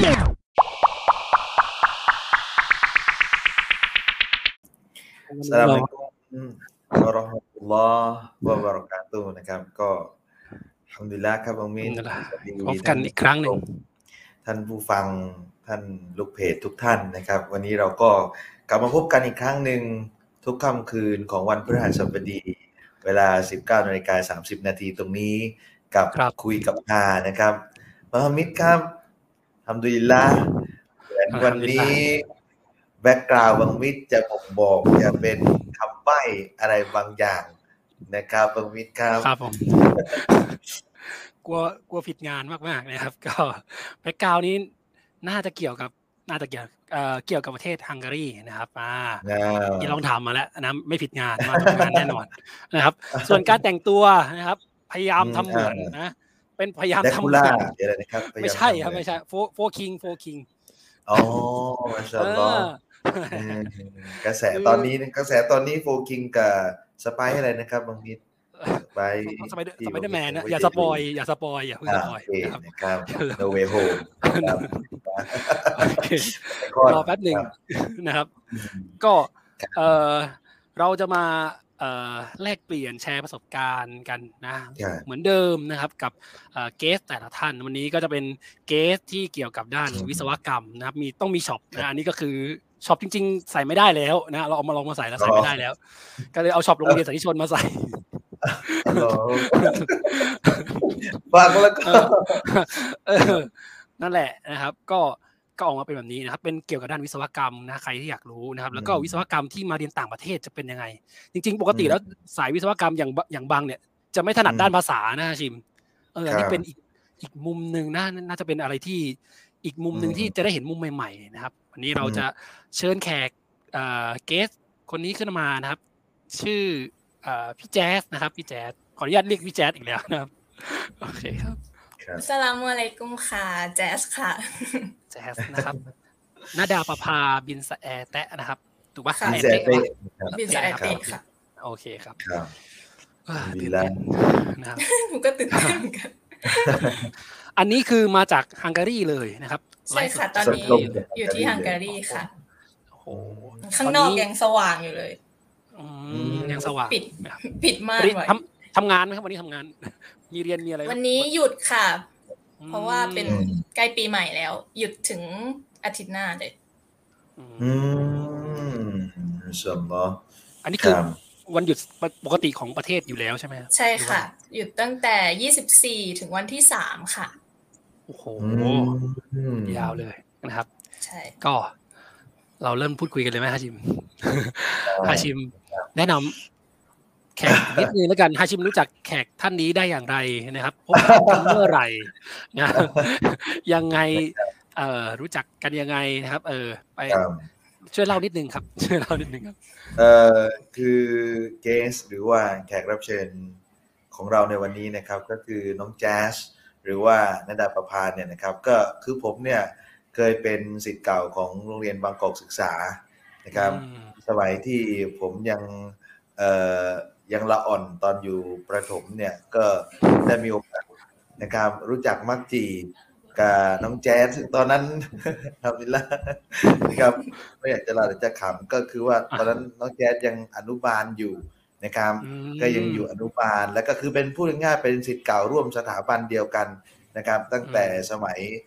อัสสลามุอะลัยกุมวะเราะห์มะตุลลอฮ์วะบะเราะกาตุฮ์นะครับก็อัลฮัมดุลิลลาห์ครับน้องมิ้นสวัสดีพบกันอีกครั้งหนึ่งท่านผู้ฟังท่านลูกเพจทุกท่านนะครับวันนี้เราก็กลับมาพบกันอีกครั้งหนึ่งทุกค่ำคืนของวันพฤหัสบดีเวลา 19:30 น.ตรงนี้กับคุยกับอานะครับมาฮัมมิดครับอัลฮัมดุลิลลาห์วันนี้แบ็กกราวด์บางมิตรจะบอกจะเป็นคำใบ้อะไรบางอย่างนะครับบางมิตรครับผมกลัวผิดงานมากๆนะครับก็แบ็กกราวด์นี้น่าจะเกี่ยวกับประเทศฮังการีนะครับที่ลองทำมาแล้วนะไม่ผิดงานมาทำงานแน่นอนนะครับส่วนการแต่งตัวนะครับพยายามทำเหมือนนะเป็นพยายามทำเหมือนไม่ใช่ครับไม่ใช่โฟคิงอ๋อมาชาอัลลอฮ์กระแสตอนนี้โฟคิงกับสไปอะไรนะครับบางทีสไปเดอร์แมนนะอย่าสปอยอย่าเพิ่งสปอยนะครับโนเวโฮมรอแป๊บหนึ่งนะครับก็เราจะมาแลกเปลี่ยนแชร์ประสบการณ์กันนะเหมือนเดิมนะครับกับเกสแต่ละท่านวันนี้ก็จะเป็นเกสที่เกี่ยวกับด้านวิศวกรรมนะครับต้องมีช็อปนะอันนี้ก็คือช็อปจริงๆใส่ไม่ได้แล้วนะเราเอามาลองมาใส่แล้วใส่ไม่ได้แล้วก็เลยเอาช็อปโรงเรียนสาธิตชนมาใส่ฟังแล้วก็นั่นแหละนะครับก็ออกมาเป็นแบบนี้นะครับเป็นเกี่ยวกับด้านวิศวกรรมนะใครที่อยากรู้นะครับแล้วก็วิศวกรรมที่มาเรียนต่างประเทศจะเป็นยังไงจริงๆปกติแล้วสายวิศวกรรมอย่างบางเนี่ยจะไม่ถนัดด้านภาษานะชิมอันนี้เป็นอีกมุมนึงน่าจะเป็นอะไรที่อีกมุมนึงที่จะได้เห็นมุมใหม่ๆนะครับวันนี้เราจะเชิญแขกเกสคนนี้ขึ้นมานะครับชื่อพี่แจ๊สนะครับพี่แจ๊สขออนุญาตเรียกพี่แจ๊สอีกแล้วนะครับโอเคครับอัสสลามุอะลัยกุมค่ะแจ๊สค่ะแจ๊สนะครับนาดาประภาบินสะแอแตะนะครับถูกป่ะบินสะแอแตะค่ะโอเคครับดีแล้วนะครับหนูก็ตื่นเต้นเหมือนกันอันนี้คือมาจากฮังการีเลยนะครับใช่ค่ะตอนนี้อยู่ที่ฮังการีค่ะโอ้โหข้างนอกยังสว่างอยู่เลยยังสว่างปิดมากเลยทำงานไหมครับวันนี้ทำงานมีเรียนมีอะไรวันนี้หยุดค่ะเพราะว่าเป็นใกล้ปีใหม่แล้วหยุดถึงอาทิตย์หน้าเลยส่วนบ่อันนี้คือวันหยุดปกติของประเทศอยู่แล้วใช่ไหมใช่ค่ะหยุดตั้งแต่24ถึงวันที่3ค่ะโอ้โหยาวเลยนะครับใช่ก็เราเริ่มพูดคุยกันเลยไหมฮาชิมแนะนำแขกนิดนึงแล้วกันฮาชิมรู้จักแขกท่านนี้ได้อย่างไรนะครับพบกันเมื่อไหร่นะยังไงรู้จักกันยังไงนะครับไปช่วยเล่านิดนึงครับช่วยเล่านิดนึงครับคือเกสหรือว่าแขกรับเชิญของเราในวันนี้นะครับก็คือน้องแจ๊สหรือว่านาดาประภาเนี่ยนะครับก็คือผมเนี่ยเคยเป็นศิษย์เก่าของโรงเรียนบางกอกศึกษานะครับสมัยที่ผมยังละอ่อนตอนอยู่ประถมเนี่ยก็ได้มีโอกาสนะครับรู้จักมักจีกับน้องแจ๊สตอนนั้นทำนี่ละนะครับไม่อยากจะเล่าแต่จะขำก็คือว่าตอนนั้นน้องแจ๊สยังอนุบาลอยู่นะครับก็ยังอยู่อนุบาลแล้วก็คือเป็นพูดง่ายๆเป็นศิษย์เก่าร่วมสถาบันเดียวกันนะครับตั้งแต่ส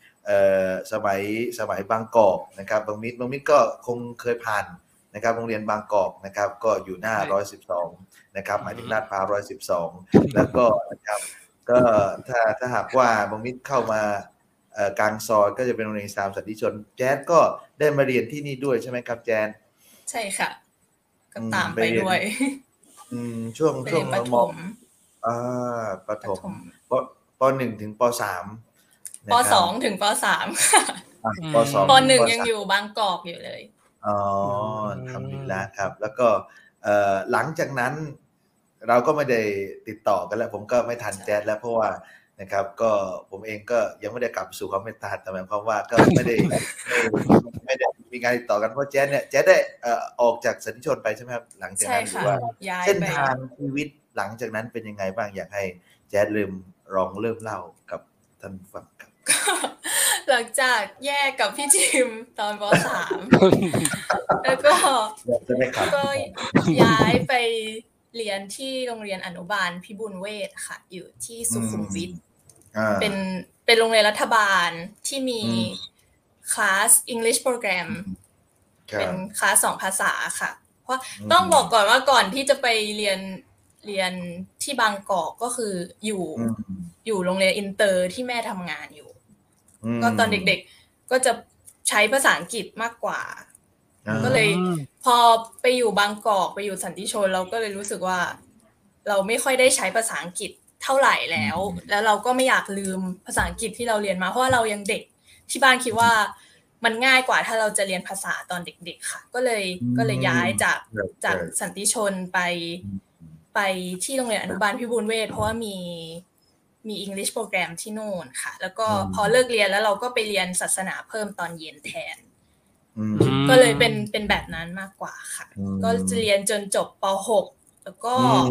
มัยบางกอกนะครับบางมิตรก็คงเคยผ่านนะครับโรงเรียนบางกอกนะครับก็อยู่หน้า112นะครับหมายถึงลาดพร้าว112แล้วก็นะครับก็ถ้าหากว่าบางมิตรเข้ามากลางซอยก็จะเป็นโรงเรียนอิสลามสันติชนแจ๊สก็ได้มาเรียนที่นี่ด้วยใช่ไหมครับแจ๊สใช่ค่ะก็ตามไปด้วยช่วงประถมประถมป.1 ถึงป.3 ป.2 ถึงป.3 ค่ะป.1 ยังอยู่บางกอกอยู่เลยทำดีแล้วครับแล้วก็หลังจากนั้นเราก็ไม่ได้ติดต่อกันแล้วผมก็ไม่ทันแจ๊สแล้วเพราะว่านะครับก็ผมเองก็ยังไม่ได้กลับสู่ความเป็นตาแต่หมายความว่าก็ไม่ได้มีการติดต่อกันเพราะแจ๊สได้ออกจากสันติชนไปใช่ไหมครับหลังจากนั้นหรือว่าเส้นทางชีวิตหลังจากนั้นเป็นยังไงบ้างอยากให้แจ๊สลองเริ่มเล่ากับท่านฟังครับหลังจากแยกกับพี่จิมตอนป.3 แล้วก็ย้ายไปเรียนที่โรงเรียนอนุบาลพิบูลเวชค่ะอยู่ที่สุขุมวิทเป็นโรงเรียนรัฐบาลที่มีคลาส English Program เป็นคลาส2ภาษาค่ะเพราะต้องบอกก่อนว่าก่อนที่จะไปเรียนที่บางกอกก็คืออยู่โรงเรียนอินเตอร์ที่แม่ทำงานอยู่ก็ตอนเด็กๆก็จะใช้ภาษาอังกฤษมากกว่าก็เลยพอไปอยู่บางกอกไปอยู่สันติชนเราก็เลยรู้สึกว่าเราไม่ค่อยได้ใช้ภาษาอังกฤษเท่าไหร่แล้วเราก็ไม่อยากลืมภาษาอังกฤษที่เราเรียนมาเพราะว่าเรายังเด็กที่บ้านคิดว่ามันง่ายกว่าถ้าเราจะเรียนภาษาตอนเด็กๆค่ะก็เลยย้ายจากสันติชนไปที่โรงเรียนอนุบาลพิบูลเวชเพราะว่ามี English Program ที่โน่นค่ะแล้วก็พอเลิกเรียนแล้วเราก็ไปเรียนศาสนาเพิ่มตอนเย็นแทนก็เลยเป็นแบบนั้นมากกว่าค่ะก็จะเรียนจนจบป.6 แล้ว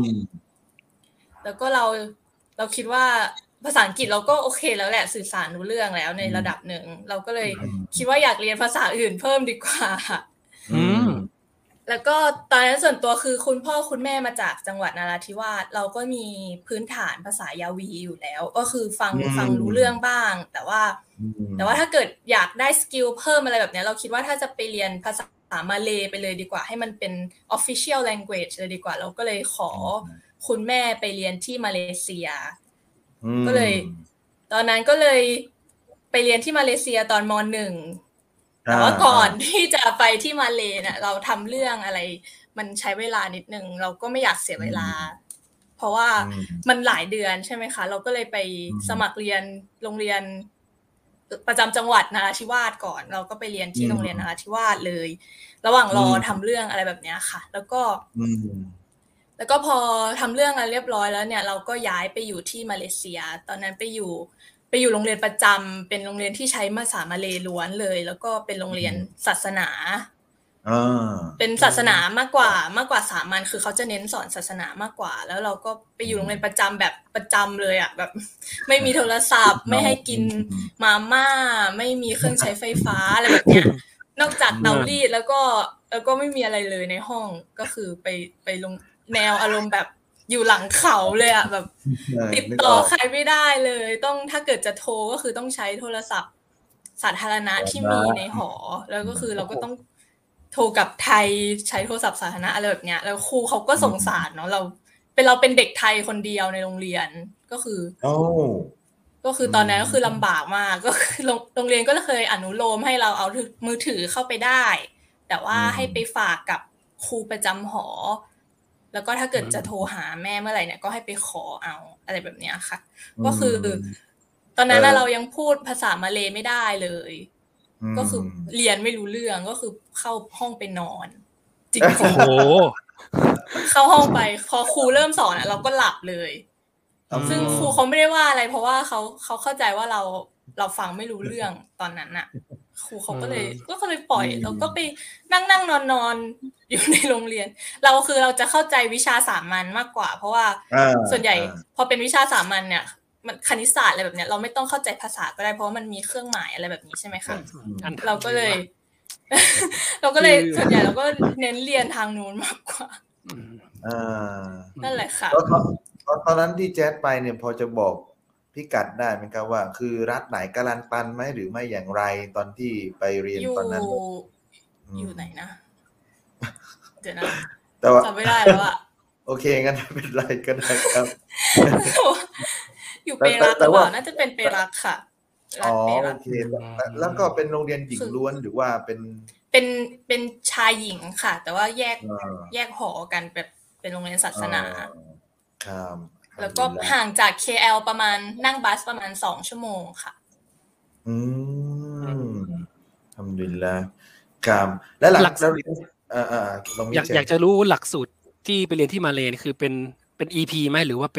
ก็เราคิดว่าภาษาอังกฤษเราก็โอเคแล้วแหละสื่อสารรู้เรื่องแล้วในระดับหนึ่งเราก็เลยคิดว่าอยากเรียนภาษาอื่นเพิ่มดีกว่าค่ะแล้วก็ตอนนั้นส่วนตัวคือคุณพ่อคุณแม่มาจากจังหวัดนราธิวาสเราก็มีพื้นฐานภาษายาวีอยู่แล้วก็คือฟังรู้เรื่องบ้างแต่ว่าถ้าเกิดอยากได้สกิลเพิ่มอะไรแบบนี้เราคิดว่าถ้าจะไปเรียนภาษามาเลย์ไปเลยดีกว่าให้มันเป็น official language เลยดีกว่าเราก็เลยขอคุณแม่ไปเรียนที่มาเลเซียก็เลยตอนนั้นก็เลยไปเรียนที่มาเลเซียตอนม.1แต่ว่าก่อนที่จะไปที่มาเลย์เนี่ยเราทำเรื่องอะไรมันใช้เวลานิดนึงเราก็ไม่อยากเสียเวลาเพราะว่ามันหลายเดือนใช่ไหมคะเราก็เลยไปสมัครเรียนโรงเรียนประจำจังหวัดนราธิวาสก่อนเราก็ไปเรียนที่โรงเรียนนราธิวาสเลยระหว่างรอทำเรื่องอะไรแบบนี้ค่ะแล้วก็พอทำเรื่องอะไรเรียบร้อยแล้วเนี่ยเราก็ย้ายไปอยู่ที่มาเลเซียตอนนั้นไปอยู่โรงเรียนประจำเป็นโรงเรียนที่ใช้ภาษามาเลย์ล้วนเลยแล้วก็เป็นโรงเรียนศาสนาเป็นศาสนามากกว่าสามัญคือเขาจะเน้นสอนศาสนามากกว่าแล้วเราก็ไปอยู่โรงเรียนประจำแบบประจำเลยอ่ะแบบไม่มีโทรศัพท์ไม่ให้กินมาม่าไม่มีเครื่องใช้ไฟฟ้าอะไรแบบเนี้ยนอกจากเตารีดแล้วก็ไม่มีอะไรเลยในห้องก็คือไปลงแนวอารมณ์แบบอยู่หลังเขาเลยอ่ะแบบติดต่อใครไม่ได้เลยต้องถ้าเกิดจะโทรก็คือต้องใช้โทรศัพท์สาธารณะที่มีในหอแล้วก็คือเราก็ต้องโทรกับไทยใช้โทรศัพท์สาธารณะอะไรแบบเนี้ยแล้วครูเขาก็สงสารเนาะเราเป็นเด็กไทยคนเดียวในโรงเรียนก็คือตอนนั้นก็คือลำบากมากก็คือโรงเรียนก็เคยอนุโลมให้เราเอามือถือเข้าไปได้แต่ว่าให้ไปฝากกับครูประจำหอแล้วก็ถ้าเกิดจะโทรหาแม่เมื่อไหร่เนี่ยก็ให้ไปขอเอาอะไรแบบนี้ค่ะก็คือตอนนั้นเรายังพูดภาษามาเลย์ไม่ได้เลยก็คือเรียนไม่รู้เรื่องก็คือเข้าห้องไปนอนจริงๆโอ้โหเข้าห้องไปพอครูเริ่มสอนเราก็หลับเลยซึ่งครูเขาไม่ได้ว่าอะไรเพราะว่าเขาเข้าใจว่าเราฟังไม่รู้เรื่องตอนนั้นน่ะครูเขาก็เลยปล่อยเราก็ไปนั่งนอนอยู่ในโรงเรียนเราจะเข้าใจวิชาสามัญมากกว่าเพราะว่าส่วนใหญ่พอเป็นวิชาสามัญเนี่ยมันคณิตศาสตร์อะไรแบบเนี้ยเราไม่ต้องเข้าใจภาษาก็ได้เพราะมันมีเครื่องหมายอะไรแบบนี้ใช่ไหมคะเราก็เลยส่วนใหญ่เราก็เน้นเรียนทางนู้นมากกว่านั่นแหละค่ะตอนนั้นที่แจ๊ดไปเนี่ยพอจะบอกพิกัดได้ไหมครับว่าคือรัฐไหนกาลันตันไหมหรือไม่อย่างไรตอนที่ไปเรียนตอนนั้นอยู่ไหนนะเดี๋ยวนะแต่ว่าจำไม่ได้แล้วอะโอเคงั้นไม่เป็นไรก็ได้ครับอยู่เปรักหรือเปล่าน่าจะเป็นเปรักค่ะอ๋อโอเคแล้วก็เป็นโรงเรียนหญิงล้วนหรือว่าเป็นชายหญิงค่ะแต่ว่าแยกหอกันแบบเป็นโรงเรียนศาสนาครับแล้วก็ห่างจาก KL ประมาณนั่งบัสประมาณ2 ชั่วโมงค่ะทำดีแล้วครับและหลักเราเรียนอยากจะรู้หลักสูตรที่ไปเรียนที่มาเลย์คือเป็น EP ไหมหรือว่า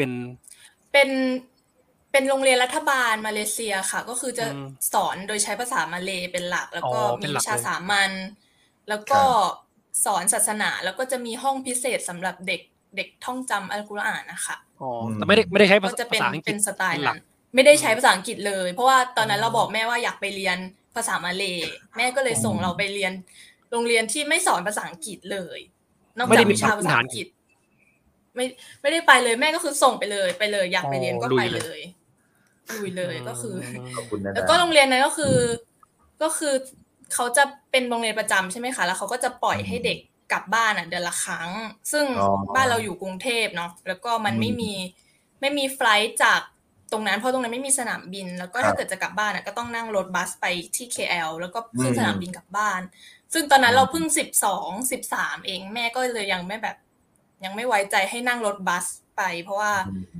เป็นโรงเรียนรัฐบาลมาเลเซียค่ะก็คือจะสอนโดยใช้ภาษามาเลย์เป็นหลักแล้วก็มีวิชาสามัญแล้วก็สอนศาสนาแล้วก็จะมีห้องพิเศษสำหรับเด็กท่องจำอัลกุรอานนะคะแต่ไม่ได้ใช้ภาษาอังกฤษเป็นสไตล์นั้นไม่ได้ใช้ภาษาอังกฤษเลยเพราะว่าตอนนั้นเราบอกแม่ว่าอยากไปเรียนภาษามาเลย์แม่ก็เลยส่งเราไปเรียนโรงเรียนที่ไม่สอนภาษาอังกฤษเลยนอกจากวิชาภาษาอังกฤษไม่ได้ไปเลยแม่ก็คือส่งไปเลยอยากไปเรียนก็ไปเลยลุยเลยก็คือแล้วก็โรงเรียนนั้นก็คือเขาจะเป็นโรงเรียนประจำใช่ไหมคะแล้วเขาก็จะปล่อยให้เด็กกลับบ้านเดือนละครั้งซึ่งบ้านเราอยู่กรุงเทพเนาะแล้วก็มันไม่มีไฟลท์จากตรงนั้นเพราะตรงนั้นไม่มีสนามบินแล้วก็ถ้าเกิดจะกลับบ้านก็ต้องนั่งรถบัสไปที่ KL แล้วก็ขึ้นสนามบินกลับบ้านซึ่งตอนนั้นเราเพิ่ง12-13เองแม่ก็เลยยังไม่ไว้ใจให้นั่งรถบัสไปเพราะว่า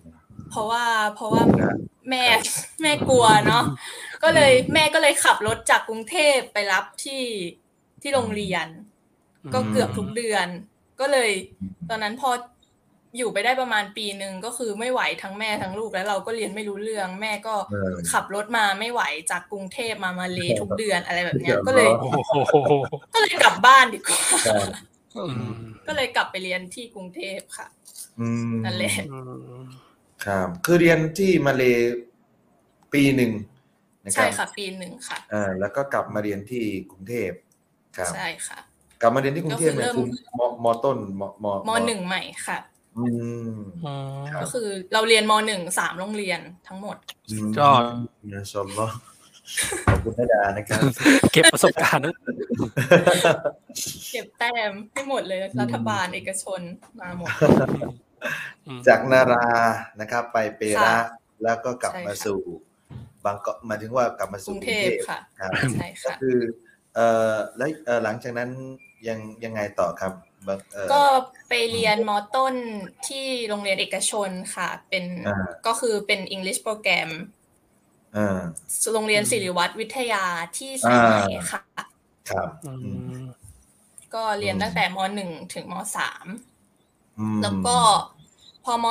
แม่กลัวเนาะก็เลยแม่ก็เลยขับรถจากกรุงเทพไปรับที่โรงเรียนก็เกือบทุกเดือนก็เลยตอนนั้นพออยู่ไปได้ประมาณปีนึงก็คือไม่ไหวทั้งแม่ทั้งลูกแล้วเราก็เรียนไม่รู้เรื่องแม่ก็ขับรถมาไม่ไหวจากกรุงเทพมาเลทุกเดือนอะไรแบบเนี้ยก็เลยกลับบ้านดีกว่าก็เลยกลับไปเรียนที่กรุงเทพค่ะนั่นแหละครับคือเรียนที่มาเลปีหนึ่งนะครับใช่ค่ะปีหนึ่งค่ะแล้วก็กลับมาเรียนที่กรุงเทพครับใช่ค่ะกลับมาเรียนที่กรุงเทพเนี่ยคือม.ต้นม.1 ใหม่ค่ะก็คือเราเรียนม.1 3โรงเรียนทั้งหมดยอดนะชมเนาะขอบคุณดานะครับเก็บประสบการณ์เก็บแต้มให้หมดเลยรัฐบาลเอกชนมาหมดจากนารานะครับไปเประแล้วก็กลับมาสู่บางก็หมายถึงว่ากลับมาสู่กรุงเทพค่ะใช่ค่ะก็คือแล้วหลังจากนั้นยังไงต่อครับก็ไปเรียนม.ต้นที่โรงเรียนเอกชนค่ะเป็นก็คือเป็น English โปรแกรมโรงเรียนศิริวัฒน์วิทยาที่สายไหมค่ะครับก็เรียนตั้งแต่ม.1 ถึงม.3 แล้วก็พอม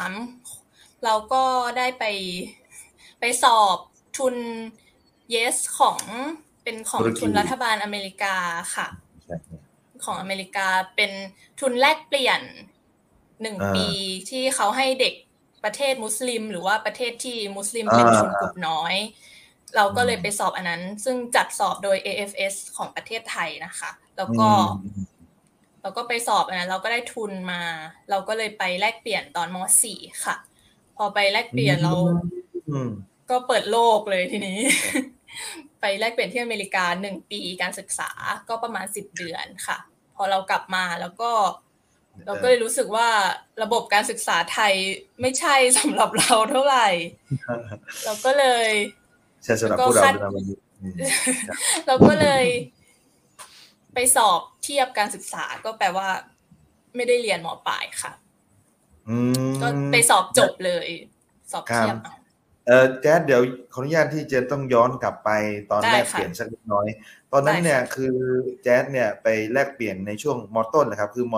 .3 เราก็ได้ไปสอบทุน YES ของทุนรัฐบาลอเมริกาค่ะของอเมริกาเป็นทุนแลกเปลี่ยน1ปีที่เขาให้เด็กประเทศมุสลิมหรือว่าประเทศที่มุสลิมเป็นชนกลุ่มน้อยเราก็เลยไปสอบอันนั้นซึ่งจัดสอบโดย AFS ของประเทศไทยนะคะแล้วก็เราก็ไปสอบอันนั้นเราก็ได้ทุนมาเราก็เลยไปแลกเปลี่ยนตอนม.4 ค่ะพอไปแลกเปลี่ยนเราก็เปิดโลกเลยทีนี้ไปแลกเปลี่ยนที่อเมริกา1ปีการศึกษาก็ประมาณ10 เดือนค่ะพอเรากลับมาแล้วก็เราก็เลยรู้สึกว่าระบบการศึกษาไทยไม่ใช่สำหรับเราเท่าไหร่เราก็เลยใช่สำหรับพวกเราเราก็เลยไปสอบเทียบการศึกษาก็แปลว่าไม่ได้เรียนม.ปลายค่ะก็ไปสอบจบเลยสอบเทียบแจ๊ดเดี๋ยวขออนุญาตที่จะต้องย้อนกลับไปตอนแรกเปลี่ยนสักนิดน้อยตอนนั้นเนี่ยคือแจ๊ดเนี่ยไปแลกเปลี่ยนในช่วงม.ต้นนะครับคือม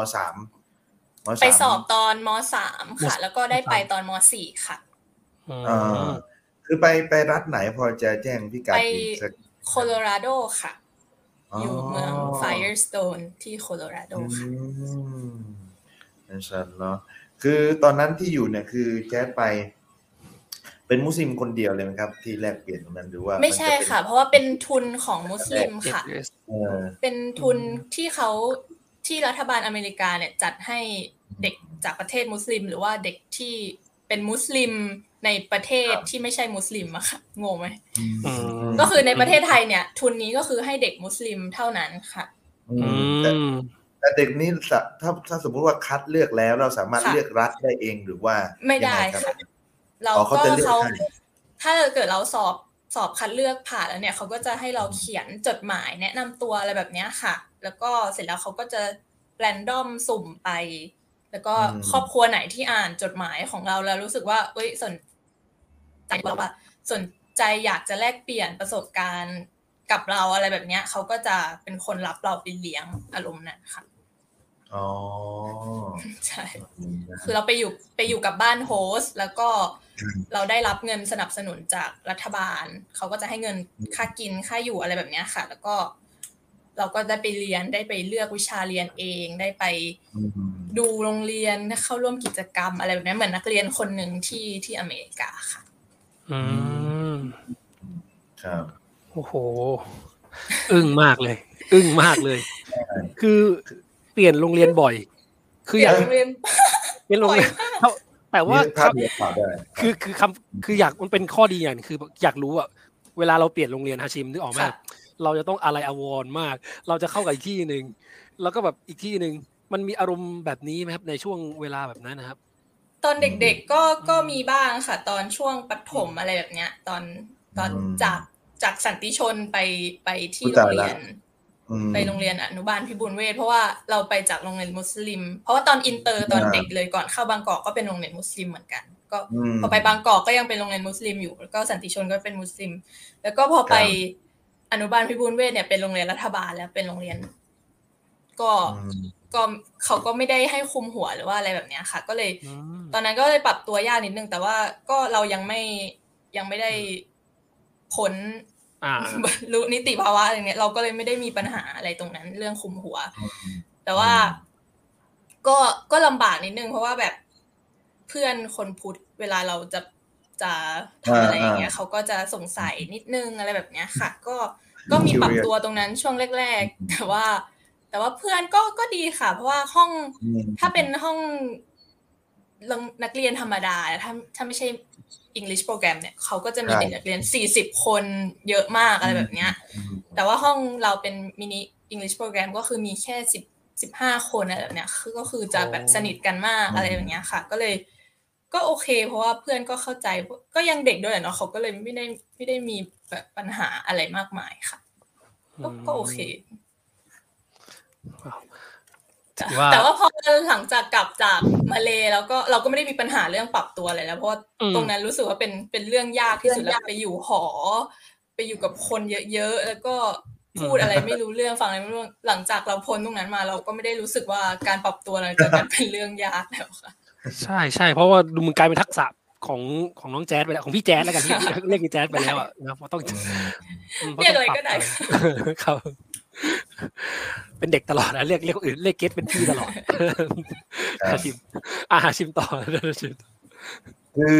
.3 ไปสอบตอนม.3 ค่ะแล้วก็ได้ไปตอนม.4 ค่ะคือไปรัฐไหนพอจะแจ้งพิกัดไปโคโลราโดค่ะอยู่เมือง Firestone ที่โคโลราโดค่ะนั่นใช่เนาะคือตอนนั้นที่อยู่เนี่ยคือแจ๊ดไปเป็นมุสลิมคนเดียวเลยไหมครับที่แลกเปลี่ยนตรงนั้นหรือว่าไม่ใช่ค่ะเพราะว่าเป็นทุนของมุสลิมค่ะเป็นทุนที่รัฐบาลอเมริกาเนี่ยจัดให้เด็กจากประเทศมุสลิมหรือว่าเด็กที่เป็นมุสลิมในประเทศที่ไม่ใช่มุสลิมอะค่ะงงไหมก็คือในประเทศไทยเนี่ยทุนนี้ก็คือให้เด็กมุสลิมเท่านั้นค่ะแต่เด็กนี้ถ้าสมมุติว่าคัดเลือกแล้วเราสามารถเลือกรัฐได้เองหรือว่าไม่ได้ค่ะเราก็เขาถ้าเกิดเราสอบคัดเลือกผ่านแล้วเนี่ยเขาก็จะให้เราเขียนจดหมายแนะนำตัวอะไรแบบนี้ค่ะแล้วก็เสร็จแล้วเขาก็จะแรนดอมสุ่มไปแล้วก็ครอบครัวไหนที่อ่านจดหมายของเราแล้วรู้สึกว่าสนใจอยากจะแลกเปลี่ยนประสบการณ์กับเราอะไรแบบนี้เขาก็จะเป็นคนรับเราไปเลี้ยงอารมณ์นั้นค่ะอ๋อใช่คือเราไปอยู่กับบ้านโฮสต์แล้วก็เราได้รับเงินสนับสนุนจากรัฐบาลเขาก็จะให้เงินค่ากินค่าอยู่อะไรแบบนี้ค่ะแล้วก็เราก็ได้ไปเรียนได้ไปเลือกวิชาเรียนเองได้ไปดูโรงเรียนเข้าร่วมกิจกรรมอะไรแบบนี้เหมือนนักเรียนคนหนึ่งที่อเมริกาค่ะครับโอ้โหอึ้งมากเลยคือเปลี่ยนโรงเรียนบ่อยคืออยากเรียนเป็นโรงเรียนแต่ว่าคืออยากมันเป็นข้อดีอย่างคืออยากรู้อะเวลาเราเปลี่ยนโรงเรียนฮาชิมนึกออกไหมเราจะต้องอะไรอวรมากเราจะเข้ากับอีกที่นึงแล้วก็แบบอีกที่นึงมันมีอารมณ์แบบนี้ไหมครับในช่วงเวลาแบบนั้นนะครับตอนเด็กๆก็มีบ้างค่ะตอนช่วงประถมอะไรแบบเนี้ยตอนจากสันติชนไปที่โรงเรียนไปโรงเรียนอนุบาลพิบูลเวชเพราะว่าเราไปจากโรงเรียนมุสลิมเพราะว่าตอนอินเตอร์ตอนเด็กเลยก่อนเข้าบางกอกก็เป็นโรงเรียนมุสลิมเหมือนกันก็พอไปบางกอกก็ยังเป็นโรงเรียนมุสลิมอยู่แล้วก็สันติชนก็เป็นมุสลิมแล้วก็พอไปอนุบาลพิบูลเวชเนี่ยเป็นโรงเรียนรัฐบาลแล้วเป็นโรงเรียนก็เขาก็ไม่ได้ให้คุมหัวหรือว่าอะไรแบบนี้ค่ะก็เลยตอนนั้นก็เลยปรับตัวยากนิดนึงแต่ว่าก็เรายังไม่ได้พ้นบรรลุนิติภาวะอะไรเงี้ยเราก็เลยไม่ได้มีปัญหาอะไรตรงนั้นเรื่องคุมหัวแต่ว่าก็ลำบากนิดนึงเพราะว่าแบบเพื่อนคนพุทธเวลาเราจะทำอะไรอย่างเงี้ยเขาก็จะสงสัยนิดนึงอะไรแบบเนี้ยค่ะก็มีปรับตัวตรงนั้นช่วงแรกๆแต่ว่าเพื่อนก็ดีค่ะเพราะว่าห้องถ้าเป็นห้องนักเรียนธรรมดาถ้าไม่ใช่ English โปรแกรมเนี่ยเขาก็จะมีเด็กนักเรียน40คนเยอะมากอะไรแบบเนี้ยแต่ว่าห้องเราเป็นมินิ English โปรแกรมก็คือมีแค่15คนอะไรแบบเนี้ยก็คือจะแบบสนิทกันมากอะไรแบบเนี้ยค่ะก็โอเคเพราะว่าเพื่อนก็เข้าใจก็ยังเด็กด้วยเนาะเขาก็เลยไม่ได้มีแบบปัญหาอะไรมากมายค่ะก็โอเคแต่ว่าพอหลังจากกลับจากมาเลแล้วก็เราก็ไม่ได้มีปัญหาเรื่องปรับตัวอะไรแล้วเพราะตรงนั้นรู้สึกว่าเป็นเรื่องยากที่สุดแล้วไปอยู่หอไปอยู่กับคนเยอะๆแล้วก็พูดอะไรไม่รู้เรื่องฟังอะไรไม่รู้หลังจากเราพ้นตรงนั้นมาเราก็ไม่ได้รู้สึกว่าการปรับตัวหลังจากนั้นเป็นเรื่องยากแล้วค่ะใช่เพราะว่าดูมันกลายเป็นทักษะของน้องแจ๊สไปแล้วของพี่แจ๊สแล้วกันเรียกพี่แจ๊สไปแล้วอ่ะนะเพราะต้องเรียกอะไรก็ได้ครับเป็นเด็กตลอดนะเรียกคนอื่นเรียกเกสเป็นพี่ตลอดชิมต่อคือ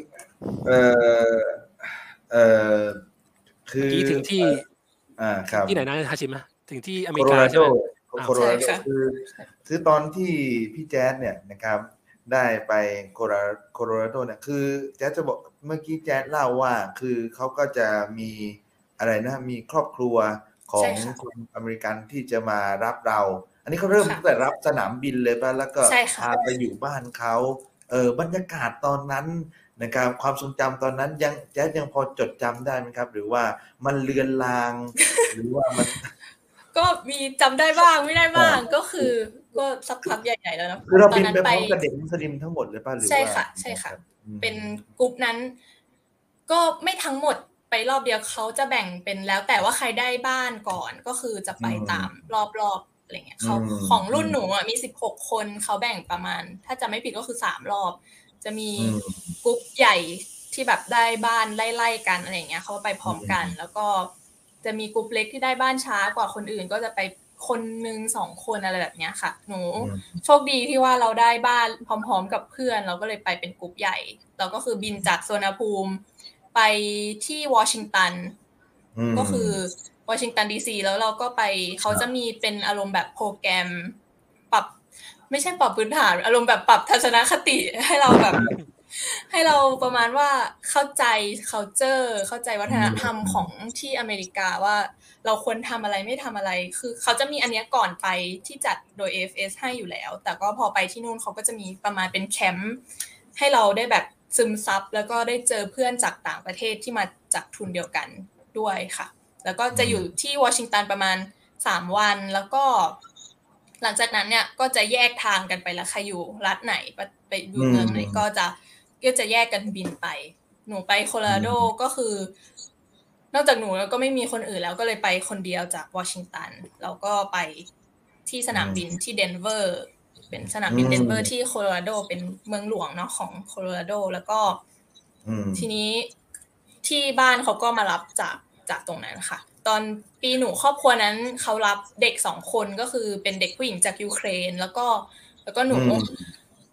คือถึงที่ครับที่ไหนนะฮาชิมนะถึงที่อเมริกาใช่ไหมโคโลราโดคือตอนที่พี่แจ๊สเนี่ยนะครับได้ไปโคโลราโดเนี่ยคือแจ๊สจะบอกเมื่อกี้แจ๊สเล่าว่าคือเขาก็จะมีอะไรนะมีครอบครัวของคนอเมริกันที่จะมารับเราอันนี้เขาเริ่มตั้งแต่รับสนามบินเลยป่ะแล้วก็พาไปอยู่บ้านเขาบรรยากาศตอนนั้นนะครับความทรงจำตอนนั้นยังแจ๊สยังพอจดจำได้ไหมครับหรือว่ามันเลือนลางหรือว่ามันก็มีจำได้บ้างไม่ได้บ้างก็คือก็สักพักใหญ่ๆแล้วนะคือเราบินไปพร้อมกับเด็กมุสลิมทั้งหมดเลยป่ะหรือว่าใช่ค่ะเป็นกลุ่มนั้นก็ไม่ทั้งหมดไปรอบเดียวเขาจะแบ่งเป็นแล้วแต่ว่าใครได้บ้านก่อนก็คือจะไปตามรอบอะไรเงี้ยเขาของรุ่นหนูอ่ะมี16คนเขาแบ่งประมาณถ้าจะไม่ผิดก็คือ3รอบจะมีกลุ่มใหญ่ที่แบบได้บ้านไล่ๆกันอะไรเงี้ยเขาไปพร้อมกันแล้วก็จะมีกลุ่มเล็กที่ได้บ้านช้ากว่าคนอื่นก็จะไปคนนึง2คนอะไรแบบเนี้ยค่ะหนูโชคดีที่ว่าเราได้บ้านพร้อมๆกับเพื่อนเราก็เลยไปเป็นกลุ่มใหญ่เราก็คือบินจากสุวรรณภูมิไปที่วอชิงตันก็คือวอชิงตันดีซีแล้วเราก็ไปเขาจะมีเป็นอารมณ์แบบโปรแกรมปรับไม่ใช่ปรับพื้นฐานอารมณ์แบบปรับทัศนคติให้เราแบบให้เราประมาณว่าเข้าใจ culture เข้าใจวัฒนธรรมของที่อเมริกาว่าเราควรทำอะไรไม่ทำอะไรคือเขาจะมีอันนี้ก่อนไปที่จัดโดย AFS ให้อยู่แล้วแต่ก็พอไปที่นู่นเขาก็จะมีประมาณเป็นแคมป์ให้เราได้แบบซึมซับแล้วก็ได้เจอเพื่อนจากต่างประเทศที่มาจากทุนเดียวกันด้วยค่ะแล้วก็จะอยู่ที่วอชิงตันประมาณ3วันแล้วก็หลังจากนั้นเนี่ยก็จะแยกทางกันไปแล้วใครอยู่รัฐไหนไปอยู่เมืองไหนก็จะแยกกันบินไปหนูไปโคโลราโดก็คือนอกจากหนูแล้วก็ไม่มีคนอื่นแล้วก็เลยไปคนเดียวจากวอชิงตันแล้วก็ไปที่สนามบินที่เดนเวอร์เป็นสนามบินเดนเวอร์ที่โคโลราโดเป็นเมืองหลวงเนาะของโคโลราโดแล้วก็ทีนี้ที่บ้านเขาก็มารับจากตรงนั้นค่ะตอนปีหนูครอบครัวนั้นเขารับเด็ก2คนก็คือเป็นเด็กผู้หญิงจากยูเครนแล้วก็หนู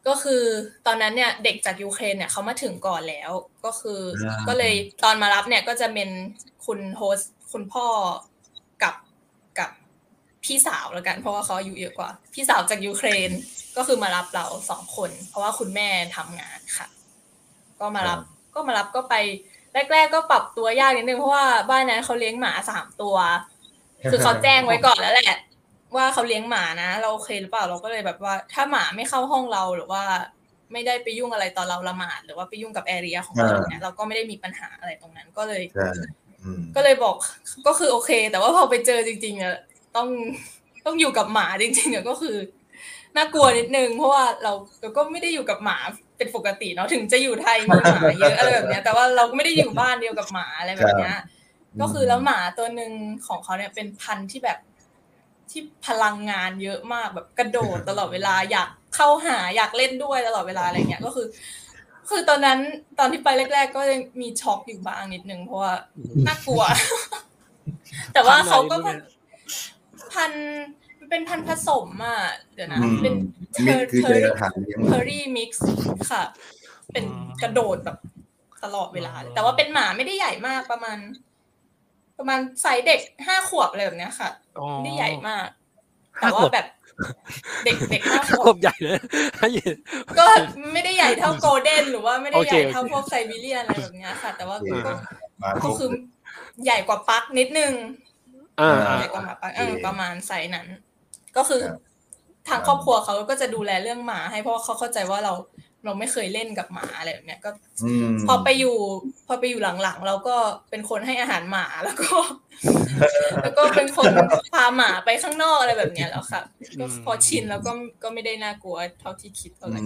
ก็คือตอนนั้นเนี่ยเด็กจากยูเครนเนี่ยเขามาถึงก่อนแล้วก็คือก็เลยตอนมารับเนี่ยก็จะเป็นคุณโฮสต์คุณพ่อกับพี่สาวแล้วกันเพราะว่าเขาอายุเยอะกว่าพี่สาวจากยูเครนก็คือมารับเรา2คนเพราะว่าคุณแม่ทำงานค่ะก็มารับก็ไปแรกๆก็ปรับตัวยากนิดนึงเพราะว่าบ้านนั้นเขาเลี้ยงหมา3ตัวคือเขาแจ้งไว้ก่อนแล้วแหละว่าเขาเลี้ยงหมานะเราโอเคหรือเปล่าเราก็เลยแบบว่าถ้าหมาไม่เข้าห้องเราหรือว่าไม่ได้ไปยุ่งอะไรตอนเราละหมาดหรือว่าไปยุ่งกับแอเรียของเราเนี่ยเราก็ไม่ได้มีปัญหาอะไรตรงนั้นก็เลยบอกก็คือโอเคแต่ว่าพอไปเจอจริงๆอ่ะต้องอยู่กับหมาจริงๆอ่ะก็คือน่ากลัวนิดนึงเพราะว่าเราก็ไม่ได้อยู่กับหมาเป็นปกติเนาะถึงจะอยู่ไทยมีหมาเยอะอะไรแบบเนี้ยแต่ว่าเราไม่ได้อยู่บ้านเดียวกับหมาอะไรแบบเนี้ยก็คือแล้วหมาตัวนึงของเขาเนี่ยเป็นพันธุ์ที่แบบที่พลังงานเยอะมากแบบกระโดดตลอดเวลาอยากเข้าหาอยากเล่นด้วยตลอดเวลาอะไรเงี้ยก็คือตอนนั้นตอนที่ไปแรกๆก็ยังมีช็อกอยู่บ้างนิดนึงเพราะว่าน่ากลัวแต่ว่าเขาก็พันเป็นพันธุ์ผสมอ่ะเดี๋ยวนะเป็นเทอรี่มิกซ์ค่ะเป็นกระโดดแบบตลอดเวลาเลยแต่ว่าเป็นหมาไม่ได้ใหญ่มากประมาณไซส์เด็ก5 ขวบอะไรแบบเนี้ยค่ะไม่ได้ใหญ่มากแต่ว่าแบบเด็ก5 ขวบใหญ่เลยก็ไม่ได้ใหญ่เท่าโกลเด้นหรือว่าไม่ได้ใหญ่เท่าพวกไซบีเรียนอะไรแบบเนี้ยค่ะแต่ว่าก็คือใหญ่กว่าปักนิดนึงใหญ่กว่าหมาปักประมาณไซส์นั้นก็คือทางครอบครัวเขาก็จะดูแลเรื่องหมาให้เพราะว่าเขาเข้าใจว่าเราไม่เคยเล่นกับหมาอะไรแบบเนี้ยก็พอไปอยู่หลังๆเราก็เป็นคนให้อาหารหมาแล้วก็เป็นคนพาหมาไปข้างนอกอะไรแบบเนี้ยแล้วค่ะก็พอชินแล้วก็ไม่ได้น่ากลัวเท่าที่คิดเท่าไหร่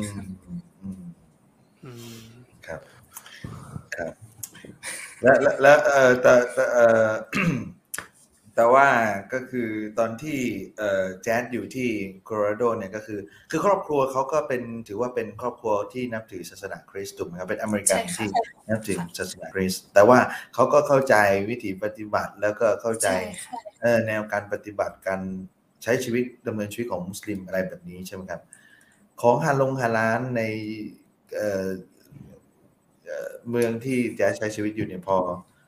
ครับครับและแต่ว่าก็คือตอนที่แจ๊ดอยู่ที่โคโลราโดเนี่ยก็คือครอบครัวเขาก็ถือว่าเป็นครอบครัวที่นับถือศาสนาคริสต์ถูกไหมครับเป็นอเมริกันที่นับถือศาสนาคริสต์แต่ว่าเขาก็เข้าใจวิถีปฏิบัติแล้วก็เข้าใจแนวการปฏิบัติการใช้ชีวิตดำเนินชีวิตของมุสลิมอะไรแบบนี้ใช่ไหมครับของฮาร้านในเมืองที่แจ๊ดใช้ชีวิตอยู่เนี่ยพอ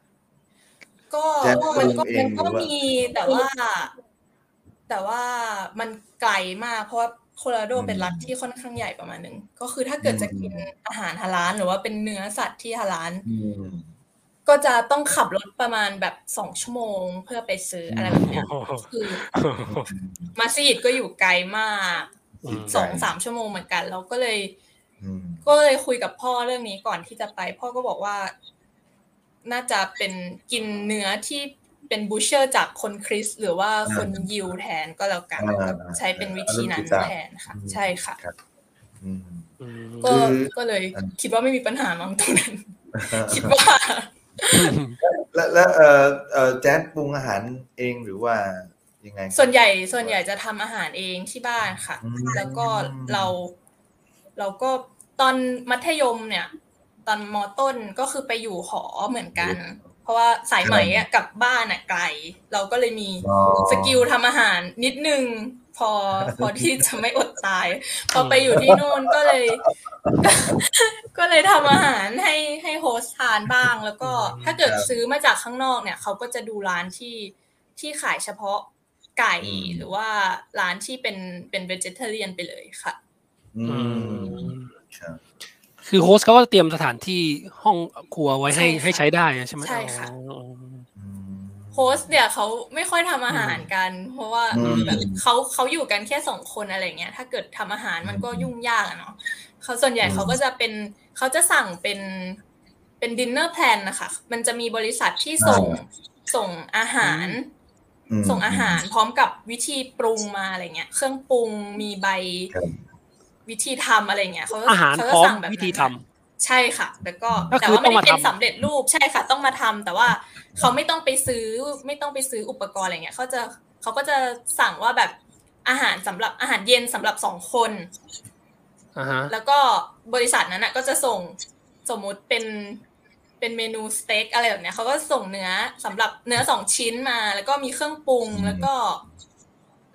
มันก็มีแต่ว่ามันไกลมากเพราะว่าโคโลราโดเป็นรัฐที่ค่อนข้างใหญ่ประมาณนึงก็คือถ้าเกิดจะกินอาหารฮาลาลหรือว่าเป็นเนื้อสัตว์ที่ฮาลาลก็จะต้องขับรถประมาณแบบ2 ชั่วโมงเพื่อไปซื้ออะไรแบบนี้คือมัสยิดก็อยู่ไกลมาก 2-3 ชั่วโมงเหมือนกันแล้วก็เลยคุยกับพ่อเรื่องนี้ก่อนที่จะไปพ่อก็บอกว่าน่าจะเป็นกินเนื้อที่เป็นบูชเชอร์จากคนคริสต์หรือว่าคนยิวแทนก็แล้วกันใช้เป็นวิธีนั้นแทนค่ะใช่ค่ะก็เลยคิดว่าไม่มีปัญหามั้งตรงนั้นคิดว่าแล้วแจ๊ดปรุงอาหารเองหรือว่ายังไงส่วนใหญ่จะทำอาหารเองที่บ้านค่ะแล้วก็เราก็ตอนมัธยมเนี่ยตอนม.ต้นก็คือไปอยู่หอเหมือนกันเพราะว่าสายไหมกับบ้านไกลเราก็เลยมีสกิลทำอาหารนิดนึงพอที่จะไม่อดตายพอไปอยู่ที่นู่นก็เลยทำอาหารให้โฮสต์ทานบ้างแล้วก็ถ้าเกิดซื้อมาจากข้างนอกเนี่ยเขาก็จะดูร้านที่ขายเฉพาะไก่หรือว่าร้านที่เป็นเวจิเทเรียนไปเลยค่ะคือโฮสต์เขาก็เตรียมสถานที่ห้องครัวไว้ให้ใช้ได้ใช่ไหมใช่ค่ะโฮสต์เนี่ยเขาไม่ค่อยทำอาหารกันเพราะว่าแบบเขาอยู่กันแค่2 คนอะไรเงี้ยถ้าเกิดทำอาหารมันก็ยุ่งยากอะเนาะเขาส่วนใหญ่เขาก็จะสั่งเป็นดินเนอร์แพลนนะคะมันจะมีบริษัทที่ส่งอาหารพร้อมกับวิธีปรุงมาอะไรเงี้ยเครื่องปรุงมีใบวิธีทำอะไรเงี้ยเขาจะสั่งแบบวิธีทำใช่ค่ะแล้วก็แต่ว่าไม่ได้เป็นสำเร็จรูปใช่ค่ะต้องมาทำแต่ว่าเขาไม่ต้องไปซื้ออุปกรณ์อะไรเงี้ยเขาก็จะสั่งว่าแบบอาหารเย็นสำหรับ2 คนแล้วก็บริษัทนั้นก็จะส่งสมมุติเป็นเมนูสเต็กอะไรแบบเนี้ยเขาก็ส่งเนื้อสำหรับเนื้อ2 ชิ้นมาแล้วก็มีเครื่องปรุงแล้ว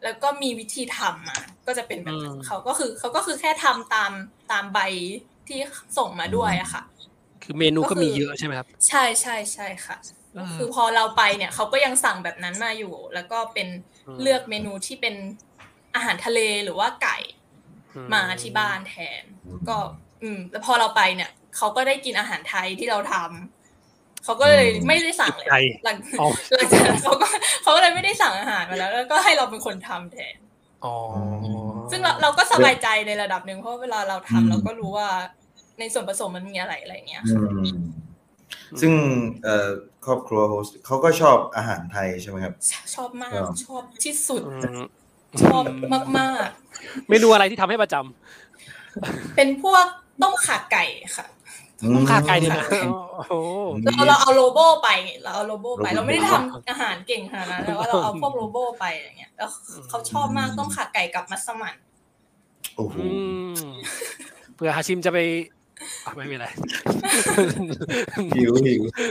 แล้วก็มีวิธีทำมาก็จะเป็นแบบเขาก็คือแค่ทำตามใบที่ส่งมาด้วยอะค่ะคือเมนูก็มีเยอะใช่ไหมครับใช่ใช่ใช่ค่ะคือพอเราไปเนี่ยเขาก็ยังสั่งแบบนั้นมาอยู่แล้วก็เป็นเลือกเมนูที่เป็นอาหารทะเลหรือว่าไก่มาที่บ้านแทนก็แล้วพอเราไปเนี่ยเขาก็ได้กินอาหารไทยที่เราทำเขาก็เลยไม่ได้สั่งเลยหลังจากนั้นเขาก็เลยไม่ได้สั่งอาหารมาแล้วก็ให้เราเป็นคนทำแทนซึ่งเราก็สบายใจในระดับหนึ่งเพราะเวลาเราทำเราก็รู้ว่าในส่วนผสมมันมีอะไรอย่างเงี้ยซึ่งครอบครัวโฮสต์เขาก็ชอบอาหารไทยใช่ไหมครับชอบมากชอบที่สุดชอบมากๆเมนูอะไรที่ทำให้ประจำเป็นพวกต้มข่าไก่ค่ะต้มข่าไก่เนี่ยเราเอาโลโบ้ไปเราไม่ได้ทำอาหารเก่งขนาดนั้นแต่ว่าเราเอาพวกโลโบ้ไปอะไรเงี้ยแล้วเขาชอบมากต้มข่าไก่กับมัสมั่นโอ้โหเผื่อฮาชิมจะไปไม่มีอะไรหิว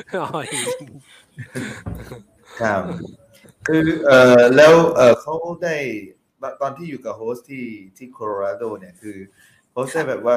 ครับคือแล้วเขาได้ตอนที่อยู่กับโฮสต์ที่โคโลราโดเนี่ยคือโฮสต์ได้แบบว่า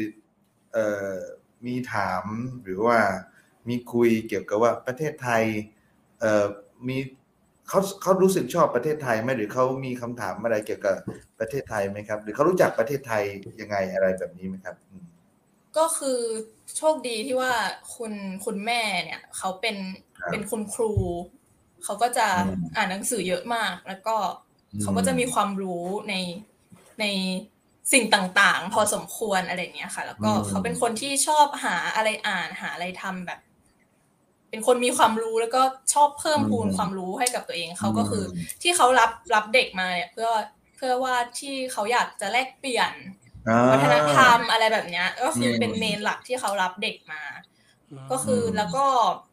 มีถามหรือว่ามีคุยเกี่ยวกับว่าประเทศไทยมีเขารู้สึกชอบประเทศไทยไหมหรือเขามีคำถามอะไรเกี่ยวกับประเทศไทยไหมครับหรือเขารู้จักประเทศไทยยังไงอะไรแบบนี้ไหมครับก็คือโชคดีที่ว่าคุณแม่เนี่ยเขาเป็นคุณครูเขาก็จะอ่านหนังสือเยอะมากแล้วก็เขาก็จะมีความรู้ในสิ่งต่างๆพอสมควรอะไรเงี้ยค่ะแล้วก็เขาเป็นคนที่ชอบหาอะไรอ่านหาอะไรทำแบบเป็นคนมีความรู้แล้วก็ชอบเพิ่มพูนความรู้ให้กับตัวเองเขาก็คือที่เขารับเด็กมาเนี่ยเพื่อว่าที่เขาอยากจะแลกเปลี่ยนวัฒนธรรมอะไรแบบเนี้ยก็คือเป็นเมนหลักที่เขารับเด็กมาก็คือแล้วก็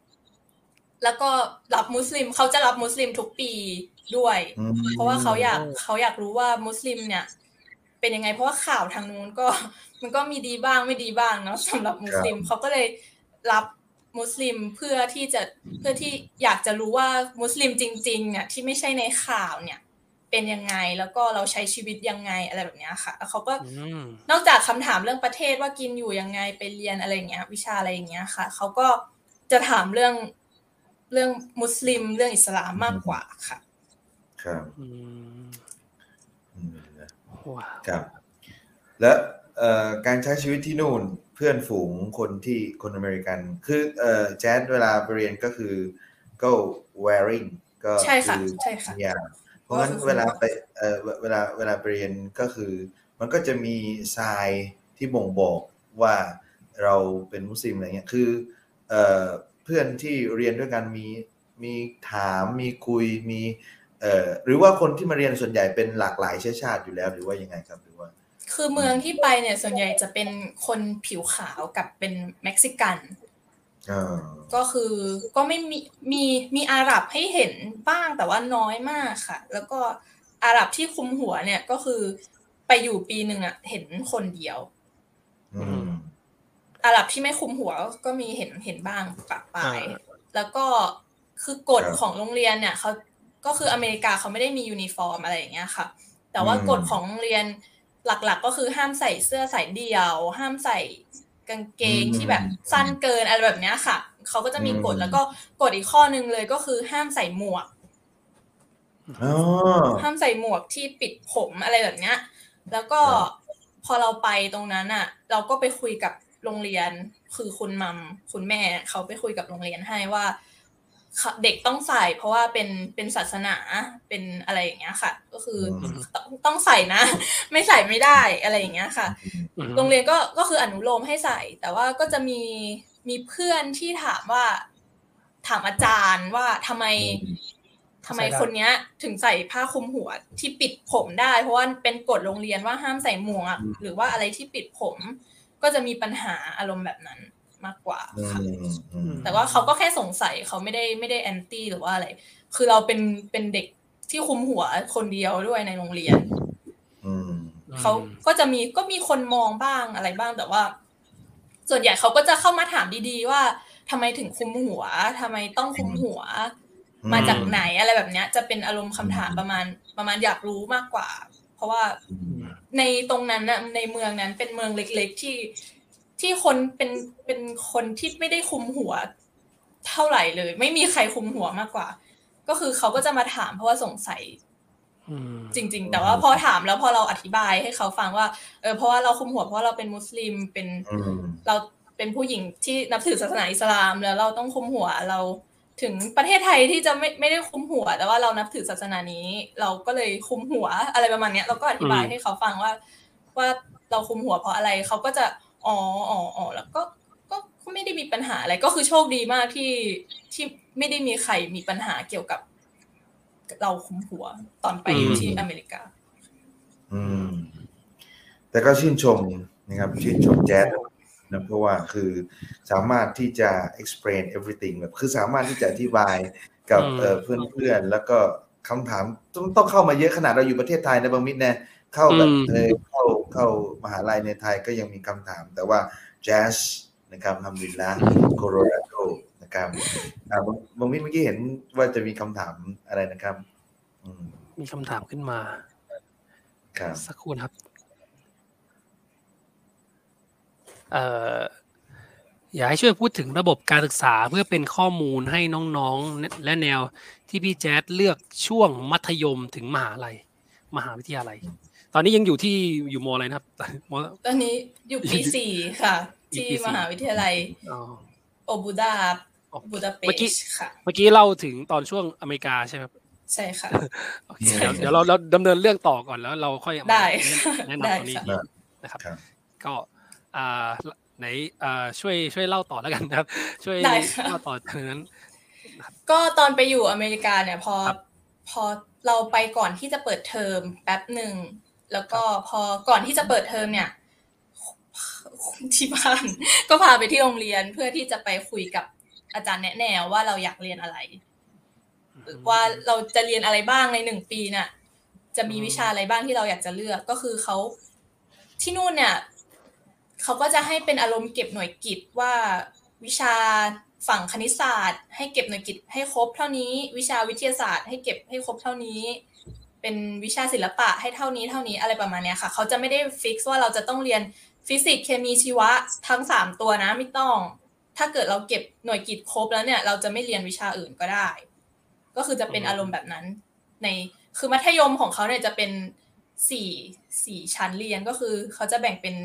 รับมุสลิมเขาจะรับมุสลิมทุกปีด้วยเพราะว่าเขาอยากรู้ว่ามุสลิมเนี่ยเป็นยังไงเพราะว่าข่าวทางนู้นก็มันก็มีดีบ้างไม่ดีบ้างเนาะสำหรับมุสลิมเขาก็เลยรับมุสลิมเพื่อที่อยากจะรู้ว่ามุสลิมจริงๆอ่ะที่ไม่ใช่ในข่าวเนี่ยเป็นยังไงแล้วก็เราใช้ชีวิตยังไงอะไรแบบนี้ค่ะแล้วเขาก็นอกจากคำถามเรื่องประเทศว่ากินอยู่ยังไงไปเรียนอะไรอย่างเงี้ยวิชาอะไรอย่างเงี้ยค่ะเขาก็จะถามเรื่องมุสลิมเรื่องอิสลามมากกว่าค่ะครับครับและการใช้ชีวิตที่นู่นเพื่อนฝูงคนอเมริกันคือแจ๊สเวลาไปเรียนก็คือก็ wearing ก็ใช่ค่ะใช่ค่ะเพราะงั้นเวลาไปเวลาไปเรียนก็คือมันก็จะมีทรายที่บ่งบอกว่าเราเป็นมุสลิมอะไรเงี้ยคือเพื่อนที่เรียนด้วยกันมีถามมีคุยมีหรือว่าคนที่มาเรียนส่วนใหญ่เป็นหลากหลายเชื้อชาติอยู่แล้วหรือว่ายังไงครับหรือว่าคือเมืองที่ไปเนี่ยส่วนใหญ่จะเป็นคนผิวขาวกับเป็นเม็กซิกันก็คือก็ไม่มีอาหรับให้เห็นบ้างแต่ว่าน้อยมากค่ะแล้วก็อาหรับที่คุมหัวเนี่ยก็คือไปอยู่ปีนึงอ่ะเห็นคนเดียวอาหรับที่ไม่คุมหัวก็มีเห็นบ้างปะปายแล้วก็คือกฎของโรงเรียนเนี่ยเขาก็คืออเมริกาเขาไม่ได้มียูนิฟอร์มอะไรอย่างเงี้ยค่ะแต่ว่ากฎของโรงเรียนหลักๆก็คือห้ามใส่เสื้อสายเดี่ยวห้ามใส่กางเกงที่แบบสั้นเกินอะไรแบบเนี้ยค่ะเขาก็จะมีกฎแล้วก็กฎอีกข้อนึงเลยก็คือห้ามใส่หมวกห้ามใส่หมวกที่ปิดผมอะไรแบบเนี้ยแล้วก็พอเราไปตรงนั้นอ่ะเราก็ไปคุยกับโรงเรียนคือคุณแม่เขาไปคุยกับโรงเรียนให้ว่าเด็กต้องใส่เพราะว่าเป็นศาสนาเป็นอะไรอย่างเงี้ยค่ะก็คือต้องใส่นะไม่ใส่ไม่ได้อะไรอย่างเงี้ยค่ะโรงเรียนก็คืออนุโลมให้ใส่แต่ว่าก็จะมีเพื่อนที่ถามอาจารย์ว่าทำไมคนเนี้ยถึงใส่ผ้าคลุมหัวที่ปิดผมได้เพราะว่าเป็นกฎโรงเรียนว่าห้ามใส่หมวกหรือว่าอะไรที่ปิดผมก็จะมีปัญหาอารมณ์แบบนั้นมากกว่าค่ะแต่ว่าเขาก็แค่สงสัยเขาไม่ได้แอนตี้หรือว่าอะไรคือเราเป็นเด็กที่คุมหัวคนเดียวด้วยในโรงเรียนเขาก็มีคนมองบ้างอะไรบ้างแต่ว่าส่วนใหญ่เขาก็จะเข้ามาถามดีๆว่าทำไมถึงคุมหัวทำไมต้องคุมหัวมาจากไหนอะไรแบบเนี้ยจะเป็นอารมณ์คำถามประมาณอยากรู้มากกว่าเพราะว่าในตรงนั้นน่ะในเมืองนั้นเป็นเมืองเล็กๆที่คนเป็นคนที่ไม่ได้คุมหัวเท่าไหร่เลยไม่มีใครคุมหัวมากกว่าก็คือเขาก็จะมาถามเพราะว่าสงสัยจริงๆแต่ว่าพอถามแล้วพอเราอธิบายให้เขาฟังว่าเพราะว่าเราคุมหัวเพราะว่าเราเป็นมุสลิมเป็นเราเป็นผู้หญิงที่นับถือศาสนาอิสลามแล้วเราต้องคุมหัวเราถึงประเทศไทยที่จะไม่ได้คุมหัวแต่ว่าเรานับถือศาสนานี้เราก็เลยคุมหัวอะไรประมาณนี้เราก็อธิบายให้เขาฟังว่าเราคุมหัวเพราะอะไรเขาก็จะอ๋อแล้วก็ไม่ได้มีปัญหาอะไรก็คือโชคดีมากที่ไม่ได้มีใครมีปัญหาเกี่ยวกับเราคุมหัวตอนไปที่อเมริกาแต่ก็ชื่นชมนะครับชื่นชมแจ๊สนะเพราะว่าคือสามารถที่จะ explain everything แบบคือสามารถที่จะอธิบายกับเพื่อนๆแล้วก็คำถามต้องเข้ามาเยอะขนาดเราอยู่ประเทศไทยนะบางมิตรนะเข้าแบบเข้ามหาลัยในไทยก็ยังมีคำถามแต่ว่าแจ๊สนะครับทำดีละโคโลราโดนะครับบางมิตรเมื่อกี้เห็นว่าจะมีคำถามอะไรนะครับมีคำถามขึ้นมาสักครู่ครับอยากให้ช่วยพูดถึงระบบการศึกษาเพื่อเป็นข้อมูลให้น้องๆและแนวที่พี่แจ๊ดเลือกช่วงมัธยมถึงมหาวิทยาลัยตอนนี้ยังอยู่ม.อะไรนะครับตอนนี้อยู่ปี 4ค่ะที่มหาวิทยาลัยโอบูดาเปสต์ค่ะเมื่อกี้เล่าถึงตอนช่วงอเมริกาใช่ไหมครับใช่ค่ะโอเคเดี๋ยวเราดำเนินเรื่องต่อก่อนแล้วเราค่อยแนะนำตรงนี้นะครับก็ไหนช่วยเล่าต่อแล้วกันนะครับช่วยเล่าต่อจากนั้นก็ตอนไปอยู่อเมริกาเนี่ยพอเราไปก่อนที่จะเปิดเทอมแป๊บนึงแล้วก็พอก่อนที่จะเปิดเทอมเนี่ยที่บ้านก็พาไปที่โรงเรียนเพื่อที่จะไปคุยกับอาจารย์แนะแนวว่าเราอยากเรียนอะไรว่าเราจะเรียนอะไรบ้างใน1 ปีน่ะจะมีวิชาอะไรบ้างที่เราอยากจะเลือกก็คือเขาที่นู่นเนี่ยเขาก็จะให้เป็นอารมณ์เก็บหน่วยกิตว่าวิชาฝั่งคณิตศาสตร์ให้เก็บหน่วยกิตให้ครบเท่านี้วิชาวิทยาศาสตร์ให้เก็บให้ครบเท่านี้เป็นวิชาศิลปะให้เท่านี้อะไรประมาณนี้ค่ะเขาจะไม่ได้ฟิกซ์ว่าเราจะต้องเรียนฟิสิกส์เคมีชีวะทั้ง3ตัวนะไม่ต้องถ้าเกิดเราเก็บหน่วยกิตครบแล้วเนี่ยเราจะไม่เรียนวิชาอื่นก็ได้ก็คือจะเป็นอารมณ์แบบนั้นคือมัธยมของเขาเนี่ยจะเป็น4ชั้นเรียนก็คือเขาจะแบ่งเป็น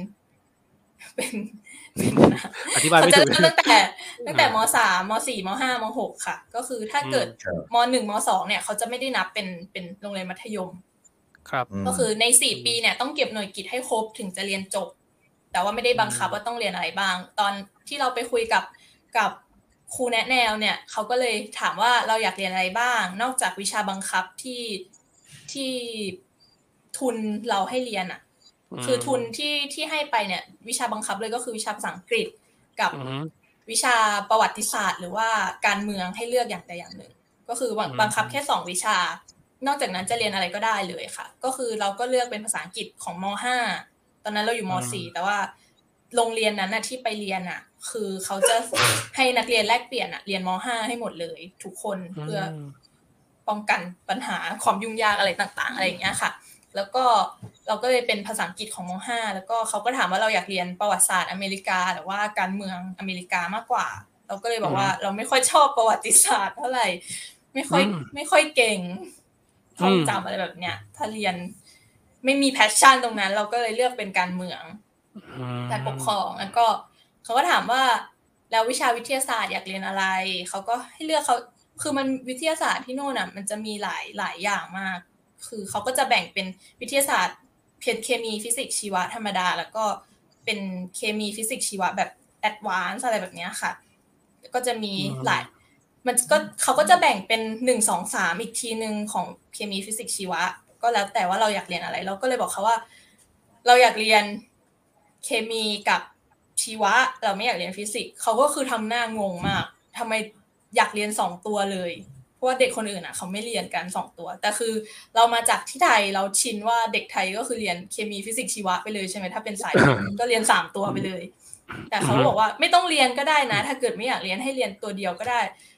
อธิบายไม่ถูกตั้งแต่ม.3 ม.4 ม.5 ม.6 ค่ะก็คือถ้าเกิดม.1 ม.2 เนี่ยเขาจะไม่ได้นับเป็นโรงเรียนมัธยมครับก็คือใน4 ปีเนี่ยต้องเก็บหน่วยกิตให้ครบถึงจะเรียนจบแต่ว่าไม่ได้บังคับว่าต้องเรียนอะไรบ้างตอนที่เราไปคุยกับครูแนะแนวเนี่ยเขาก็เลยถามว่าเราอยากเรียนอะไรบ้างนอกจากวิชาบังคับที่ทุนเราให้เรียนอ่ะคือทุนที่ให้ไปเนี่ยวิชาบังคับเลยก็คือวิชาภาษาอังกฤษกับวิชาประวัติศาสตร์หรือว่าการเมืองให้เลือกอย่างใดอย่างหนึ่งก็คือบังคับแค่2วิชานอกจากนั้นจะเรียนอะไรก็ได้เลยค่ะก็คือเราก็เลือกเป็นภาษาอังกฤษของม.5 ตอนนั้นเราอยู่ม.4 แต่ว่าโรงเรียนนั้นน่ะที่ไปเรียนน่ะคือเขาจะให้นักเรียนแลกเปลี่ยนน่ะเรียนม.5 ให้หมดเลยทุกคนเพื่อป้องกันปัญหาความยุ่งยากอะไรต่างๆอะไรอย่างเงี้ยค่ะแล้วก็เราก็เลยเป็นภาษาอังกฤษของม.5 แล้วก็เขาก็ถามว่าเราอยากเรียนประวัติศาสตร์อเมริกาหรือว่าการเมืองอเมริกามากกว่าเราก็เลยบอกว่าเราไม่ค่อยชอบประวัติศาสตร์เท่าไหร่ไม่ค่อยเก่งท่องจำอะไรแบบเนี้ยถ้าเรียนไม่มีแพชชั่นตรงนั้นเราก็เลยเลือกเป็นการเมืองการปกครองแล้วก็เขาก็ถามว่าแล้ววิชาวิทยาศาสตร์อยากเรียนอะไรเขาก็ให้เลือกเขาคือมันวิทยาศาสตร์ที่โน่นน่ะมันจะมีหลายอย่างมากคือเขาก็จะแบ่งเป็นวิทยาศาสตร์เคมีฟิสิกส์ชีวะธรรมดาแล้วก็เป็นเคมีฟิสิกส์ชีวะแบบแอดวานซ์อะไรแบบนี้ค่ะก็จะมีหลายมันก็เขาก็จะแบ่งเป็น1 2 3อีกทีนึงของเคมีฟิสิกส์ชีวะก็แล้วแต่ว่าเราอยากเรียนอะไรเราก็เลยบอกเขาว่าเราอยากเรียนเคมีกับชีวะเราไม่อยากเรียนฟิสิกส์เขาก็คือทำหน้างงมากทำไมอยากเรียน2ตัวเลยเพราะว่าเด็กคนอื่นอ่ะเขาไม่เรียนกัน2ตัวแต่คือเรามาจากที่ไทยเราชินว่าเด็กไทยก็คือเรียนเคมีฟิสิกส์ชีวะไปเลยใช่ไหมถ้าเป็นสายก็เรียน3ตัวไปเลยแต่เขาบอกว่าไม่ต้องเรียนก็ได้นะถ้าเกิดไม่อยากเรียนให้เรียนตัวเดียวก็ได้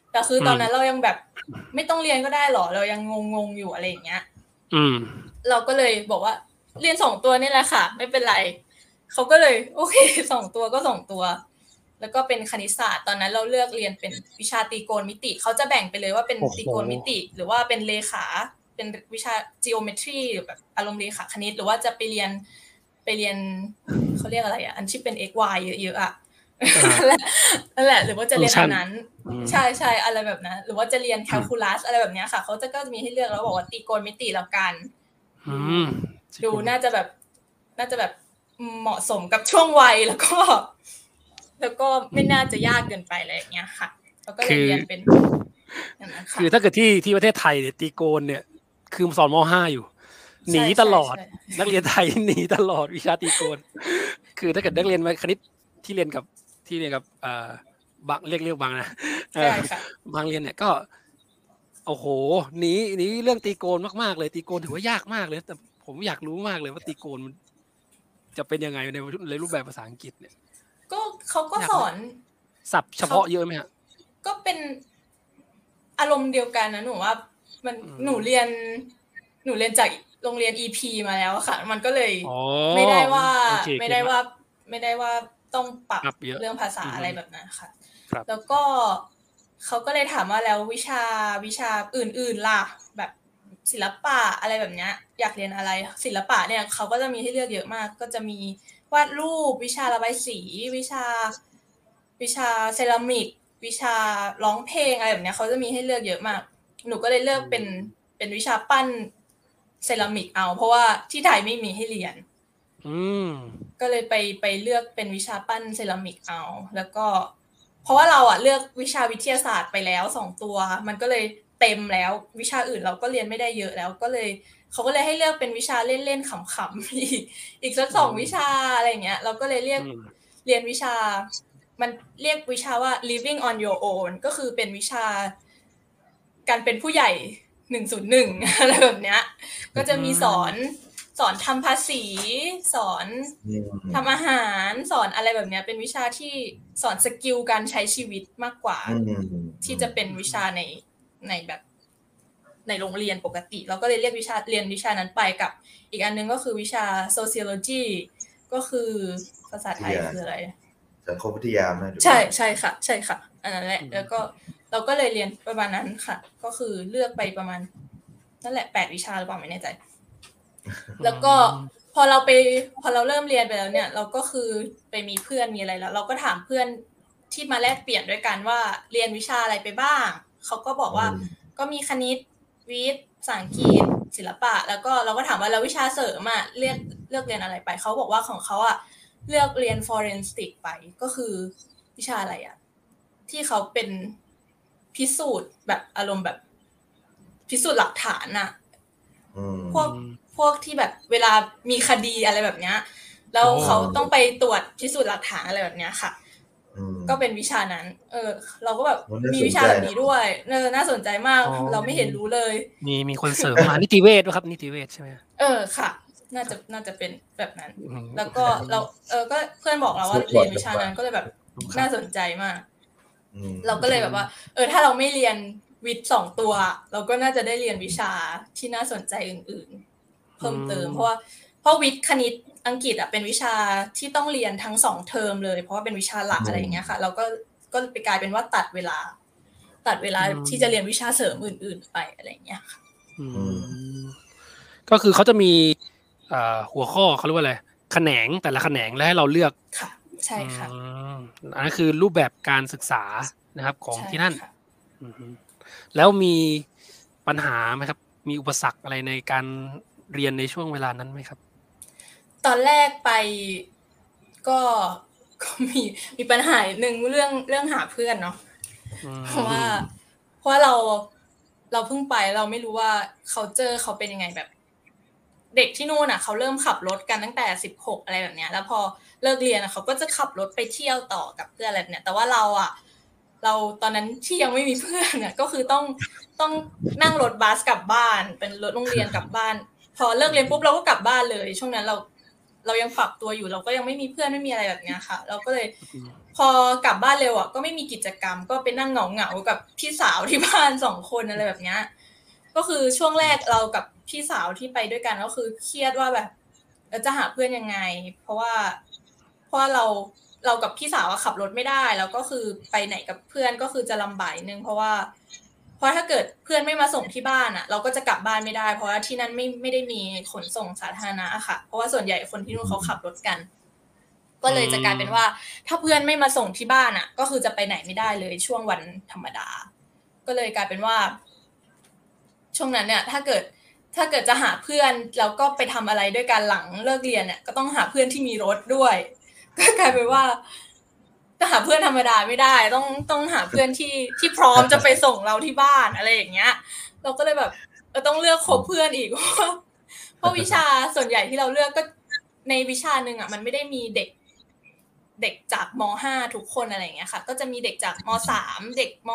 แต่คือตอนนั้นเรายังแบบไม่ต้องเรียนก็ได้หรอเรายังงงอยู่อะไรอย่างเงี้ยเราก็เลยบอกว่าเรียน2ตัวนี่แหละค่ะไม่เป็นไรเขาก็เลยโอเค2ตัวก็2ตัวแล้วก็เป็นคณิตศาสตร์ตอนนั้นเราเลือกเรียนเป็นวิชาตรีโกณมิติเขาจะแบ่งไปเลยว่าเป็นตรีโกณมิติหรือว่าเป็นเลขาเป็นวิชา geometry แบบอารมณ์เลขาคณิตหรือว่าจะไปเรียนเขาเรียกอะไรอ่ะอันที่เป็น x y เยอะๆอ่ะนั่นแหละหรือว่าจะเรียนอันนั้นใช่ๆอะไรแบบนั้นหรือว่าจะเรียนแคลคูลัสอะไรแบบนี้ค่ะเขาจะก็มีให้เลือกแล้วบอกว่าตรีโกณมิติแล้วกันดูน่าจะแบบเหมาะสมกับช่วงวัยแล้วก็ไม่น่าจะยากเกินไปอะไรอย่างเงี้ยค่ะแล้วก็เรียนเป็นอย่างนั้นค่ะคือถ้าเกิดที่ประเทศไทยเนี่ยตรีโกณเนี่ยคือสอนม.5 อยู่หนีตลอดนักเรียนไทยหนีตลอดวิชาตรีโกณคือถ้าเกิดนักเรียนคณิตที่เรียนกับบางเรียกบางนะบางเรียนเนี่ยก็โอ้โหหนีเรื่องตรีโกณมากๆเลยตรีโกณถือว่ายากมากเลยแต่ผมอยากรู้มากเลยว่าตรีโกณมันจะเป็นยังไงในรูปแบบภาษาอังกฤษเนี่ยก็เขาก็สอนศัพท์เฉพาะเยอะไหมฮะก็เป็นอารมณ์เดียวกันนะหนูว่ามันหนูเรียนจากโรงเรียน EP มาแล้วค่ะมันก็เลยไม่ได้ว่าต้องปรับเรื่องภาษาอะไรแบบนั้นค่ะแล้วก็เขาก็เลยถามว่าแล้ววิชาอื่นๆล่ะแบบศิลปะอะไรแบบเนี้ยอยากเรียนอะไรศิลปะเนี่ยเขาก็จะมีให้เลือกเยอะมากก็จะมีวาดรูปวิชาระบายสีวิชาเซรามิกวิชาร้องเพลงอะไรแบบเนี้ยเขาจะมีให้เลือกเยอะมากหนูก็เลยเลือกเป็นวิชาปั้นเซรามิกเอาเพราะว่าที่ไทยไม่มีให้เรียนก็เลยไปเลือกเป็นวิชาปั้นเซรามิกเอาแล้วก็เพราะว่าเราเลือกวิชาวิทยาศาสตร์ไปแล้ว2ตัวมันก็เลยเต็มแล้ววิชาอื่นเราก็เรียนไม่ได้เยอะแล้วก็เลยเขาก็เลยให้เลือกเป็นวิชาเล่นๆขำๆอีกสัก2วิชาอะไรเงี้ยเราก็เลยเรียนวิชามันเรียกวิชาว่า living on your own ก็คือเป็นวิชาการเป็นผู้ใหญ่101อะไรแบบเนี้ยก็จะมีสอนทำภาษีสอนทำอาหารสอนอะไรแบบเนี้ยเป็นวิชาที่สอนสกิลการใช้ชีวิตมากกว่าที่จะเป็นวิชาในแบบในโรงเรียนปกติเราก็เลยเรียนวิชานั้นไปกับอีกอันนึงก็คือวิชา sociology ก็คือภาษาไทยคืออะไรสังคมวิทยาใช่ค่ะอันนั้นแหละแล้วก็เราก็เลยเรียนประมาณนั้นค่ะก็คือเลือกไปประมาณนั่นแหละ8วิชาหรือเปล่าไม่แน่ใจแล้วก็พอเราเริ่มเรียนไปแล้วเนี่ยเราก็คือไปมีเพื่อนมีอะไรแล้วเราก็ถามเพื่อนที่มาแลกเปลี่ยนด้วยกันว่าเรียนวิชาอะไรไปบ้างเขาก็บอกว่าก็มีคณิตวิทย์ภาษาอังกฤษศิลปะแล้วก็เราก็ถามว่าแล้ววิชาเสริมเลือกเรียนอะไรไปเขาบอกว่าของเขาเลือกเรียน forensic ไปก็คือวิชาอะไรที่เขาเป็นพิสูจน์แบบอารมณ์แบบพิสูจน์หลักฐานพวกที่แบบเวลามีคดีอะไรแบบเนี้ยแล้วเขาต้องไปตรวจพิสูจน์หลักฐานอะไรแบบเนี้ยค่ะก็เป็นวิชานั้นเราก็แบบมีวิชาแบบนี้ด้วยน่าสนใจมากเราไม่เห็นรู้เลยมีคนเสริมมานิติเวชด้วยครับนิติเวชใช่ไหมค่ะน่าจะเป็นแบบนั้นแล้วก็เราก็เพื่อนบอกเราว่าเรียนวิชานั้นก็เลยแบบน่าสนใจมากเราก็เลยแบบว่าถ้าเราไม่เรียนวิทย์2ตัวเราก็น่าจะได้เรียนวิชาที่น่าสนใจอื่นๆเพิ่มเติมเพราะวิทย์คณิตอังกฤษเป็นวิชาที่ต้องเรียนทั้ง2เทอมเลยเพราะว่าเป็นวิชาหลักอะไรอย่างเงี้ยค่ะเราก็ไปกลายเป็นว่าตัดเวลาที่จะเรียนวิชาเสริมอื่นๆไปอะไรอย่างเงี้ยค่ะก็คือเขาจะมีหัวข้อเขาเรียกว่าอะไรแขนงแต่ละแขนงแล้วให้เราเลือกค่ะใช่ค่ะอันนั้นคือรูปแบบการศึกษานะครับของที่นั่นแล้วมีปัญหาไหมครับมีอุปสรรคอะไรในการเรียนในช่วงเวลานั้นไหมครับตอนแรกไปก็มีปัญหาหนึ่งเรื่องหาเพื่อนเนาะเพราะว่าเราเพิ่งไปเราไม่รู้ว่าเขาเป็นยังไงแบบเด็กที่นู่นเขาเริ่มขับรถกันตั้งแต่16อะไรแบบเนี้ยแล้วพอเลิกเรียนเขาก็จะขับรถไปเที่ยวต่อกับเพื่อนอะไรแบบเนี้ยแต่ว่าเราตอนนั้นที่ยังไม่มีเพื่อนก็คือต้องนั่งรถบัสกลับบ้านเป็นรถโรงเรียนกลับบ้านพอเลิกเรียนปุ๊บเราก็กลับบ้านเลยช่วงนั้นเราเรายังปรับตัวอยู่เราก็ยังไม่มีเพื่อนไม่มีอะไรแบบเนี้ยค่ะเราก็เลยพอกลับบ้านเร็วอ่ะก็ไม่มีกิจกรรมก็ไปนั่งเหงาๆกับพี่สาวที่บ้าน2คนอะไรแบบเนี้ยก็คือช่วงแรกเรากับพี่สาวที่ไปด้วยกันก็คือเครียดว่าแบบจะหาเพื่อนยังไงเพราะว่าเรากับพี่สาวขับรถไม่ได้แล้วก็คือไปไหนกับเพื่อนก็คือจะลำบากนึงเพราะถ้าเกิดเพื่อนไม่มาส่งที่บ้านอ่ะเราก็จะกลับบ้านไม่ได้เพราะว่าที่นั่นไม่ได้มีขนส่งสาธารณะค่ะเพราะว่าส่วนใหญ่คนที่นู่นเขาขับรถกันก็เลยจะกลายเป็นว่าถ้าเพื่อนไม่มาส่งที่บ้านอ่ะก็คือจะไปไหนไม่ได้เลยช่วงวันธรรมดาก็เลยกลายเป็นว่าช่วงนั้นเนี่ยถ้าเกิดจะหาเพื่อนแล้วก็ไปทำอะไรด้วยกันหลังเลิกเรียนเนี่ยก็ต้องหาเพื่อนที่มีรถด้วยก็กลายเป็นว่าจะหาเพื่อนธรรมดาไม่ได้ต้องหาเพื่อนที่พร้อมจะไปส่งเราที่บ้านอะไรอย่างเงี้ยเราก็เลยแบบต้องเลือกคบเพื่อนอีกเพราะวิชาส่วนใหญ่ที่เราเลือกก็ในวิชานึงอ่ะมันไม่ได้มีเด็กจากม.5 ทุกคนอะไรอย่างเงี้ยค่ะก็จะมีเด็กจากม.3 เด็กม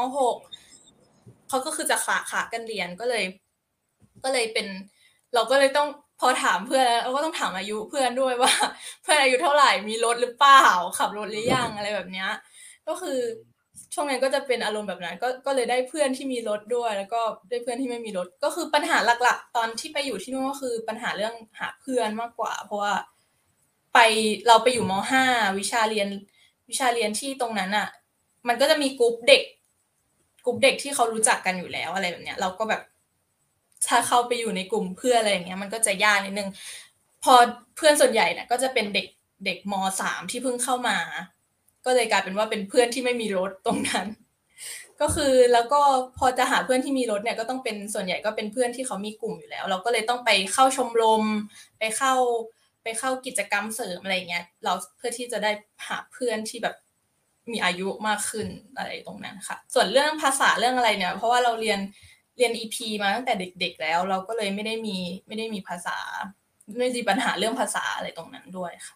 .6เขาก็คือจะขากันเรียนก็เลยเป็นเราก็เลยต้องพอถามเพื่อนแล้วเราก็ต้องถามอายุเพื่อนด้วยว่าเพื่อนอายุเท่าไหร่มีรถหรือเปล่าขับรถหรือยังอะไรแบบเนี้ยก็คือช่วงนั้นก็จะเป็นอารมณ์แบบนั้นก็เลยได้เพื่อนที่มีรถด้วยแล้วก็ได้เพื่อนที่ไม่มีรถก็คือปัญหาหลักๆตอนที่ไปอยู่ที่นู่นก็คือปัญหาเรื่องหาเพื่อนมากกว่าเพราะว่าเราไปอยู่ม.5 วิชาเรียนที่ตรงนั้นอ่ะมันก็จะมีกลุ่มเด็กที่เขารู้จักกันอยู่แล้วอะไรแบบเนี้ยเราก็แบบถ้าเข้าไปอยู่ในกลุ่มเพื่อนอะไรอย่างเงี้ยมันก็จะยากนิดนึงพอเพื่อนส่วนใหญ่เนี่ยก็จะเป็นเด็กม.3 ที่เพิ่งเข้ามาก็เลยกลายเป็นว่าเป็นเพื่อนที่ไม่มีรถตรงนั้นก็คือแล้วก็พอจะหาเพื่อนที่มีรถเนี่ยก็ต้องเป็นส่วนใหญ่ก็เป็นเพื่อนที่เขามีกลุ่มอยู่แล้วเราก็เลยต้องไปเข้าชมรมไปเข้ากิจกรรมเสริมอะไรเงี้ยเราเพื่อที่จะได้หาเพื่อนที่แบบมีอายุมากขึ้นอะไรตรงนั้นค่ะส่วนเรื่องภาษาเรื่องอะไรเนี่ยเพราะว่าเราเรียน EP มาตั้งแต่เด็กๆแล้วเราก็เลยไม่ได้มีภาษาไม่มีปัญหาเรื่องภาษาอะไรตรงนั้นด้วยค่ะ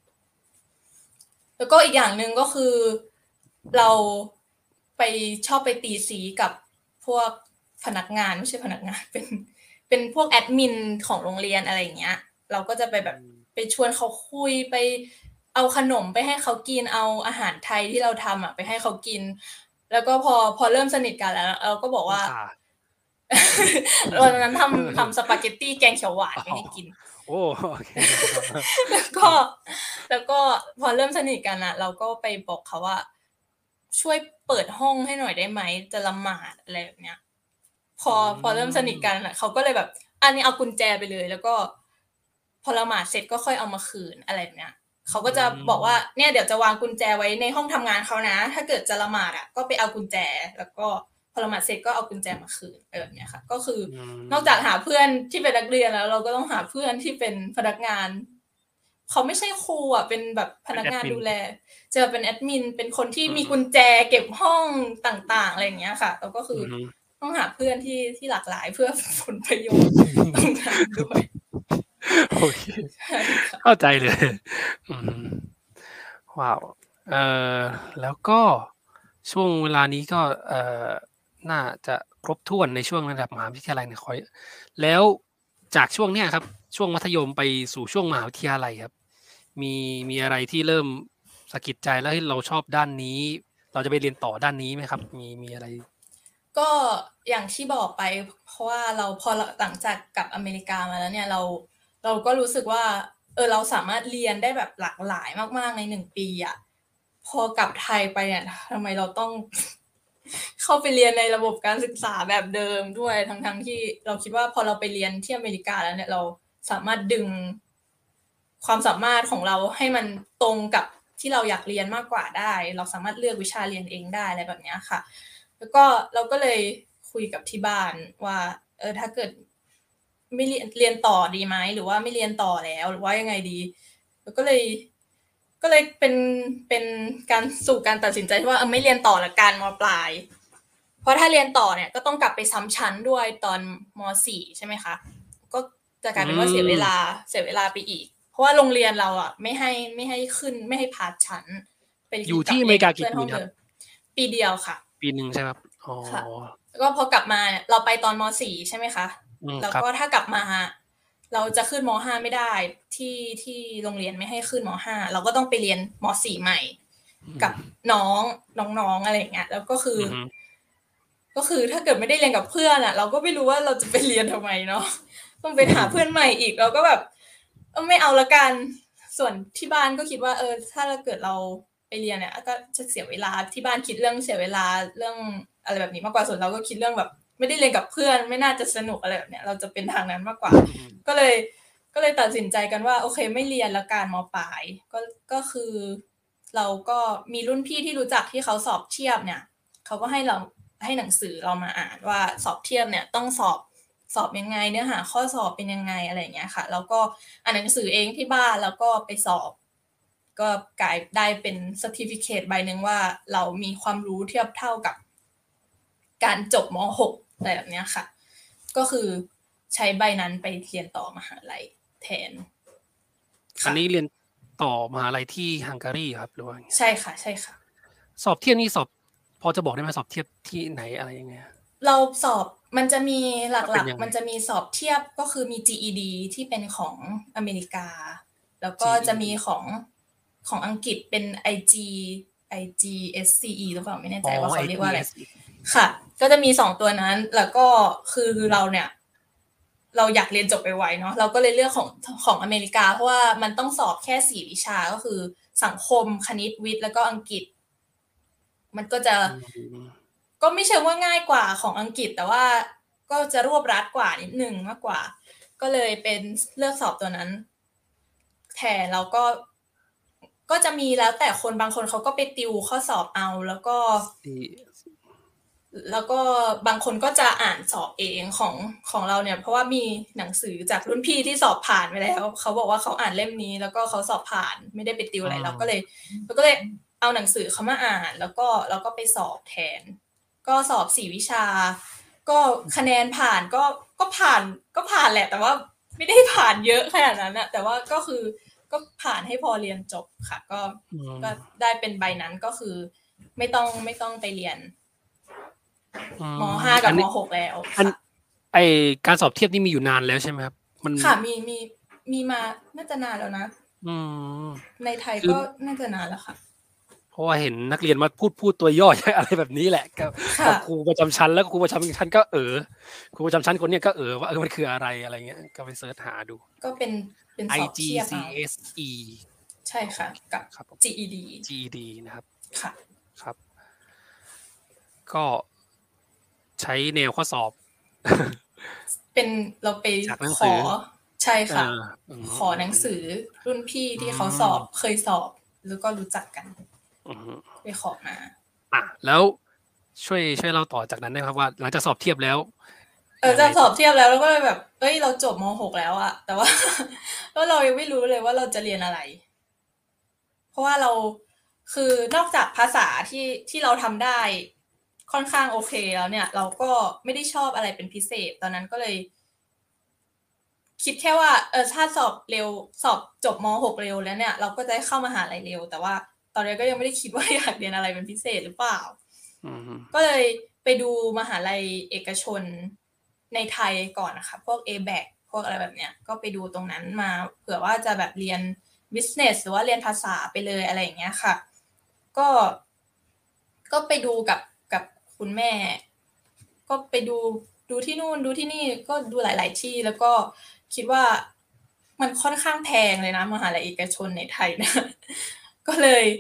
แล้วก็อีกอย่างนึงก็คือเราชอบไปตีสีกับพวกพนักงานไม่ใช่พนักงานเป็นพวกแอดมินของโรงเรียนอะไรอย่างเงี้ยเราก็จะไปแบบไปชวนเขาคุยไปเอาขนมไปให้เขากินเอาอาหารไทยที่เราทำไปให้เขากินแล้วก็พอเริ่มสนิทกันแล้วเราก็บอกว่าวันนั้นทำสปาเกตตี้แกงเขียวหวานให้กินโอ้โอเคแล้วก็พอเริ่มสนิทกันเราก็ไปบอกเขาว่าช่วยเปิดห้องให้หน่อยได้ไหมจะละหมาดอะไรแบบเนี้ยพอเริ่มสนิทกันเขาก็เลยแบบอันนี้เอากุญแจไปเลยแล้วก็พอละหมาดเสร็จก็ค่อยเอามาคืนอะไรแบบเนี้ยเขาก็จะบอกว่าเนี่ยเดี๋ยวจะวางกุญแจไว้ในห้องทำงานเขานะถ้าเกิดจะละหมาดก็ไปเอากุญแจแล้วก็พอละหมาดเสร็จก็เอากุญแจมาคืนแบบเนี้ยค่ะก็คือนอกจากหาเพื่อนที่เป็นนักเรียนแล้วเราก็ต้องหาเพื่อนที่เป็นพนักงานเขาไม่ใช่ครูเป็นแบบพนักงานดูแลจะเป็นแอดมินเป็นคนที่มีกุญแจเก็บห้องต่างๆอะไรอย่างเงี้ยค่ะแล้วก็คือต้องหาเพื่อนที่หลากหลายเพื่อผลประโยชน์ตรงนั้นด้วยโอเคเข้าใจเลยว้าวแล้วก็ช่วงเวลานี้ก็น่าจะครบถ้วนในช่วงระดับมหาวิทยาลัยเนี่ยแล้วจากช่วงเนี้ยครับช่วงมัธยมไปสู่ช่วงมหาวิทยาลัยครับมีอะไรที่เริ่มสะกิดใจแล้วให้เราชอบด้านนี้เราจะไปเรียนต่อด้านนี้ไหมครับมีอะไรก็อย่างที่บอกไปเพราะว่าเราพอหลังจากกลับอเมริกามาแล้วเนี่ยเราก็รู้สึกว่าเราสามารถเรียนได้แบบหลากหลายมากๆใน1 ปีพอกลับไทยไปเนี่ยทำไมเราต้องเข้าไปเรียนในระบบการศึกษาแบบเดิมด้วยทั้งที่เราคิดว่าพอเราไปเรียนที่อเมริกาแล้วเนี่ยเราสามารถดึงความสามารถของเราให้มันตรงกับที่เราอยากเรียนมากกว่าได้เราสามารถเลือกวิชาเรียนเองได้อะไรแบบนี้ค่ะแล้วก็เราก็เลยคุยกับที่บ้านว่าถ้าเกิดไม่เรียนต่อดีไหมหรือว่าไม่เรียนต่อแล้วหรือว่ายังไงดีแล้วก็เลยเป็นการสู่การตัดสินใจที่ว่าไม่เรียนต่อละกันม.ปลายเพราะถ้าเรียนต่อเนี่ยก็ต้องกลับไปซ้ำชั้นด้วยตอนม.4 ใช่ไหมคะก็จะกลายเป็นว่าเสียเวลาไปอีกเพราะว่าโรงเรียนเราไม่ให้ขึ้นไม่ให้พาสชั้นไปอยู่ที่อเมริกากี่ปีครับปีเดียวค่ะปีนึงใช่ครับอ๋อแล้วก็พอกลับมาเราไปตอนม.4 ใช่ไหมคะแล้วก็ถ้ากลับมาเราจะขึ้นม.5 ไม่ได้ที่โรงเรียนไม่ให้ขึ้นม.5 เราก็ต้องไปเรียนม.4 ใหม่กับน้องอะไรอย่างเงี้ยแล้วก็คือถ้าเกิดไม่ได้เรียนกับเพื่อนอ่ะเราก็ไม่รู้ว่าเราจะไปเรียนทำไมเนาะต้องไปหาเพื่อนใหม่อีกเราก็แบบไม่เอาละกันส่วนที่บ้านก็คิดว่าถ้าเกิดเราไปเรียนเนี่ยก็จะเสียเวลาที่บ้านคิดเรื่องเสียเวลาเรื่องอะไรแบบนี้มากกว่าส่วนเราก็คิดเรื่องแบบไม่ได้เรียนกับเพื่อนไม่น่าจะสนุกอะไรแบบเนี้ยเราจะเป็นทางนั้นมากกว่าก็เลยตัดสินใจกันว่าโอเคไม่เรียนละกันม.ปลายก็คือเราก็มีรุ่นพี่ที่รู้จักที่เขาสอบเทียบเนี่ยเขาก็ให้หนังสือเรามาอ่านว่าสอบเทียบเนี่ยต้องสอบยังไงเนื้อหาข้อสอบเป็นยังไงอะไรอย่างเงี้ยค่ะแล้วก็อ่านหนังสือเองที่บ้านแล้วก็ไปสอบก็กลายได้เป็น certificate ใบนึงว่าเรามีความรู้เทียบเท่ากับการจบม.6 อะไรแบบเนี้ยค่ะก็คือใช้ใบนั้นไปเรียนต่อมหาลัยแทนอันนี้เรียนต่อมหาลัยที่ฮังการีครับหรือว่าใช่ค่ะสอบเทียบนี่สอบพอจะบอกได้ไหมสอบเทียบที่ไหนอะไรยังไงเราสอบมันจะมีหลักๆมันจะมีสอบเทียบก็คือมี GED ที่เป็นของอเมริกาแล้วก็จะมีของอังกฤษเป็น IGSCE หรือเปล่าไม่แน่ใจว่าเขาเรียกว่าอะไรค่ะก็จะมี2ตัวนั้นแล้วก็คือเราเนี่ยเราอยากเรียนจบไปไวเนาะเราก็เลยเลือกของอเมริกาเพราะว่ามันต้องสอบแค่4วิชาก็คือสังคมคณิตวิทย์แล้วก็อังกฤษมันก็จะก็ไม่เชิงว่าง่ายกว่าของอังกฤษแต่ว่าก็จะรวบรัดกว่านิดนึงมากกว่าก็เลยเป็นเลือกสอบตัวนั้นแทนแล้วก็จะมีแล้วแต่คนบางคนเขาก็ไปติวข้อสอบเอาแล้วก็บางคนก็จะอ่านสอบเองของเราเนี่ยเพราะว่ามีหนังสือจากรุ่นพี่ที่สอบผ่านไปแล้วเขาบอกว่าเขาอ่านเล่มนี้แล้วก็เขาสอบผ่านไม่ได้ไปติวอะไรเราก็เลยเอาหนังสือเขามาอ่านแล้วก็ไปสอบแทนก็สอบ4วิชาก็คะแนนผ่านก็ผ่านแหละแต่ว่าไม่ได้ผ่านเยอะขนาดนั้นนะแต่ว่าก็คือก็ผ่านให้พอเรียนจบค่ะก็ได้เป็นใบนั้นก็คือไม่ต้องไปเรียนม.5 กับม.6 แล้วไอการสอบเทียบนี่มีอยู่นานแล้วใช่ไหมครับมันค่ะมีมาน่าจะนานแล้วนะในไทยก็น่าจะนานแล้วค่ะเพราะว่าเห็นนักเรียนมาพูดตัวย่ออะไรแบบนี้แหละกับครูประจำชั้นแล้วครูประจำชั้นก็ครูประจำชั้นคนนี้ก็ว่ามันคืออะไรอะไรเงี้ยก็ไปเสิร์ชหาดูก็เป็นสอบเทียบ IGCSE ใช่ค่ะกับ GED นะครับค่ะครับก็ใช้แนวข้อสอบเป็นเราไปขอใช่ค่ะขอหนังสือรุ่นพี่ที่เขาเคยสอบแล้วก็รู้จักกันไปขอมาแล้วช่วยเราต่อจากนั้นได้ครับว่าหลังจากสอบเทียบแล้วจะสอบเทียบแล้วก็เลยแบบเราจบม.6 แล้วอะแต่ว่าเรายังไม่รู้เลยว่าเราจะเรียนอะไรเพราะว่าเราคือนอกจากภาษาที่เราทำได้ค่อนข้างโอเคแล้วเนี่ยเราก็ไม่ได้ชอบอะไรเป็นพิเศษตอนนั้นก็เลยคิดแค่ว่าถ้าสอบเร็วสอบจบม.6 เร็วแล้วเนี่ยเราก็จะได้เข้ามหาลัยเร็วแต่ว่าตอนนี้ก็ยังไม่ได้คิดว่าอยากเรียนอะไรเป็นพิเศษหรือเปล่าก็เลยไปดูมหาลัยเอกชนในไทยก่อนนะคะพวก ABAC พวกอะไรแบบเนี้ยก็ไปดูตรงนั้นมาเผื่อว่าจะแบบเรียน business หรือว่าเรียนภาษาไปเลยอะไรอย่างเงี้ยค่ะก็ไปดูกับคุณแม่ก็ไปดูที่นู่นดูที่นี่ก็ดูหลายๆที่แล้วก็คิดว่ามันค่อนข้างแพงเลยนะมหาลัยเอกชนในไทยนะก็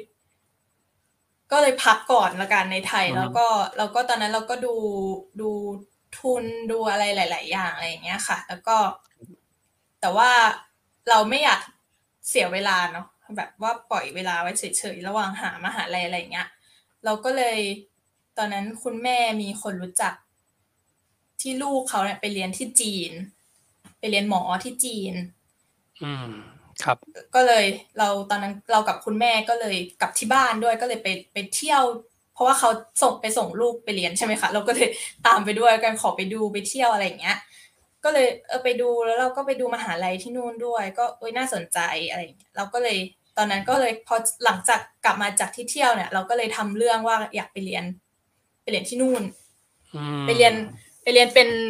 เลยพักก่อนละกันในไทยแล้วก็ตอนนั้นเราก็ดูทุนดูอะไรหลายๆอย่างอะไรอย่างเงี้ยค่ะแล้วก็แต่ว่าเราไม่อยากเสียเวลาเนาะแบบว่าปล่อยเวลาไว้เฉยๆระหว่างหามหาลัยอะไรอย่างเงี้ยเราก็เลยตอนนั้นคุณแม่มีคนรู้จักที่ลูกเขาเนี่ยไปเรียนที่จีนไปเรียนหมอที่จีนครับก็เลยตอนนั้นเรากับคุณแม่ก็เลยกลับที่บ้านด้วยก็เลยไปเที่ยวเพราะว่าเขาส่งลูกไปเรียนใช่ไหมคะเราก็เลยตามไปด้วยกันขอไปดูไปเที่ยวอะไรอย่างเงี้ยก็เลยไปดูแล้วเราก็ไปดูมหาลัยที่นู่นด้วยก็น่าสนใจอะไรอย่างเงี้ยเราก็เลยตอนนั้นก็เลยพอหลังจากกลับมาจากที่เที่ยวเนี่ยเราก็เลยทำเรื่องว่าอยากไปเรียนที่นู่นไปเรียนเป็น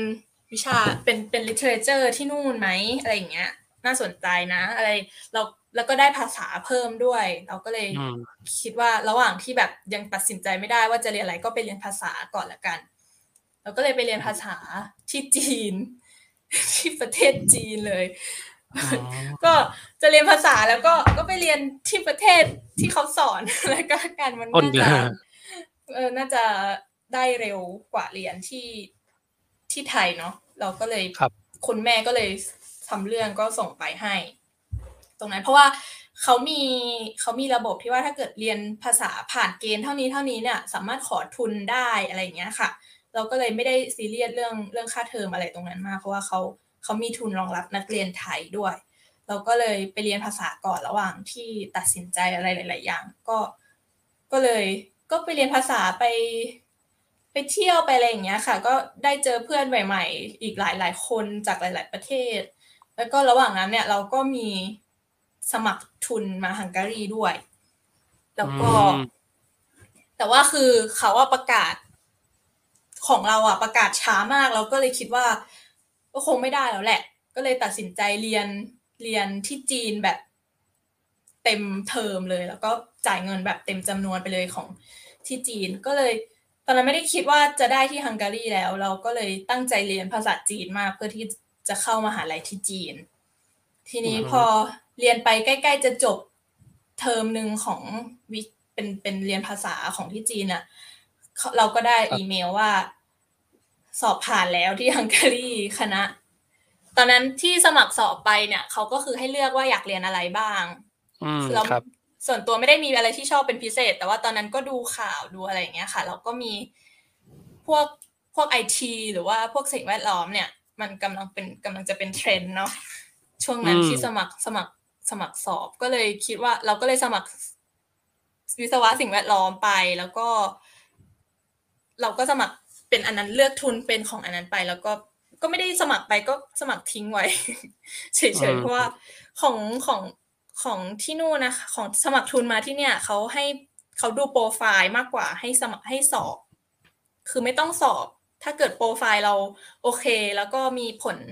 วิชาเป็น literature ที่นู่นไหมอะไรอย่างเงี้ยน่าสนใจนะอะไรแล้วก็ได้ภาษาเพิ่มด้วยเราก็เลยคิดว่าระหว่างที่แบบยังตัดสินใจไม่ได้ว่าจะเรียนอะไรก็ไปเรียนภาษาก่อนละกันเราก็เลยไปเรียนภาษาที่จีนที่ประเทศจีนเลยก็จะเรียนภาษาแล้วก็ไปเรียนที่ประเทศที่เขาสอนแล้วก็กันมันน่าจะได้เร็วกว่าเรียนที่ไทยเนาะเราก็เลยคุณแม่ก็เลยทำเรื่องก็ส่งไปให้ตรงนั้นเพราะว่าเขามีระบบที่ว่าถ้าเกิดเรียนภาษาผ่านเกณฑ์เท่านี้เนี่ยสามารถขอทุนได้อะไรอย่างเงี้ยค่ะเราก็เลยไม่ได้ซีเรียสเรื่องค่าเทอมอะไรตรงนั้นมากเพราะว่าเขามีทุนรองรับนักเรียนไทยด้วยเราก็เลยไปเรียนภาษาก่อนระหว่างที่ตัดสินใจอะไรหลายๆอย่างก็เลยก็ไปเรียนภาษาไปเที่ยวไปอะไรอย่างเงี้ยค่ะก็ได้เจอเพื่อนใหม่ๆอีกหลายๆคนจากหลายๆประเทศแล้วก็ระหว่างนั้นเนี่ยเราก็มีสมัครทุนมาฮังการีด้วยแล้วก็แต่ว่าคือเขาว่าประกาศของเราอ่ะประกาศช้ามากเราก็เลยคิดว่าก็คงไม่ได้แล้วแหละก็เลยตัดสินใจเรียนที่จีนแบบเต็มเทอมเลยแล้วก็จ่ายเงินแบบเต็มจำนวนไปเลยของที่จีนก็เลยตอนนั้นไม่ได้คิดว่าจะได้ที่ฮังการีแล้วเราก็เลยตั้งใจเรียนภาษาจีนมากเพื่อที่จะเข้ามหาลัยที่จีนทีนี้พอเรียนไปใกล้ๆจะจบเทอมนึงของเป็นเรียนภาษาของที่จีนอ่ะเราก็ได้อีเมลว่าสอบผ่านแล้วที่ฮังการีคณะตอนนั้นที่สมัครสอบไปเนี่ยเขาก็คือให้เลือกว่าอยากเรียนอะไรบ้างเราส่วนตัวไม่ได้มีอะไรที่ชอบเป็นพิเศษแต่ว่าตอนนั้นก็ดูข่าวดูอะไรอย่างเงี้ยค่ะแล้วก็มีพวก IT หรือว่าพวกสิ่งแวดล้อมเนี่ยมันกำลังจะเป็นเทรนด์เนาะช่วงนั้นที่สมัครสอบก็เลยคิดว่าเราก็เลยสมัครวิศวะสิ่งแวดล้อมไปแล้วก็เราก็สมัครเป็นอันนั้นเลือกทุนเป็นของอันนั้นไปแล้วก็ไม่ได้สมัครไปก็สมัครทิ้งไว้เฉยๆเพราะว่าของที่นู่นนะคะของสมัครทุนมาที่เนี่ยเขาดูโปรไฟล์มากกว่าให้สมัครให้สอบคือไม่ต้องสอบถ้าเกิดโปรไฟล์เราโอเคแล้วก็มีผล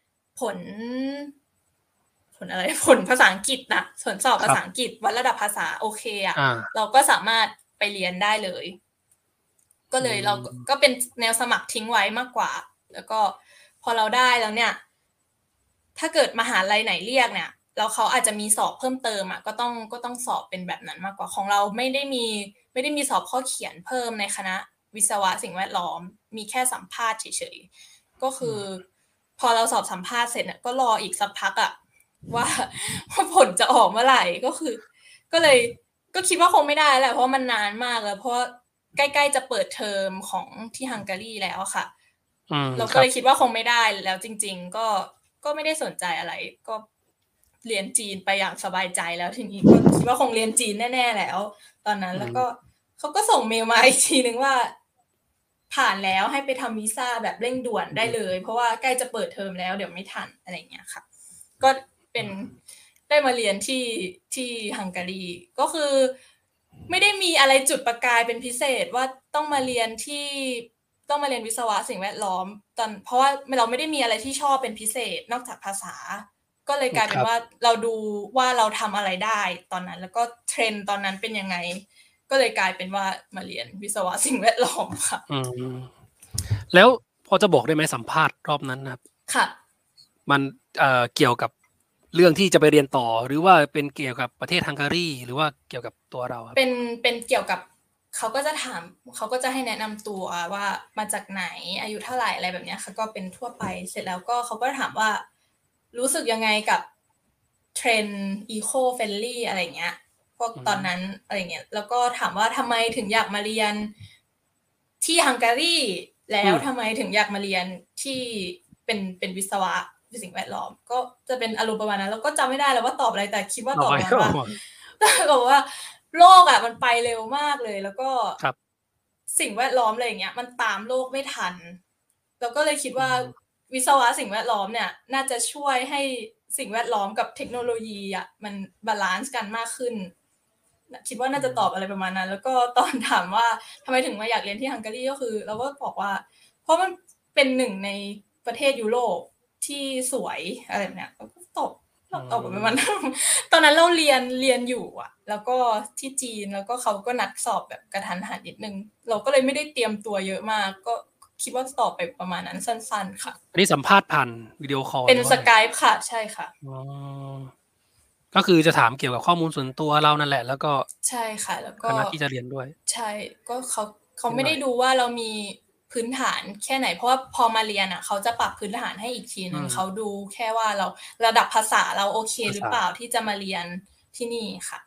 อะไรผลภาษาอังกฤษนะผลสอบภาษาอังกฤษวัดระดับภาษาโอเคอ่ะเราก็สามารถไปเรียนได้เลยก็เลยเราก็เป็นแนวสมัครทิ้งไว้มากกว่าแล้วก็พอเราได้แล้วเนี่ยถ้าเกิดมหาลัยไหนเรียกเนี่ยแล้วเขาอาจจะมีสอบเพิ่มเติมอ่ะก็ต้องสอบเป็นแบบนั้นมากกว่าของเราไม่ได้มีสอบข้อเขียนเพิ่มในคณะวิศวะสิ่งแวดล้อมมีแค่สัมภาษณ์เฉยๆก็คือพอเราสอบสัมภาษณ์เสร็จเนี่ยก็รออีกสักพักอ่ะว่าผลจะออกเมื่อไหร่ก็เลยก็คิดว่าคงไม่ได้แหละเพราะมันนานมากแล้วเพราะใกล้ๆจะเปิดเทอมของที่ฮังการีแล้วค่ะเราก็เลยคิดว่าคงไม่ได้แล้วจริงๆก็ไม่ได้สนใจอะไรก็เรียนจีนไปอย่างสบายใจแล้วทีนี้ก็คิดว่าคงเรียนจีนแน่ๆแล้วตอนนั้นแล้วก็เขาก็ส่งเมลมาอีกทีนึงว่าผ่านแล้วให้ไปทำวีซ่าแบบเร่งด่วนได้เลยเพราะว่าใกล้จะเปิดเทอมแล้วเดี๋ยวไม่ทันอะไรอย่างเงี้ยค่ะก็เป็นได้มาเรียนที่ฮังการีก็คือไม่ได้มีอะไรจุดประกายเป็นพิเศษว่าต้องมาเรียนวิศวะสิ่งแวดล้อมเพราะว่าเราไม่ได้มีอะไรที่ชอบเป็นพิเศษนอกจากภาษาก็เลยกลายเป็นว่าเราดูว่าเราทำอะไรได้ตอนนั้นแล้วก็เทรนด์ตอนนั้นเป็นยังไงก็เลยกลายเป็นว่ามาเรียนวิศวะสิ่งแวดล้อมค่ะแล้วพอจะบอกได้ไหมสัมภาษณ์รอบนั้นนะครับค่ะมันเกี่ยวกับเรื่องที่จะไปเรียนต่อหรือว่าเป็นเกี่ยวกับประเทศฮังการีหรือว่าเกี่ยวกับตัวเราครับเป็นเกี่ยวกับเขาก็จะถามเขาก็จะให้แนะนำตัวว่ามาจากไหนอายุเท่าไหร่อะไรแบบนี้ค่ะก็เป็นทั่วไปเสร็จแล้วก็เขาก็ถามว่ารู้สึกยังไงกับเทรนด์อีโคเฟรนลี่อะไรเงี้ยพวกตอนนั้นอะไรเงี้ยแล้วก็ถามว่าทำไมถึงอยากมาเรียนที่ฮังการีแล้วทำไมถึงอยากมาเรียนที่เป็นวิศวะสิ่งแวดล้อมก็จะเป็นอารมณ์ประมาณนั้นแล้วก็จำไม่ได้แล้วว่าตอบอะไรแต่คิดว่าตอบว่าโลกอ่ะมันไปเร็วมากเลยแล้วก็สิ่งแวดล้อมอะไรอย่างเงี้ยมันตามโลกไม่ทันแล้วก็เลยคิดว่าวิศวะสิ่งแวดล้อมเนี่ยน่าจะช่วยให้สิ่งแวดล้อมกับเทคโนโลยีอ่ะมันบาลานซ์กันมากขึ้นคิดว่าน่าจะตอบอะไรประมาณนั้นแล้วก็ตอนถามว่าทำไมถึงมาอยากเรียนที่ฮังการีก็คือเราก็บอกว่าเพราะมันเป็นหนึ่งในประเทศยุโรปที่สวยอะไรเนี่ยก็ตอบแบบมันตอนนั้นเราเรียนอยู่อ่ะแล้วก็ที่จีนแล้วก็เขาก็นัดสอบแบบกระทันหันนิดนึงเราก็เลยไม่ได้เตรียมตัวเยอะมากก็คิดว่าตอบไปประมาณนั้นสั้นๆค่ะอันนี้สัมภาษณ์ผ่านวิดีโอคอลเป็นสกายป์ค่ะใช่ค่ะก็คือจะถามเกี่ยวกับข้อมูลส่วนตัวเรานั่นแหละแล้วก็ใช่ค่ะแล้วก็คณะที่จะเรียนด้วยใช่ก็เขาไม่ได้ดูว่าเรามีพื้นฐานแค่ไหนเพราะว่าพอมาเรียนอ่ะเขาจะปรับพื้นฐานให้อีกทีนึงเขาดูแค่ว่าเราระดับภาษาเราโอเคหรือเปล่าที่จะมาเรียนที่นี่ค่ะ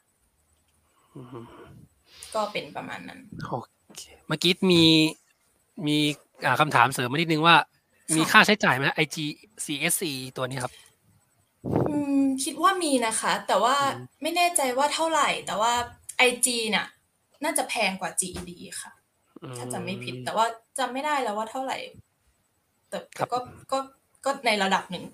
ก็เป็นประมาณนั้นโอเคเมื่อกี้มีคำถามเสริมมานิดนึงว่ามีค่าใช้จ่ายไหม IGCSE ตัวนี้ครับคิดว่ามีนะคะแต่ว่าไม่แน่ใจว่าเท่าไหร่แต่ว่า IG น่ะน่าจะแพงกว่า GED ค่ะถ้าจำไม่ผิดแต่ว่าจำไม่ได้แล้วว่าเท่าไหร่แต่ก็ในระดับหนึ่ง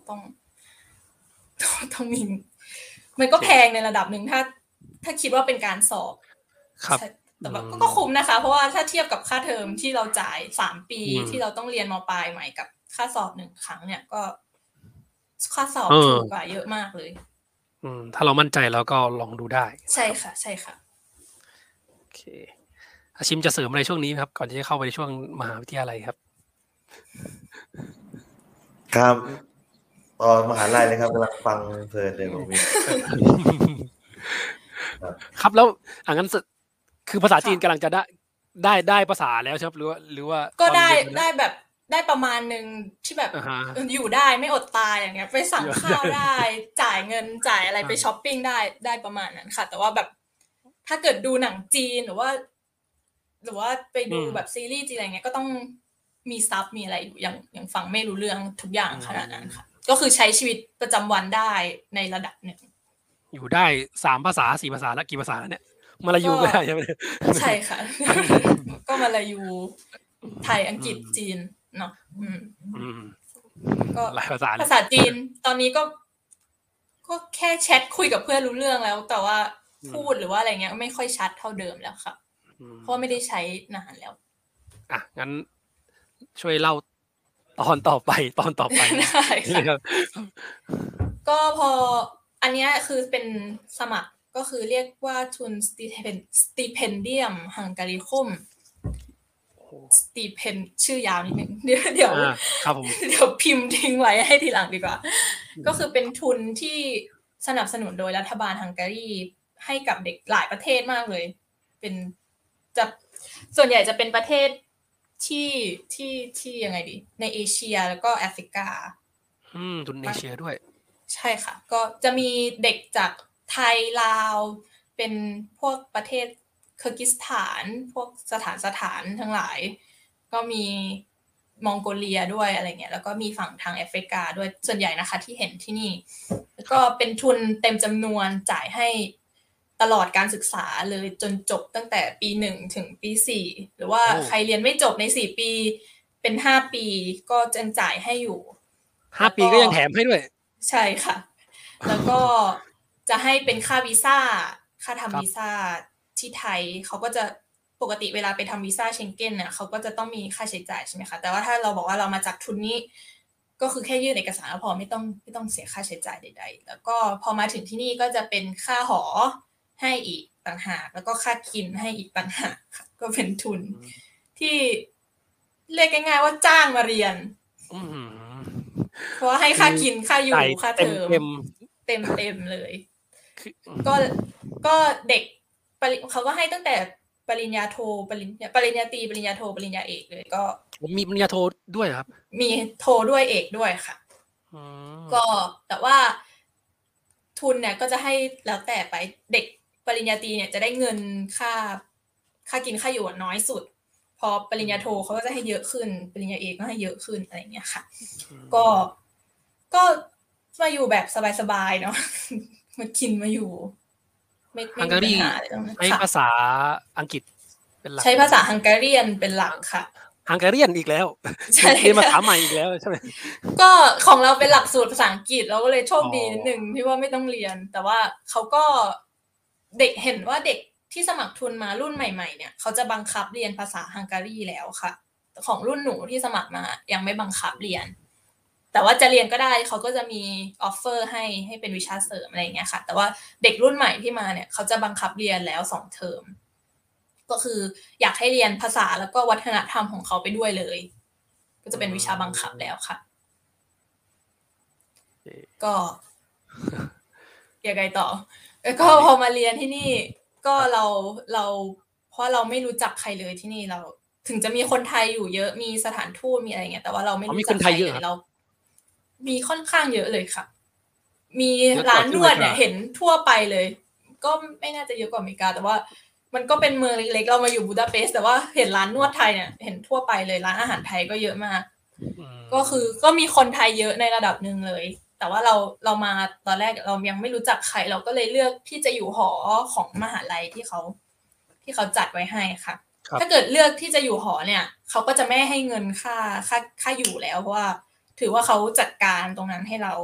ต้องมีมันก็แพงในระดับหนึ่งถ้าคิดว่าเป็นการสอบแต่แบบก็คุ้มนะคะเพราะว่าถ้าเทียบกับค่าเทอมที่เราจ่าย3ปีที่เราต้องเรียนม.ปลายใหม่กับค่าสอบ1ครั้งเนี่ยก็ค่าสอบถูกกว่าเยอะมากเลยถ้าเรามั่นใจแล้วก็ลองดูได้ใช่ค่ะใช่ค่ะโอเคอาชิมจะเสริมอะไรช่วงนี้ครับก่อนที่จะเข้าไปในช่วงมหาวิทยาลัยครับครับตอนมหาลัยเลยครับกำลังฟังเพลินเลยผมครับแล้วงั้นคือภาษาจีนกำลังจะได้ภาษาแล้วใช่ไหมหรือว่าก็ได้แบบได้ประมาณนึงที่แบบอยู่ได้ไม่อดตายอย่างเงี้ยไปสั่งข้าวได้จ่ายเงินจ่ายอะไรไปช้อปปิ้งได้ประมาณนั้นค่ะแต่ว่าแบบถ้าเกิดดูหนังจีนหรือว่าไปดูแบบซีรีส์จีนอะไรเงี้ยก็ต้องมีซับมีอะไรอยู่อย่างฟังไม่รู้เรื่องทุกอย่างขนาดนั้นค่ะก็คือใช้ชีวิตประจำวันได้ในระดับหนึ่งอยู่ได้3ภาษา4ภาษาแล้วกี่ภาษาแล้วเนี่ยมาลายูก็ได้ใช่ไหมใช่ค่ะก็มาลายูไทยอังกฤษจีนเนาะก็หลายภาษาจีนตอนนี้ก็แค่แชทคุยกับเพื่อนรู้เรื่องแล้วแต่ว่าพูดหรือว่าอะไรเงี้ยไม่ค่อยชัดเท่าเดิมแล้วค่ะเพราะไม่ได้ใช้นานแล้วงั้นช่วยเล่าตอนต่อไปได้ค่ะก็พออันนี้คือเป็นสมัครก็คือเรียกว่าทุนสติเพนเดียมฮังการิคุมสติเพนชื่อยาวนิดนึงเดี๋ยวครับผมเดี๋ยวพิมพ์ทิ้งไว้ให้ทีหลังดีกว่าก็คือเป็นทุนที่สนับสนุนโดยรัฐบาลฮังการีให้กับเด็กหลายประเทศมากเลยเป็นจะส่วนใหญ่จะเป็นประเทศที่ยังไงดีในเอเชียแล้วก็แอฟริกาทุนเอเชียด้วยใช่ค่ะก็จะมีเด็กจากไทยลาวเป็นพวกประเทศเคิร์กิสถานพวกสถานทั้งหลายก็มีมองโกเลียด้วยอะไรเงี้ยแล้วก็มีฝั่งทางแอฟริกาด้วยส่วนใหญ่นะคะที่เห็นที่นี่แล้วก็เป็นทุนเต็มจำนวนจ่ายให้ตลอดการศึกษาเลยจนจบตั้งแต่ปี1ถึงปี4หรือว่าใครเรียนไม่จบใน4ปีเป็น5ปีก็จะจ่ายให้อยู่ 5ปีก็ยังแถมให้ด้วยใช่ค่ะแล้วก็จะให้เป็นค่าวีซ่าค่าทำวีซ่าที่ไทยเขาก็จะปกติเวลาไปทำวีซ่าเชงเก้นเนี่ยเขาก็จะต้องมีค่าใช้จ่ายใช่ไหมคะแต่ว่าถ้าเราบอกว่าเรามาจากทุนนี้ก็คือแค่ยื่นเอกสารแล้วพอไม่ต้องเสียค่าใช้จ่ายใดๆแล้วก็พอมาถึงที่นี่ก็จะเป็นค่าหอให้อีกต่างหากแล้วก็ค่ากินให้อีกต่างหากค่ะก็เป็นทุนที่เรียกง่ายๆว่าจ้างมาเรียนเพราะให้ค่ากินค่าอยู่ค่าเทอมเต็มเลยก็เด็กเขาก็ให้ตั้งแต่ปริญญาโทปริญญาตรีปริญญาโทปริญญาเอกเลยก็มีปริญญาโทด้วยครับมีโทด้วยเอกด้วยค่ะก็แต่ว่าทุนเนี่ยก็จะให้แล้วแต่ไปเด็กปริญญาตรีเนี่ยจะได้เงินค่ากินค่าอยู่น้อยสุดพอปริญญาโทเขาก็จะให้เยอะขึ้นปริญญาเอกก็ให้เยอะขึ้นอะไรอย่างเงี้ยค่ะก็มาอยู่แบบสบายๆเนาะมากินมาอยู่ไม่มีปัญหาอะไรตรงนั้นใช้ภาษาอังกฤษเป็นหลักใช้ภาษาฮังการีนเป็นหลักค่ะฮังการีนอีกแล้วใช่ภาษาใหม่อีกแล้วใช่ไหมก็ของเราเป็นหลักสูตรภาษาอังกฤษเราก็เลยโชคดีนิดนึงที่ว่าไม่ต้องเรียนแต่ว่าเขาก็เด็กเห็นว่าเด็กที่สมัครทุนมารุ่นใหม่ๆเนี่ยเขาจะบังคับเรียนภาษาฮังการีแล้วค่ะของรุ่นหนูที่สมัครมายังไม่บังคับเรียนแต่ว่าจะเรียนก็ได้เขาก็จะมีออฟเฟอร์ให้เป็นวิชาเสริมอะไรอย่างเงี้ยค่ะแต่ว่าเด็กรุ่นใหม่ที่มาเนี่ยเขาจะบังคับเรียนแล้ว2เทอมก็คืออยากให้เรียนภาษาแล้วก็วัฒนธรรมของเขาไปด้วยเลยก็จะเป็นวิชาบังคับแล้วค่ะก็ยังไงต่อแล้วก็พอมาเรียนที่นี่ก็เราเพราะเราไม่รู้จักใครเลยที่นี่เราถึงจะมีคนไทยอยู่เยอะมีสถานทูตมีอะไรเงี้ยแต่ว่าเราไม่รู้จักใครเลยเรามีค่อนข้างเยอะเลยค่ะมีร้านนวดเนี่ยเห็นทั่วไปเลยก็ไม่น่าจะเยอะกว่าอเมริกาแต่ว่ามันก็เป็นเมืองเล็กๆเรามาอยู่บูดาเปสต์แต่ว่าเห็นร้านนวดไทยเนี่ยเห็นทั่วไปเลยร้านอาหารไทยก็เยอะมากก็คือก็มีคนไทยเยอะในระดับนึงเลยแต่ว่าเรามาตอนแรกเรายังไม่รู้จักใครเราก็เลยเลือกที่จะอยู่หอของมหาลัยที่เขาจัดไว้ให้ค่ะถ้าเกิดเลือกที่จะอยู่หอเนี่ยเขาก็จะไม่ให้เงินค่าอยู่แล้วเพราะว่าถือว่าเขาจัดการตรงนั้นให้เรา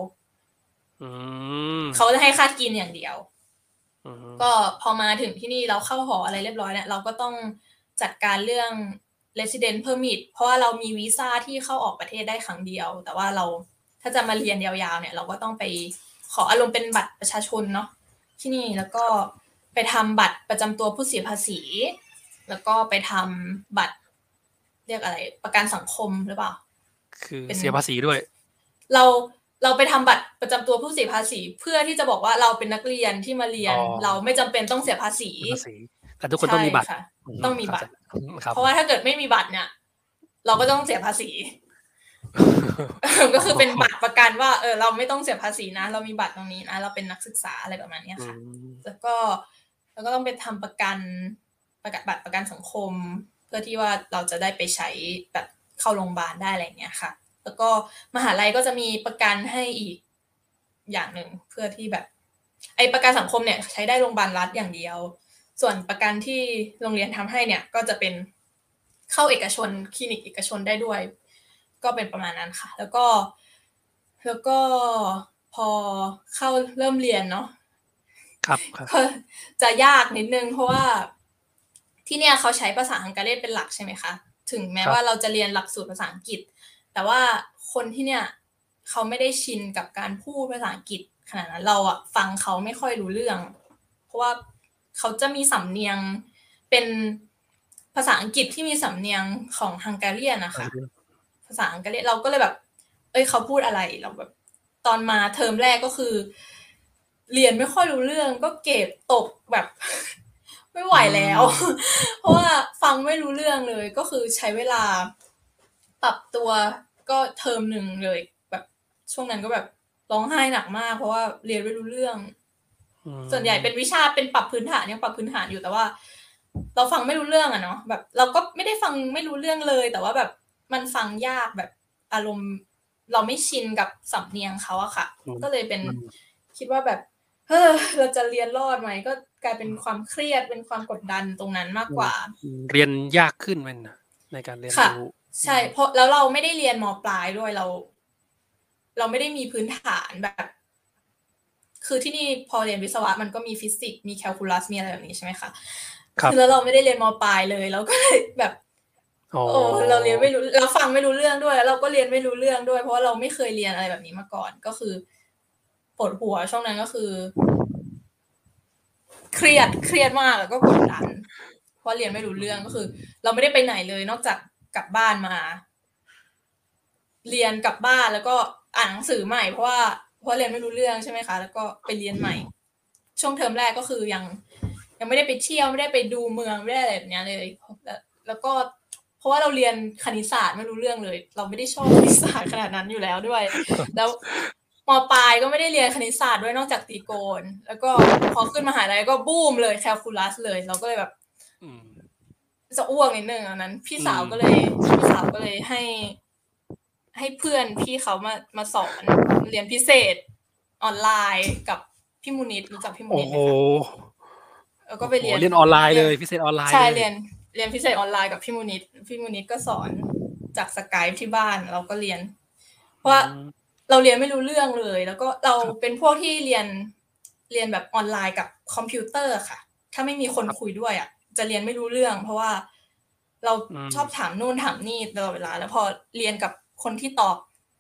เขาจะให้ค่ากินอย่างเดียวก็พอมาถึงที่นี่เราเข้าหออะไรเรียบร้อยเนี่ยเราก็ต้องจัดการเรื่อง resident permit เพราะว่าเรามีวีซ่าที่เข้าออกประเทศได้ครั้งเดียวแต่ว่าเราถ้าจะมาเรียนยาวๆเนี่ยเราก็ต้องไปขออารมณ์เป็นบัตรประชาชนเนาะที่นี่แล้วก็ไปทำบัตรประจำตัวผู้เสียภาษีแล้วก็ไปทำบัตรเรียกอะไรประกันสังคมหรือเปล่าคือเสียภาษีด้วยเราไปทำบัตรประจำตัวผู้เสียภาษีเพื่อที่จะบอกว่าเราเป็นนักเรียนที่มาเรียนเราไม่จำเป็นต้องเสียภาษีแต่ทุกคนต้องมีบัตรต้องมีบัตรเพราะว่าถ้าเกิดไม่มีบัตรเนี่ยเราก็ต้องเสียภาษีก็คือเป็นบัตรประกันว่าเราไม่ต้องเสียภาษีนะเรามีบัตรตรงนี้นะเราเป็นนักศึกษาอะไรประมาณนี้ค่ะแล้วก็ต้องไปทำประกันบัตรประกันสังคมเพื่อที่ว่าเราจะได้ไปใช้แบบเข้าโรงพยาบาลได้อะไรอย่างเงี้ยค่ะแล้วก็มหาลัยก็จะมีประกันให้อีกอย่างหนึ่งเพื่อที่แบบไอ้ประกันสังคมเนี่ยใช้ได้โรงพยาบาลรัฐอย่างเดียวส่วนประกันที่โรงเรียนทำให้เนี่ยก็จะเป็นเข้าเอกชนคลินิกเอกชนได้ด้วยก็เป็นประมาณนั้นค่ะแล้วก็พอเข้าเริ่มเรียนเนาะครับก็จะยากนิดนึงเพราะว่าที่เนี่ยเขาใช้ภาษาฮังการีเป็นหลักใช่ไหมคะถึงแม้ว่าเราจะเรียนหลักสูตรภาษาอังกฤษแต่ว่าคนที่เนี่ยเขาไม่ได้ชินกับการพูดภาษาอังกฤษขนาดนั้นเราอะฟังเขาไม่ค่อยรู้เรื่องเพราะว่าเขาจะมีสำเนียงเป็นภาษาอังกฤษที่มีสำเนียงของฮังการีนะคะภาษาฮังการีเราก็เลยแบบเขาพูดอะไรเราแบบตอนมาเทอมแรกก็คือเรียนไม่ค่อยรู้เรื่องก็เก็บตกแบบไม่ไหวแล้วเพราะว่าฟังไม่รู้เรื่องเลยก็คือใช้เวลาปรับตัวก็เทอมนึงเลยแบบช่วงนั้นก็แบบร้องไห้หนักมากเพราะว่าเรียนไม่รู้เรื่องส่วนใหญ่เป็นวิชาเป็นปรับพื้นฐานยังปรับพื้นฐานอยู่แต่ว่าเราฟังไม่รู้เรื่องอะเนาะแบบเราก็ไม่ได้ฟังไม่รู้เรื่องเลยแต่ว่าแบบมันฟังยากแบบอารมณ์เราไม่ชินกับสำเนียงเขาอะค่ะก็เลยเป็นคิดว่าแบบเราจะเรียนรอดไหมก็กลายเป็นความเครียดเป็นความกดดันตรงนั้นมากกว่าเรียนยากขึ้นมันในการเรียนรู้ใช่เพราะแล้วเราไม่ได้เรียนม.ปลายด้วยเราไม่ได้มีพื้นฐานแบบคือที่นี่พอเรียนวิศวะมันก็มีฟิสิกส์มีแคลคูลัสมีอะไรแบบนี้ใช่ไหมคะคือแล้วเราไม่ได้เรียนม.ปลายเลยเราก็เลยแบบเราเรียนไม่รู้เราฟังไม่รู้เรื่องด้วยแล้วเราก็เรียนไม่รู้เรื่องด้วยเพราะว่าเราไม่เคยเรียนอะไรแบบนี้มาก่อนก็คือปวดหัวช่วงนั้นก็คือเครียดมากแล้วก็กดดันเพราะเรียนไม่รู้เรื่องก็คือเราไม่ได้ไปไหนเลยนอกจากกลับบ้านมาเรียนกลับบ้านแล้วก็อ่านหนังสือใหม่เพราะเรียนไม่รู้เรื่องใช่ไหมคะแล้วก็ไปเรียนใหม่ช่วงเทอมแรกก็คือยังไม่ได้ไปเที่ยวไม่ได้ไปดูเมืองไม่ได้อะไรแบบนี้เลยแล้วก็เพราะว่าเราเรียนคณิตศาสตร์ไม่รู้เรื่องเลยเราไม่ได้ชอบคณิตศาสตร์ขนาดนั้นอยู่แล้วด้วยแล้วม.ปลายก็ไม่ได้เรียนคณิตศาสตร์ด้วยนอกจากตรีโกณแล้วก็พอขึ้นมหาลัยก็บูมเลยแคลคูลัสเลยเราก็เลยแบบจะอ้วกนิดนึงอันนั้นพี่สาวก็เลยให้เพื่อนพี่เขามาสอนเรียนพิเศษออนไลน์กับพี่มูนิดรู้จักพี่มูนิดไหมคะแล้วก็ไปเรียนออนไลน์เลยพิเศษออนไลน์ใช่เรียนพิเศษออนไลน์กับพี่มูนิดก็สอนจากสกายที่บ้านเราก็เรียนเพราะว่าเราเรียนไม่รู้เรื่องเลยแล้วก็เราเป็นพวกที่เรียนแบบออนไลน์กับคอมพิวเตอร์ค่ะถ้าไม่มีคนคุยด้วยอ่ะจะเรียนไม่รู้เรื่องเพราะว่าเราชอบถามนู่นถามนี่ตลอดเวลาแล้วพอเรียนกับคนที่ตอบ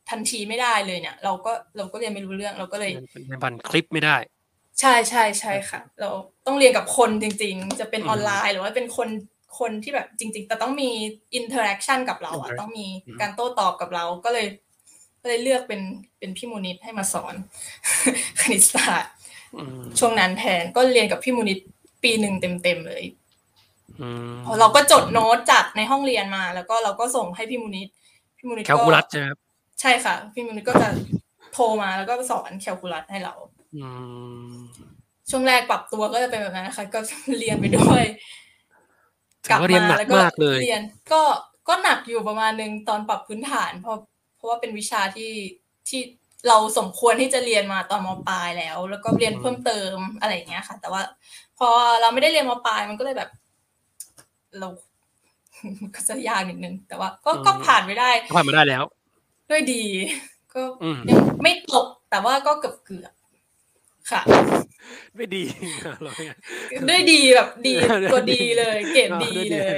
ทันทีไม่ได้เลยเนี่ยเราก็เรียนไม่รู้เรื่องเราก็เลยเป็นผ่านคลิปไม่ได้ใช่ใช่ใช่ค่ะเราต้องเรียนกับคนจริงๆจะเป็นออนไลน์หรือว่าเป็นคนที่แบบจริงๆแต่ต้องมีอินเทอร์แอคชั่นกับเราอ่ะต้องมีการโต้ตอบกับเราก็เลยเลือกเป็นพี่มูนิตให้มาสอนคณิตศาสตร์ช่วงนั้นแทนก็เรียนกับพี่มูนิตปีหนึ่งเต็มๆเลยพอเราก็จดโน้ตจากในห้องเรียนมาแล้วก็เราก็ส่งให้พี่มูนิตแคลคูลัสใช่ไหมครับใช่ค่ะพี่มูนิตก็จะโทรมาแล้วก็สอนแคลคูลัสให้เราช่วงแรกปรับตัวก็จะเป็นแบบนั้นนะคะก็เรียนไปด้วยกลับมาแล้วก็เรียนก็หนักอยู่ประมาณนึงตอนปรับพื้นฐานเพราะว่าเป็นวิชาที่เราสมควรที่จะเรียนมาตอนม.ปลายแล้วก็เรียนเพิ่มเติมอะไรอย่างเงี้ยค่ะแต่ว่าพอเราไม่ได้เรียนม.ปลายมันก็เลยแบบเราก็จะยากนิดนึงแต่ว่าก็ผ่านไปได้แล้วด้วยดีก็ยังไม่ตกแต่ว่าก็เกือบค่ะไม่ดีด้วยดีแบบดีตัวดีเลยเกรดดีเลย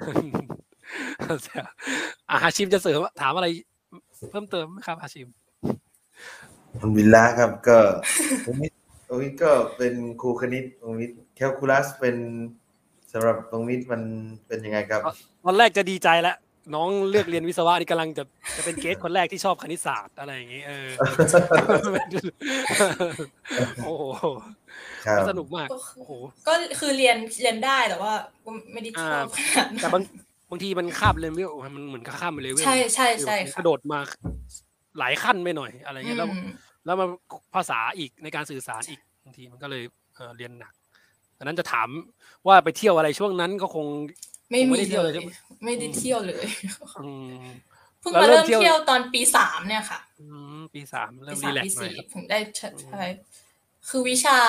อาชิมจะเสริมถามอะไรเพิ่มเติมไหมครับอาชิมคุณวิลล่าครับก็ตรงนี้ก็เป็นครูคณิตตรงนี้แคลคูลัสเป็นสำหรับตรงนี้มันเป็นยังไงครับตอนแรกจะดีใจแล้วน้องเลือกเรียนวิศวะนี่กำลังจะเป็นเกสคนแรกที่ชอบคณิตศาสตร์อะไรอย่างงี้โอ้โหสนุกมากโอ้โหก็คือเรียนได้แต่ว่าไม่ได้ชอบแต่บางทีมันข้ามเลเวลมันเหมือนกับข้ามเลเวลใช่กระโดดมาหลายขั้นไปหน่อยอะไรเงี้ยแล้วมาภาษาอีกในการสื่อสารอีกบางทีมันก็เลยเรียนหนักดังนั้นจะถามว่าไปเที่ยวอะไรช่วงนั้นก็คงไม่ได้เที่ยวเลยไม่ได้เที่ยวเลยเพิ่งมาเริ่มเที่ยวตอนปี3เนี่ยค่ะปี 3เริ่มรีแลกซ์หน่อยถึงได้ใช่คือวิชา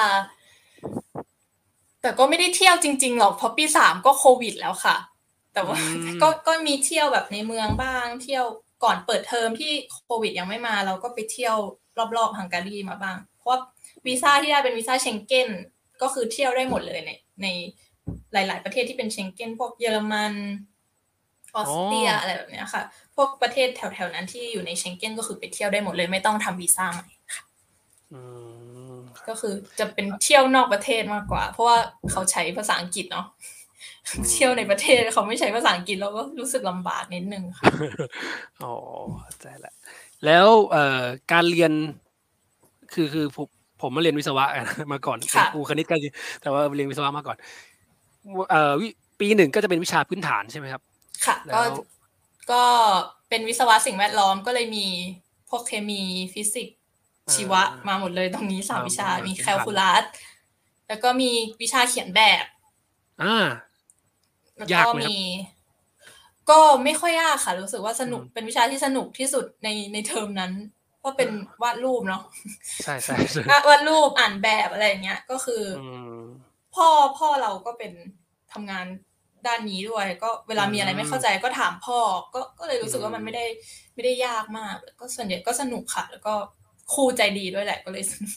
แต่ก็ไม่ได้เที่ยวจริงๆหรอกเพราะปี3ก็โควิดแล้วค่ะแต่ว่าก็มีเที่ยวแบบในเมืองบ้างเที่ยวก่อนเปิดเทอมที่โควิดยังไม่มาเราก็ไปเที่ยวรอบๆฮังการีมาบ้างเพราะวีซ่าที่ได้เป็นวีซ่าเชงเก้นก็คือเที่ยวได้หมดเลยในหลายๆประเทศที่เป็นเชงเก้นพวกเยอรมันออสเตรียอะไรแบบนี้ค่ะพวกประเทศแถวๆนั้นที่อยู่ในเชงเก้นก็คือไปเที่ยวได้หมดเลยไม่ต้องทำวีซ่าใหม่ค่ะก็คือจะเป็นเที่ยวนอกประเทศมากกว่าเพราะว่าเขาใช้ภาษาอังกฤษเนาะเที่ยวในประเทศเขาไม่ใช้ภาษาอังกฤษเราก็รู้สึกลำบากนิดนึงค่ะอ๋อเข้าใจแล้วการเรียนคือผมมาเรียนวิศวะมาก่อนครูคณิตก็แต่ว่าเรียนวิศวะมาก่อนปี1ก็จะเป็นวิชาพื้นฐานใช่ไหมครับค่ะก็เป็นวิศวะสิ่งแวดล้อมก็เลยมีพวกเคมีฟิสิกส์ชีวะมาหมดเลยตรงนี้3วิชามีแคลคูลัสแล้วก็มีวิชาเขียนแบบยากไหมครับก็ไม่ค่อยยากค่ะรู้สึกว่าสนุกเป็นวิชาที่สนุกที่สุดในเทอมนั้นเพราะเป็นวาดรูปเนาะใช่วาดรูปอ่านแบบอะไรอย่างเงี้ยก็คือพ่อเราก็เป็นทำงานด้านนี้ด้วยก็เวลามีอะไรไม่เข้าใจก็ถามพ่อก็เลยรู้สึกว่ามันไม่ได้ยากมากก็ส่วนใหญ่ก็สนุกค่ะแล้วก็ครูใจดีด้วยแหละก็เลยสนุก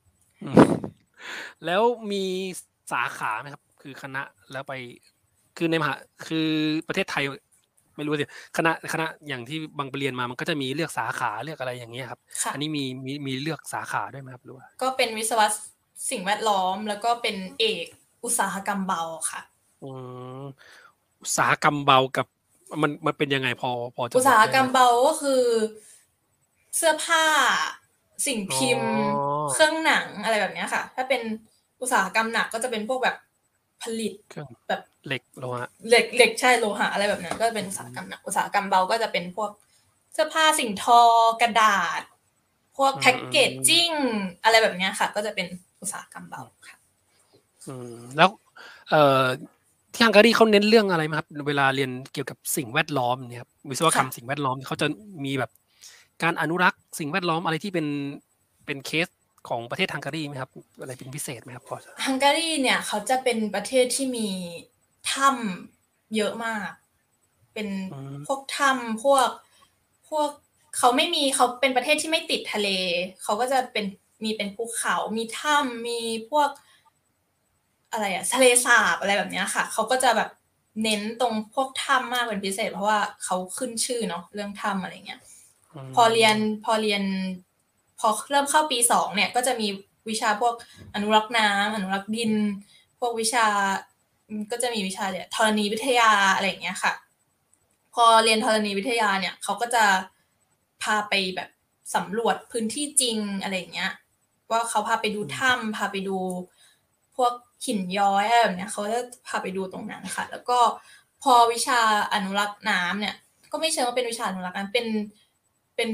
แล้วมีสาขาไหมครับคือคณะแล้วไปคือในมหาคือประเทศไทยไม่รู้สิคณะอย่างที่บางไปเรียนมามันก็จะมีเลือกสาขาเลือกอะไรอย่างเงี้ยครับอันนี้มีเลือกสาขาด้วยไหมครับหรือว่าก็เป็นวิศวะสิ่งแวดล้อมแล้วก็เป็นเอกอุตสาหกรรมเบาค่ะอุตสาหกรรมเบากับมันเป็นยังไงพอจะอุตสาหกรรมเบาก็คือเสื้อผ้าสิ่งพิมพ์เครื่องหนังอะไรแบบนี้ค่ะถ้าเป็นอุตสาหกรรมหนักก็จะเป็นพวกแบบผลิตแบบเหล็กโลหะเหล็กใช่โลหะอะไรแบบนั้นก็เป็นอุตสาหกรรมหนักอุตสาหกรรมเบาก็จะเป็นพวกเสื้อผ้าสิ่งทอกระดาษพวกแพ็คเกจจิ้งอะไรแบบนี้ค่ะก็จะเป็นอุตสาหกรรมเบาค่ะแล้วที่ฮังการีเขาเน้นเรื่องอะไรมั้ยครับเวลาเรียนเกี่ยวกับสิ่งแวดล้อมเนี่ยครับวิศวกรรมสิ่งแวดล้อมเขาจะมีแบบการอนุรักษ์สิ่งแวดล้อมอะไรที่เป็นเคสของประเทศฮังการีไหมครับอะไรเป็นพิเศษไหมครับพอฮังการีเนี่ยเขาจะเป็นประเทศที่มีถ้ำเยอะมากเป็นพวกถ้ำพวกเขาไม่มีเขาเป็นประเทศที่ไม่ติดทะเลเขาก็จะเป็นภูเขามีถ้ำมีพวกอะไรอะทะเลสาบอะไรแบบนี้ค่ะเขาก็จะแบบเน้นตรงพวกถ้ำมากเป็นพิเศษเพราะว่าเขาขึ้นชื่อเนาะเรื่องถ้ำอะไรเงี้ยพอเริ่มเข้าปี2เนี่ยก็จะมีวิชาพวกอนุรักษ์น้ำอนุรักษ์ดินพวกวิชาก็จะมีวิชาธรณีวิทยาอะไรอย่างเงี้ยค่ะพอเรียนธรณีวิทยาเนี่ยเขาก็จะพาไปแบบสำรวจพื้นที่จริงอะไรอย่างเงี้ยว่าเขาพาไปดูถ้ำพาไปดูพวกหินย้อยอะไรแบบเนี้ยเขาจะพาไปดูตรงนั้นค่ะแล้วก็พอวิชาอนุรักษ์น้ำเนี่ยก็ไม่เชิงว่าเป็นวิชาอนุรักษ์น้ำเป็น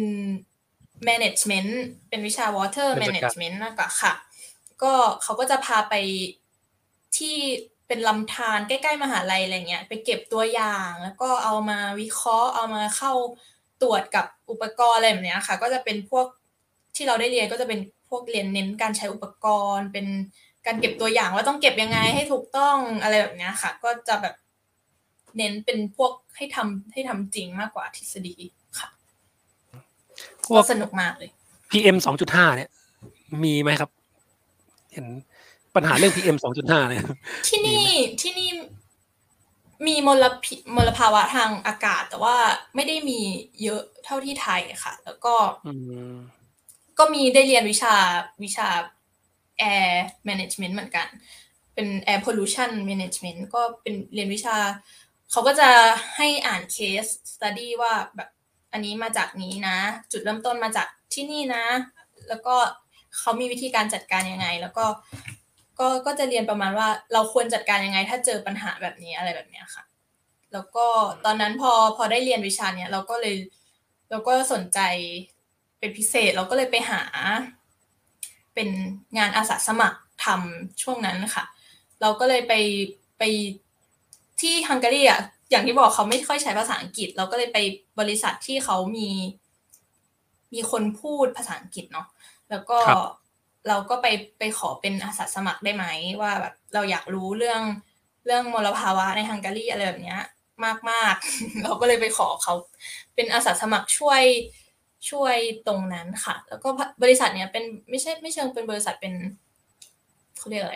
management เป็นวิชา water management มากกว่าค่ะก็เขาก็จะพาไปที่เป็นลำธารใกล้ๆมหาลัยอะไรเงี้ยไปเก็บตัวอย่างแล้วก็เอามาวิเคราะห์เอามาเข้าตรวจกับอุปกรณ์อะไรแบบเนี้ยค่ะก็จะเป็นพวกที่เราได้เรียนก็จะเป็นพวกเรียนเน้นการใช้อุปกรณ์เป็นการเก็บตัวอย่างว่าต้องเก็บยังไงให้ถูกต้องอะไรแบบเนี้ยค่ะก็จะแบบเน้นเป็นพวกให้ทำจริงมากกว่าทฤษฎีค่ะก็สนุกมากเลย PM 2.5 เนี่ยมีไหมครับเห็นปัญหาเรื่อง PM 2.5 เนี่ยที่นี่มีมลภาวะทางอากาศแต่ว่าไม่ได้มีเยอะเท่าที่ไทยค่ะแล้วก็มีได้เรียนวิชา air management เหมือนกันเป็น air pollution management ก็เป็นเรียนวิชาเขาก็จะให้อ่าน case study ว่าแบบอันนี้มาจากนี้นะจุดเริ่มต้นมาจากที่นี่นะแล้วก็เขามีวิธีการจัดการยังไงแล้วก็จะเรียนประมาณว่าเราควรจัดการยังไงถ้าเจอปัญหาแบบนี้อะไรแบบนี้ค่ะแล้วก็ตอนนั้นพอได้เรียนวิชาเนี้ยเราก็สนใจเป็นพิเศษเราก็เลยไปหาเป็นงานอาสาสมัครทำช่วงนั้นค่ะเราก็เลยไปที่ฮังการีอ่ะอย่างที่บอกเขาไม่ค่อยใช้ภาษาอังกฤษเราก็เลยไปบริษัทที่เขามีคนพูดภาษาอังกฤษเนาะแล้วก็เราก็ไปขอเป็นอาสาสมัครได้ไหมว่าแบบเราอยากรู้เรื่องมลภาวะในฮังการีอะไรแบบเนี้ยมากๆเราก็เลยไปขอเขาเป็นอาสาสมัครช่วยตรงนั้นค่ะแล้วก็บริษัทเนี้ยเป็นไม่เชิงเป็นบริษัทเป็นเขาเรียกอะไร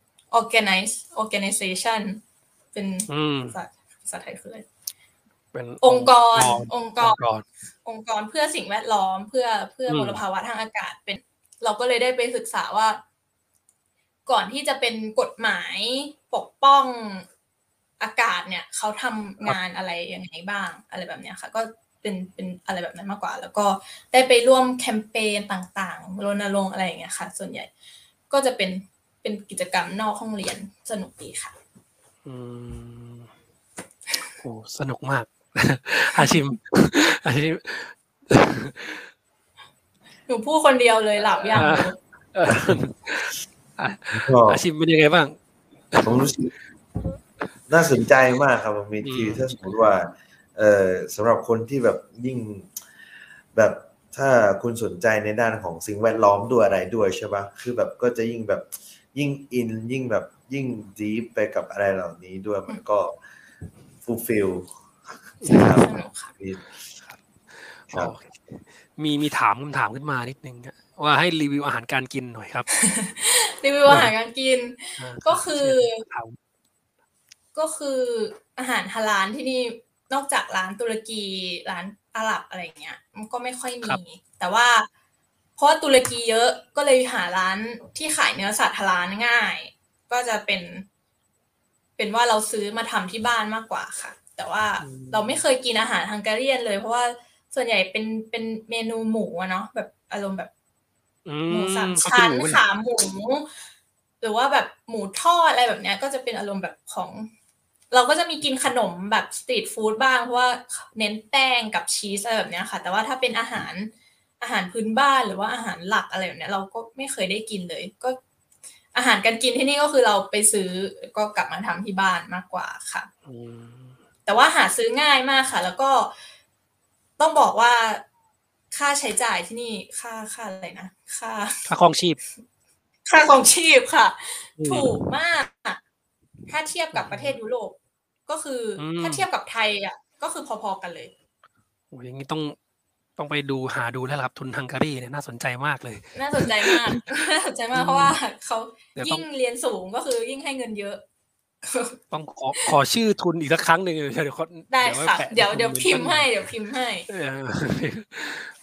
organization เป็นภาษาไทยคืออะไรเป็นองค์กรเพื่อสิ่งแวดล้อมเพื่อมลภาวะทางอากาศเป็นเราก็เลยได้ไปศึกษาว่าก่อนที่จะเป็นกฎหมายปกป้องอากาศเนี่ยเขาทำงานอะไรยังไงบ้างอะไรแบบเนี้ยค่ะก็เป็นอะไรแบบนั้นมากกว่าแล้วก็ได้ไปร่วมแคมเปญต่างๆรณรงค์อะไรอย่างเงี้ยค่ะส่วนใหญ่ก็จะเป็นกิจกรรมนอกห้องเรียนสนุกดีค่ะโอ้สนุกมากอาชิมหนูพูดคนเดียวเลยหลับยังอาชิมเป็นยังไงบ้างผมรู้สึกน่าสนใจมากครับมีคือถ้าสมมติว่าสำหรับคนที่แบบยิ่งแบบถ้าคุณสนใจในด้านของสิ่งแวดล้อมด้วยอะไรด้วยใช่ปะคือแบบก็จะยิ่งแบบยิ่งอินยิ่งแบบยิ่งดีฟไปกับอะไรเหล่านี้ด้วยมันก็ฟูลฟิลครับมีถามคำถามขึ้นมานิดนึงว่าให้รีวิวอาหารการกินหน่อยครับรีวิวอาหารการกินก็คืออาหารฮาลาลที่นี่นอกจากร้านตุรกีร้านอาหรับอะไรเงี้ยมันก็ไม่ค่อยมีแต่ว่าเพราะตุรกีเยอะก็เลยหาร้านที่ขายเนื้อสัตว์ฮาลาลง่ายก็จะเป็นว่าเราซื้อมาทำที่บ้านมากกว่าค่ะแต่ว่าเราไม่เคยกินอาหารฮังการีเลยเพราะว่าส่วนใหญ่เป็นเมนูหมูอะเนาะแบบอารมณ์แบบหมูสามชั้นขาหมูหรือว่าแบบหมูทอดอะไรแบบเนี้ยก็จะเป็นอารมณ์แบบของเราก็จะมีกินขนมแบบสตรีทฟู้ดบ้างเพราะว่าเน้นแป้งกับชีสอะไรแบบเนี้ยค่ะแต่ว่าถ้าเป็นอาหารพื้นบ้านหรือว่าอาหารหลักอะไรแบบเนี้ยเราก็ไม่เคยได้กินเลยก็อาหารการกินที่นี่ก็คือเราไปซื้อก็กลับมาทำที่บ้านมากกว่าค่ะแต่ว่าหาซื้อง่ายมากค่ะแล้วก็ต้องบอกว่าค่าใช้จ่ายที่นี่ค่าอะไรนะค่าครองชีพค่ะถูกมากถ้าเทียบกับประเทศยุโรปก็คือถ้าเทียบกับไทยอ่ะก็คือพอๆกันเลยโอ้ยอย่างนี้ต้องไปหาดูแล้วครับทุนฮังการีเนี่ยน่าสนใจมากเลยน่าสนใจมากเพราะว่าเขายิ่งเรียนสูงก็คือยิ่งให้เงินเยอะต้องขอชื่อทุนอีกสักครั้งหนึ่งเดี๋ยวได้ค่ะเดี๋ยวพิมพ์ให้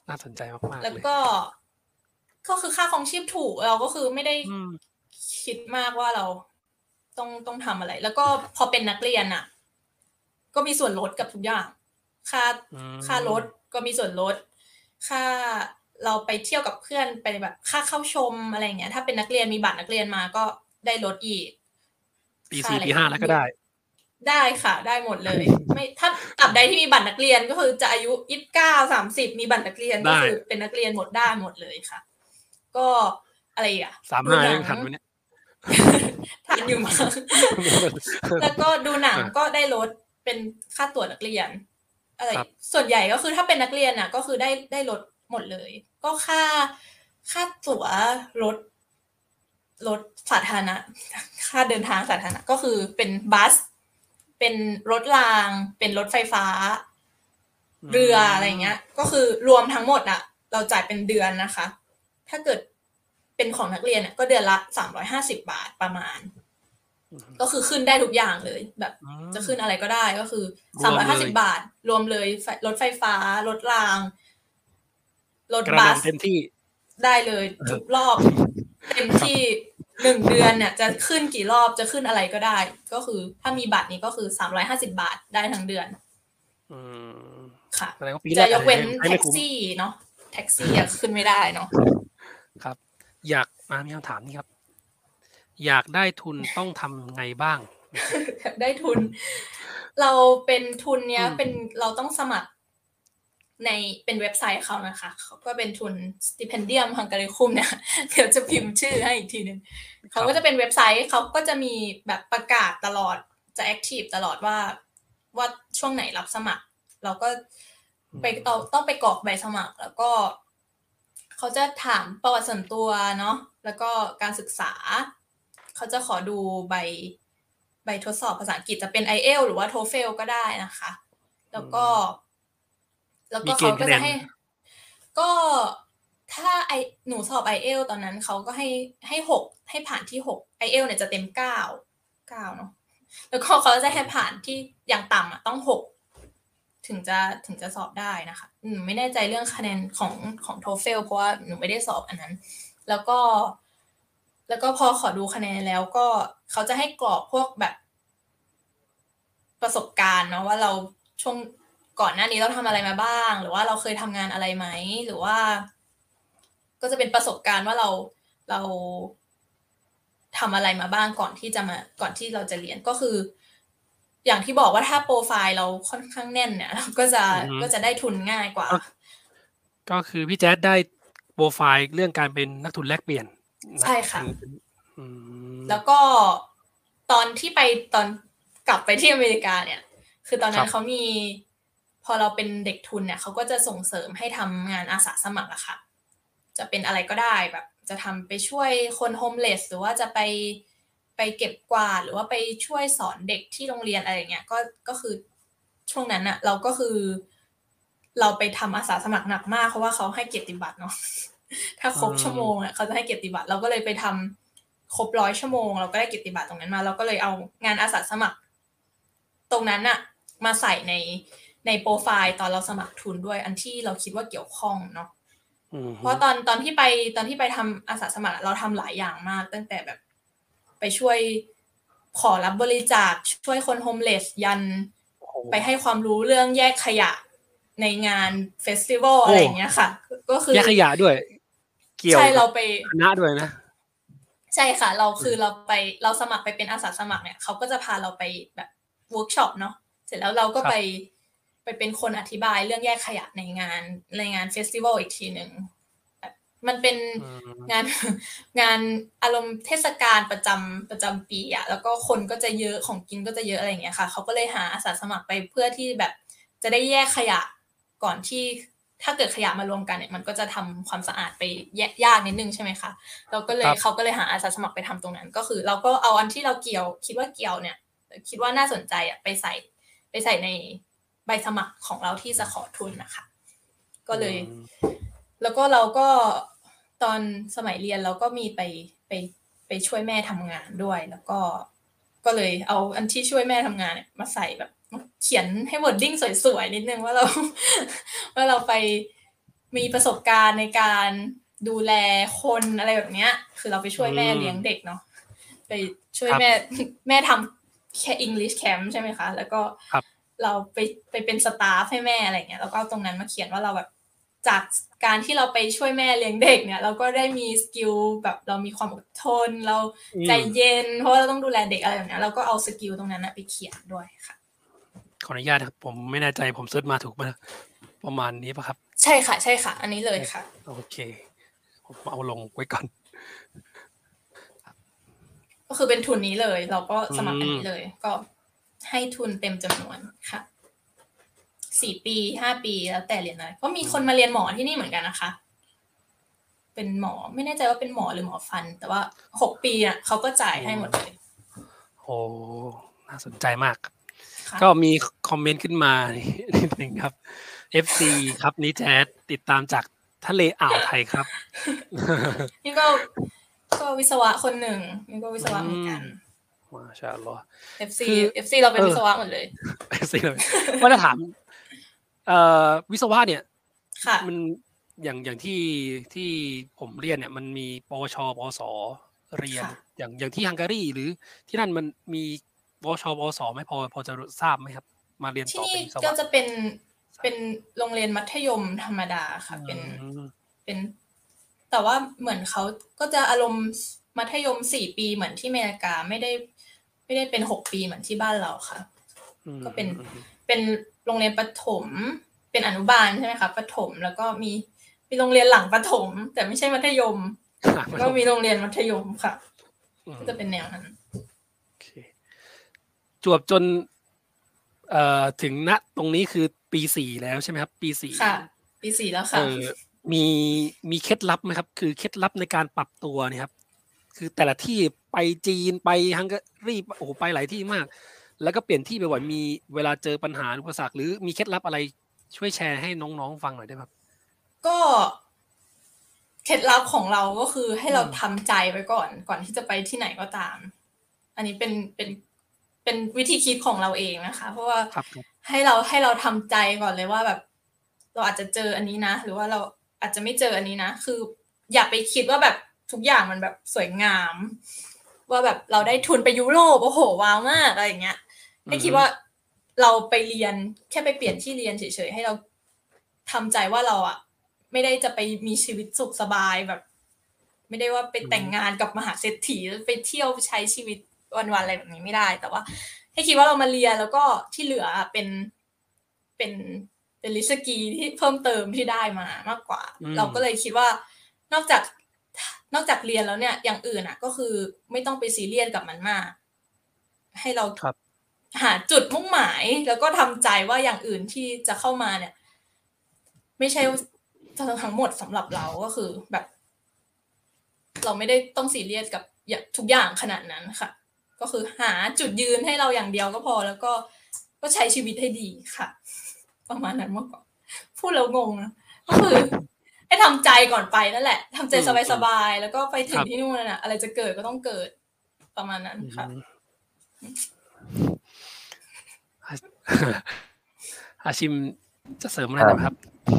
น่าสนใจมากๆแล้วก็คือค่าครองชีพถูกเราก็คือไม่ได้คิดมากว่าเราต้องทำอะไรแล้วก็พอเป็นนักเรียนอ่ะก็มีส่วนลดกับทุกอย่างค่ารถก็มีส่วนลดค่าเราไปเที่ยวกับเพื่อนไปแบบค่าเข้าชมอะไรอย่างเงี้ยถ้าเป็นนักเรียนมีบัตรนักเรียนมาก็ได้ลดอีกปี 4 ปี 5แล้วก็ได้ค่ะได้หมดเลยไม่ถ้าตับใดที่มีบัตรนักเรียนก็คือจะอายุ29 30มีบัตรนักเรียนก็คือเป็นนักเรียนหมดได้หมดเลยค่ะก็อะไรอ่ะ 35ยังทันมั้ยเนี่ยทันอยู่มั้งแล้วก็ดูหนังก็ได้ลดเป็นค่าตั๋วนักเรียนอะไรส่วนใหญ่ก็คือถ้าเป็นนักเรียนน่ะก็คือได้ลดหมดเลยก็ค่าตั๋วรถสาธารณะค่าเดินทางสาธารณะก็คือเป็นบัสเป็นรถรางเป็นรถไฟฟ้าเรืออะไรเงี้ยก็คือรวมทั้งหมดอ่ะเราจ่ายเป็นเดือนนะคะถ้าเกิดเป็นของนักเรียนก็เดือนละ350 บาทประมาณก็คือขึ้นได้ทุกอย่างเลยแบบจะขึ้นอะไรก็ได้ก็คือ350 บาทรวมเลยรถไฟฟ้ารถรางรถบัสเต็มที่ได้เลยทุกรอบเต็มที่1 เดือนเนี่ยจะขึ้นกี่รอบจะขึ้นอะไรก็ได้ก็คือถ้ามีบัตรนี้ก็คือ350 บาทได้ทั้งเดือนค่ะจะยกเว้นแท็กซี่เนาะแท็กซี่ขึ้นไม่ได้เนาะครับอยากมีคำถามนี้ครับอยากได้ทุนต้องทำไงบ้างได้ทุนเราเป็นทุนเนี้ยเป็นเราต้องสมัครในเป็นเว็บไซต์เขานะคะเขาก็เป็นทุน Stipendium Hungaricum เนี่ยเดี๋ยวจะพิมพ์ชื่อให้อีกทีนึงเขาก็จะเป็นเว็บไซต์เขาก็จะมีแบบประกาศตลอดจะแอคทีฟตลอดว่าช่วงไหนรับสมัครเราก็ไปต้องไปกรอกใบสมัครแล้วก็เขาจะถามประวัติส่วนตัวเนาะแล้วก็การศึกษาเขาจะขอดูใบทดสอบภาษาอังกฤษจะเป็น IELTS หรือว่า TOEFL ก็ได้นะคะแล้วก็เขาก็จะก็ถ้าหนูสอบ IELTS ตอนนั้นเขาก็ให้6ให้ผ่านที่6 IELTS เนี่ยจะเต็ม9เนาะแล้วก็เขาจะให้ผ่านที่อย่างต่ำต้อง6ถึงจะสอบได้นะคะไม่แน่ใจเรื่องคะแนนของ TOEFL เพราะว่าหนูไม่ได้สอบอันนั้นแล้วก็พอขอดูคะแนนแล้วก็เขาจะให้กรอกพวกแบบประสบการณ์เนาะว่าเราช่วงก่อนหน้านี้เราทำอะไรมาบ้างหรือว่าเราเคยทำงานอะไรไหมหรือว่าก็จะเป็นประสบการณ์ว่าเราทำอะไรมาบ้างก่อนที่เราจะเรียนก็คืออย่างที่บอกว่าถ้าโปรไฟล์เราค่อนข้างแน่นเนี่ยเราก็จะได้ทุนง่ายกว่าก็คือพี่แจ๊ดได้โปรไฟล์เรื่องการเป็นนักทุนแลกเปลี่ยนใช่ค่ะแล้วก็ตอนกลับไปที่อเมริกาเนี่ยคือตอนนั้นเขามีพอเราเป็นเด็กทุนเนี่ยเขาก็จะส่งเสริมให้ทำงานอาสาสมัครอะค่ะจะเป็นอะไรก็ได้แบบจะทำไปช่วยคนโฮมเลสหรือว่าจะไปเก็บกวาดหรือว่าไปช่วยสอนเด็กที่โรงเรียนอะไรอย่างเงี้ยก็คือช่วงนั้นอะเราก็คือเราไปทำอาสาสมัครหนักมากเพราะว่าเขาให้เกียรติบัตรเนาะถ้าครบชั่วโมงเขาจะให้เกียรติบัตรเราก็เลยไปทำครบ100 ชั่วโมงเราก็ได้เกียรติบัตรตรงนั้นมาเราก็เลยเอางานอาสาสมัครตรงนั้นอะมาใส่ในโปรไฟล์ตอนเราสมัครทุนด้วยอันที่เราคิดว่าเกี่ยวข้องเนาะเพราะตอนที่ไปทำอาสาสมัครเราทำหลายอย่างมากตั้งแต่แบบไปช่วยขอรับบริจาคช่วยคนโฮมเลสยันไปให้ความรู้เรื่องแยกขยะในงานเฟสติวัลอะไรอย่างเงี้ยค่ะก็คือแยกขยะด้วยเกี่ยวใช่เราไปคณะด้วยนะใช่ค่ะเราสมัครไปเป็นอาสาสมัครเนี่ยเขาก็จะพาเราไปแบบเวิร์กช็อปเนาะเสร็จแล้วเราก็ไปเป็นคนอธิบายเรื่องแยกขยะในงานเฟสติวัลอีกทีนึงมันเป็นงานอารมณ์เทศกาลประจำปีอ่ะแล้วก็คนก็จะเยอะของกินก็จะเยอะอะไรอย่างเงี้ยค่ะเขาก็เลยหาอาสาสมัครไปเพื่อที่แบบจะได้แยกขยะก่อนที่ถ้าเกิดขยะมารวมกันเนี่ยมันก็จะทำความสะอาดไปยากนิดนึงใช่ไหมคะเขาก็เลยหาอาสาสมัครไปทำตรงนั้นก็คือเราก็เอาอันที่เราคิดว่าเกี่ยวเนี่ยคิดว่าน่าสนใจอ่ะไปใส่ในใบสมัครของเราที่จะขอทุนนะคะก็เลยแล้วก็เราก็ตอนสมัยเรียนเราก็มีไปช่วยแม่ทำงานด้วยแล้วก็เลยเอาอันที่ช่วยแม่ทำงานเนี่ยมาใส่แบบเขียนให้วอร์ดดิ้งสวยๆนิดนึงว่าเรามีประสบการณ์ในการดูแลคนอะไรแบบเนี้ยคือเราไปช่วยแม่เลี้ยงเด็กเนาะไปช่วยแม่ทำแค่ English Camp ใช่ไหมคะแล้วก็เราไปเป็นสตาฟให้แม่อะไรเงี้ยแล้วก็เอาตรงนั้นมาเขียนว่าเราแบบจากการที่เราไปช่วยแม่เลี้ยงเด็กเนี่ยเราก็ได้มีสกิลแบบเรามีความอดทนเราใจเย็นเพราะเราต้องดูแลเด็กอะไรแบบนี้เราก็เอาสกิลตรงนั้นไปเขียนด้วยค่ะขออนุญาตครับผมไม่แน่ใจผมเซิร์ชมาถูกไหมประมาณนี้ป่ะครับใช่ค่ะอันนี้เลยค่ะโอเคผมเอาลงไว้ก่อนก็คือเป็นทุนนี้เลยเราก็สมัครอันนี้เลยก็ให้ทุนเต็มจำนวนค่ะ4 ปี5 ปีแล้วแต่เรียนอะไรก็มีคนมาเรียนหมอที่นี่เหมือนกันนะคะเป็นหมอไม่แน่ใจว่าเป็นหมอหรือหมอฟันแต่ว่า6 ปีน่ะเขาก็จ่ายให้หมดเลยโอ้น่าสนใจมากก็มีคอมเมนต์ขึ้นมานิดนึงครับ FC ครับนี้แจ๊ดติดตามจากทะเลอ่าวไทยครับนี่ก็วิศวะคนหนึ่งนี่ก็วิศวะเหมือนกันมาชาอัลลอฮ์ FC เราเป็นวิศวะหมดเลย FC เลยว่าจะถามวิศวะเนี่ยมันอย่างที่ผมเรียนเนี่ยมันมีปวชปวสเรียนอย่างที่ฮังการีหรือที่นั่นมันมีปวชปวสไหมพอจะทราบไหมครับมาเรียนต่อเป็นวิศวะที่นี่ก็จะเป็นโรงเรียนมัธยมธรรมดาค่ะเป็นแต่ว่าเหมือนเขาก็จะอารมณ์มัธยม4 ปีเหมือนที่อเมริกาไม่ได้เป็น6 ปีเหมือนที่บ้านเราค่ะก็เป็นโรงเรียนประถมเป็นอนุบาลใช่ไหมคะประถมแล้วก็มีโรงเรียนหลังประถมแต่ไม่ใช่มัธยมก็มีโรงเรียนมัธยมค่ะก็จะเป็นแนวนั้นจวบจนถึงณตรงนี้คือปี4แล้วใช่ไหมครับปี4 ค่ะปี4แล้วค่ะมีเคล็ดลับไหมครับคือเคล็ดลับในการปรับตัวเนี่ยครับคือแต่ละที่ไปจีนไปฮังการีโอ้โหไปหลายที่มากแล้วก็เปลี่ยนที่บ่อยๆมีเวลาเจอปัญหาอุปสรรคหรือมีเคล็ดลับอะไรช่วยแชร์ให้น้องๆฟังหน่อยได้ไหมครับก็เคล็ดลับของเราก็คือให้เราทำใจไว้ก่อนที่จะไปที่ไหนก็ตามอันนี้เป็นวิธีคิดของเราเองนะคะเพราะว่าให้เราทำใจก่อนเลยว่าแบบเราอาจจะเจออันนี้นะหรือว่าเราอาจจะไม่เจออันนี้นะคืออย่าไปคิดว่าแบบทุกอย่างมันแบบสวยงามว่าแบบเราได้ทุนไปยุโรปโอ้โหว้าวมากอะไรอย่างเงี้ยให้คิดว่าเราไปเรียนแค่ไปเปลี่ยนที่เรียนเฉยๆให้เราทำใจว่าเราอ่ะไม่ได้จะไปมีชีวิตสุขสบายแบบไม่ได้ว่าไปแต่งงานกับมหาเศรษฐีไปเที่ยวใช้ชีวิตวันๆอะไรแบบนี้ไม่ได้แต่ว่าให้คิดว่าเรามาเรียนแล้วก็ที่เหลือเป็นริสกีที่เพิ่มเติมที่ได้มามากกว่าเราก็เลยคิดว่านอกจากเรียนแล้วเนี่ยอย่างอื่นอ่ะก็คือไม่ต้องไปซีเรียสกับมันมากให้เราหาจุดมุ่งหมายแล้วก็ทำใจว่าอย่างอื่นที่จะเข้ามาเนี่ยไม่ใช่ทั้งหมดสำหรับเราก็คือแบบเราไม่ได้ต้องซีเรียสกับทุกอย่างขนาดนั้นค่ะก็คือหาจุดยืนให้เราอย่างเดียวก็พอแล้วก็ใช้ชีวิตให้ดีค่ะประมาณนั้นมากกว่าพูดแล้วงงนะก็คือให้ทำใจก่อนไปนั่นแหละทำใจสบายๆแล้วก็ไปถึงที่นู่นน่ะอะไรจะเกิดก็ต้องเกิดประมาณนั้นค่ะฮาชิมจะเสริมอะไรนะครับ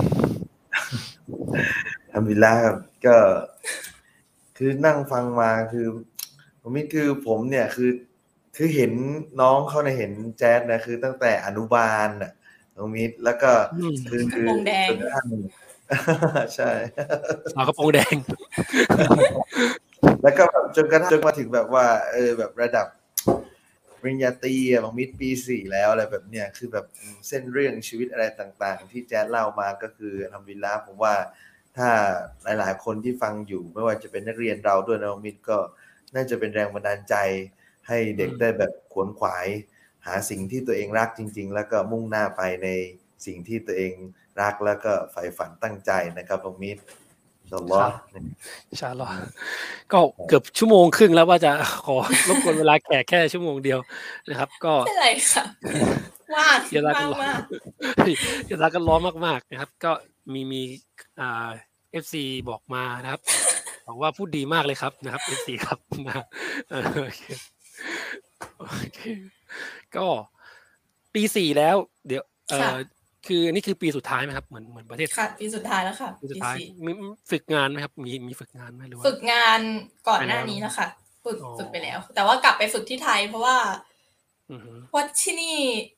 อัลฮัมดุลิลลาห์ก็คือนั่งฟังมาคือผมเนี่ยคือเห็นน้องเขาเนี่ยเห็นแจ๊สนะคือตั้งแต่อนุบาลน่ะน้องมิตรแล้วก็คือจนกระทั่งใช่สาวกระโปรงแดงแล้วก็แบบจนมาถึงแบบว่าแบบระดับปริญญาตรีบางมิตรปี4แล้วอะไรแบบเนี้ยคือแบบเส้นเรื่องชีวิตอะไรต่างๆที่แจ๊สเล่ามาก็คืออัลฮัมดุลิลลาห์ผมว่าถ้าหลายๆคนที่ฟังอยู่ไม่ว่าจะเป็นนักเรียนเราด้วยนะบางมิตรก็น่าจะเป็นแรงบันดาลใจให้เด็กได้แบบขวนขวายหาสิ่งที่ตัวเองรักจริงๆแล้วก็มุ่งหน้าไปในสิ่งที่ตัวเองรักแล้วก็ใฝ่ฝันตั้งใจนะครับบางมิตรอินชาอัลลอฮ์อินชาอัลลอฮ์ก็เกือบชั่วโมงครึ่งแล้วว่าจะขอรบกวนเวลาแค่ชั่วโมงเดียวนะครับก็ไม่เป็นไรค่ะว่างมากอย่าลากันร้อนมากๆนะครับก็มีFC บอกมานะครับบอกว่าพูดดีมากเลยครับนะครับ FC ครับนะโอเคก็ปี4แล้วเดี๋ยวคือนี่คือปีสุดท้ายไหมครับเหมือนประเทศค่ะปีสุดท้ายแล้วค่ะปีสุดท้ายมีฝึกงานไหมครับมีฝึกงานไหมหรือว่าฝึกงานก่อนหน้านี้นะคะฝึกไปแล้วแต่ว่ากลับไปฝึกที่ไทยเพราะว่าที่นี่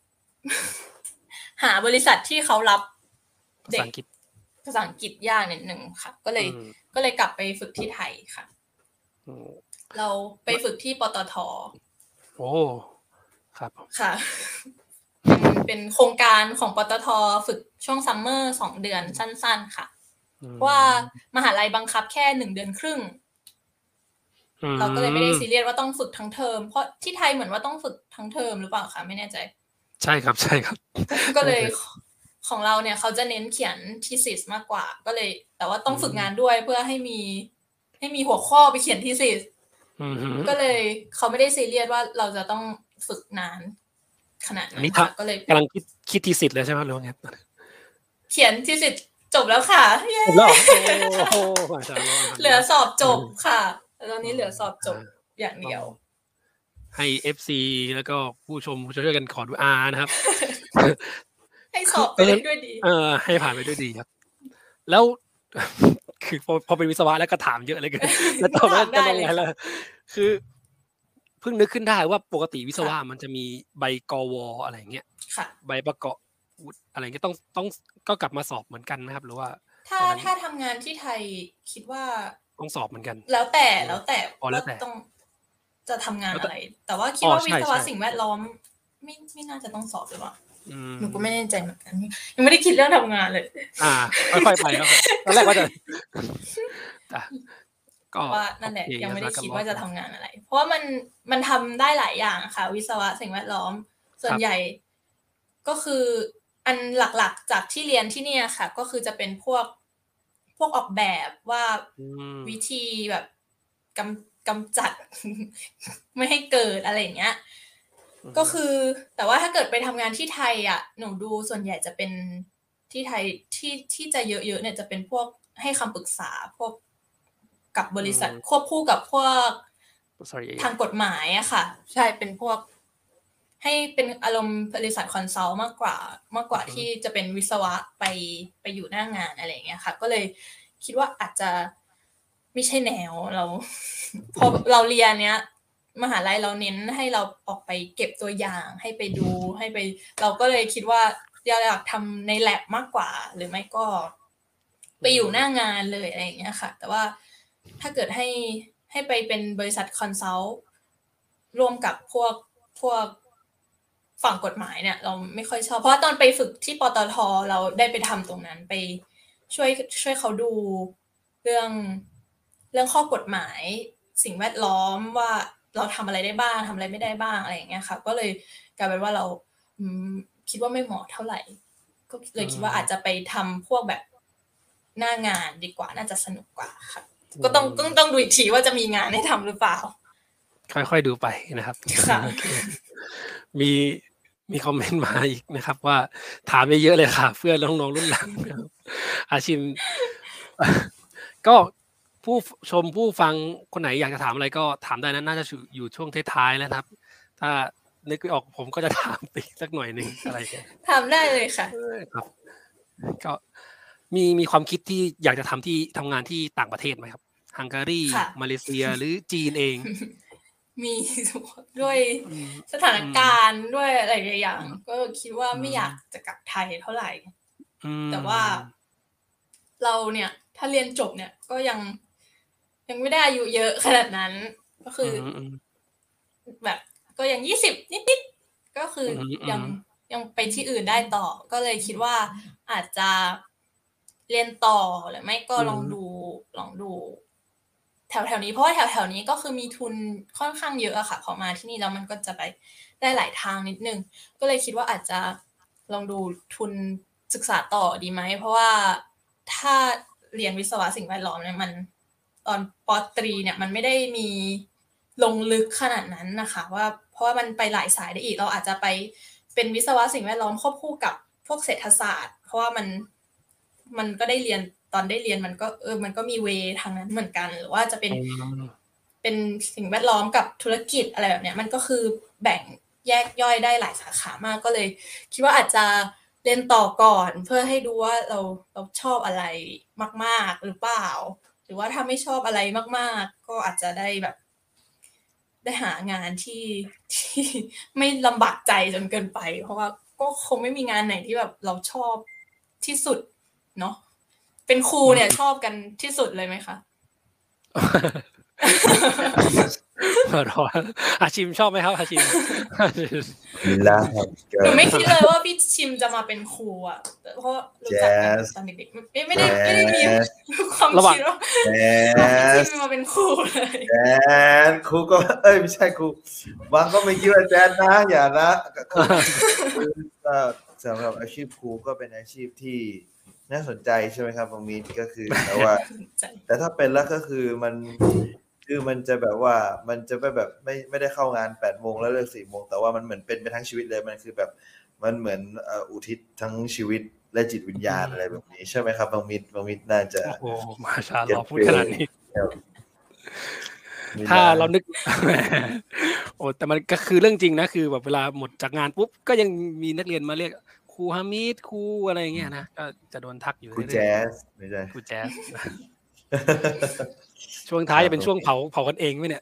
หาบริษัทที่เขารับเด็กภาษาอังกฤษยากนิดนึงค่ะก็เลยกลับไปฝึกที่ไทยค่ะเราไปฝึกที่ปตท. โอ้ครับค่ะเป็นโครงการของปตท.ฝึกช่วงซัมเมอร์2 เดือนสั้นๆค่ะว่ามหาลัยบังคับแค่1 เดือนครึ่งเราก็เลยไม่ได้ซีเรียสว่าต้องฝึกทั้งเทอมเพราะที่ไทยเหมือนว่าต้องฝึกทั้งเทอมหรือเปล่าคะไม่แน่ใจใช่ครับก็เลยของเราเนี่ยเขาจะเน้นเขียน thesis มากกว่าก็เลยแต่ว่าต้องฝึกงานด้วยเพื่อให้มีหัวข้อไปเขียน thesis ก็เลยเขาไม่ได้ซีเรียสว่าเราจะต้องฝึกนานขนาดนั้นก็เลยกำลังคิด thesis เลยใช่ไหมหรือว่าไงเขียน thesis จบแล้วค่ะจบแล้วเหลือสอบจบค่ะตอนนี้เหลือสอบจบอย่างเดียวให้ FC แล้วก็ผู้ชมช่วยกันขอดูนะครับให้สอบไปด้วยดีให้ผ่านไปด้วยดีครับแล้วคือพอเป็นวิศวะแล้วก็ถามเยอะเลยกันแล้วตอบไม่ได้เลยแล้วคือเพิ่งนึกขึ้นได้ว่าปกติวิศวะมันจะมีใบกว.อะไรอย่างเงี้ยใบประกอบอะไรเงี้ยต้องก็กลับมาสอบเหมือนกันนะครับหรือว่าถ้าทำงานที่ไทยคิดว่าต้องสอบเหมือนกันแล้วแต่ต้องจะทำงานอะไรแต่ว่าคิดว่าวิศวะสิ่งแวดล้อมไม่น่าจะต้องสอบหรือเปล่าหนูก็ไม่แน่ใจเหมือนกันยังไม่ได้คิดเรื่องทำงานเลยค่อยๆไปครับตอนแรกว่าจะก็ว่านั่นแหละยังไม่ได้คิดว่าจะทำงานอะไรเพราะว่ามันทำได้หลายอย่างค่ะวิศวะสิ่งแวดล้อมส่วนใหญ่ก็คืออันหลักๆจากที่เรียนที่นี่ค่ะก็คือจะเป็นพวกออกแบบว่าวิธีแบบกำจัดไม่ให้เกิดอะไรอย่างเงี้ยก็คือแต่ว่าถ้าเกิดไปทำงานที่ไทยอ่ะหนูดูส่วนใหญ่จะเป็นที่ไทยที่จะเยอะๆเนี่ยจะเป็นพวกให้คำปรึกษาพวกกับบริษัทควบคู่กับพวกทางกฎหมายอะค่ะใช่เป็นพวกให้เป็นอารมณ์บริษัทคอนซัลท์มากกว่าที่จะเป็นวิศวะไปอยู่หน้างานอะไรอย่างเงี้ยค่ะก็เลยคิดว่าอาจจะไม่ใช่แนวเราพอเราเรียนเนี้ยมหาลัยเราเน้นให้เราออกไปเก็บตัวอย่างให้ไปดูให้ไปเราก็เลยคิดว่าอยากทำใน lab มากกว่าหรือไม่ก็ไปอยู่หน้างานเลยอะไรอย่างเงี้ยค่ะแต่ว่าถ้าเกิดให้ไปเป็นบริษัทคอนซัลท์ร่วมกับพวกฝั่งกฎหมายเนี่ยเราไม่ค่อยชอบเพราะว่าตอนไปฝึกที่ปตท.เราได้ไปทำตรงนั้นไปช่วยเขาดูเรื่องข้อกฎหมายสิ่งแวดล้อมว่าเราทำอะไรได้บ้างทำอะไรไม่ได้บ้างอะไรอย่างเงี้ยค่ะก็เลยกลายเป็นว่าเราคิดว่าไม่เหมาะเท่าไหร่ก็เลยคิดว่าอาจจะไปทำพวกแบบหน้างานดีกว่าน่าจะสนุกกว่าค่ะก็ต้องดูอีกทีว่าจะมีงานให้ทำหรือเปล่าค่อยๆดูไปนะครับมีคอมเมนต์มาอีกนะครับว่าถามเยอะเลยค่ะเพื่อนน้องๆรุ่นหลังอาชิมก็ผู้ชมผู้ฟังคนไหนอยากจะถามอะไรก็ถามได้นะน่าจะอยู่ช่วงท้ายๆแล้วครับถ้านึกไม่ออกผมก็จะถามอีกสักหน่อยนึงอะไรถามได้เลยค่ะครับก็มีความคิดที่อยากจะทำงานที่ต่างประเทศไหมครับฮังการีมาเลเซียหรือจีนเองมีด้วยสถานการณ์ด้วยอะไรอย่างก็คิดว่าไม่อยากจะกลับไทยเท่าไหร่แต่ว่าเราเนี่ยถ้าเรียนจบเนี่ยก็ยังไม่ได้อายุเยอะขนาดนั้นก็คือแบบก็ยัง20นิดๆก็คือยังไปที่อื่นได้ต่อก็เลยคิดว่าอาจจะเรียนต่อหรือไม่ก็ลองดูแถวๆนี้เพราะว่าแถวๆนี้ก็คือมีทุนค่อนข้างเยอะอะค่ะพอมาที่นี่แล้วมันก็จะไปได้หลายทางนิดนึงก็เลยคิดว่าอาจจะลองดูทุนศึกษาต่อดีไหมเพราะว่าถ้าเรียนวิศวะสิ่งแวดล้อมเนี่ยมันตอนป.ตรีเนี่ยมันไม่ได้มีลงลึกขนาดนั้นนะคะว่าเพราะว่ามันไปหลายสายได้อีกเราอาจจะไปเป็นวิศวะสิ่งแวดล้อมควบคู่กับพวกเศรษฐศาสตร์เพราะว่ามันก็ได้เรียนตอนได้เรียนมันก็มีเวทางนั้นเหมือนกันหรือว่าจะเป็นสิ่งแวดล้อมกับธุรกิจอะไรแบบเนี้ยมันก็คือแบ่งแยกย่อยได้หลายสาขามากก็เลยคิดว่าอาจจะเรียนต่อก่อนเพื่อให้ดูว่าเราชอบอะไรมากๆหรือเปล่าหรือว่าถ้าไม่ชอบอะไรมากๆก็อาจจะได้แบบได้หางานที่ไม่ลำบากใจจนเกินไปเพราะว่าก็คงไม่มีงานไหนที่แบบเราชอบที่สุดเนาะเป็นครูเนี่ยชอบกันที่สุดเลยไหมคะอาชิมชอบไหมครับอาชิมแล้วครับหนูไม่คิดเลยว่าพี่ชิมจะมาเป็นครูอ่ะเพราะรู้จักกันตอนเด็กๆไม่ได้มีความคิดว่าพี่ชิมมาเป็นครูเลยแจ๊สครูก็ไม่ใช่ครูบางก็ไม่คิดว่าแจ๊สนะอย่านะก็สำหรับอาชีพครูก็เป็นอาชีพที่น่าสนใจใช่ไหมครับบางมีก็คือแต่ว่าแต่ถ้าเป็นแล้วก็คือมันจะแบบว่ามันจะแบบไม่ได้เข้างาน 8 โมงแล้วเลิก 4 โมงแต่ว่ามันเหมือนเป็นไปทั้งชีวิตเลยมันคือแบบมันเหมือนอุทิศทั้งชีวิตและจิตวิญญาณอะไรแบบนี้ใช่ไหมครับบางมิตรน่าจะโอ้มาชาเราพูดขนาดนี้ถ้าเรานึกโอ้แต่มันก็คือเรื่องจริงนะคือแบบเวลาหมดจากงานปุ๊บก็ยังมีนักเรียนมาเรียกครูฮามิดครูอะไรเงี้ยนะก็จะโดนทักอยู่ครูแจ๊สไม่ใช่ครูแจ๊สช่วงท้ายจะเป็นช่วงเผากันเองไหมเนี่ย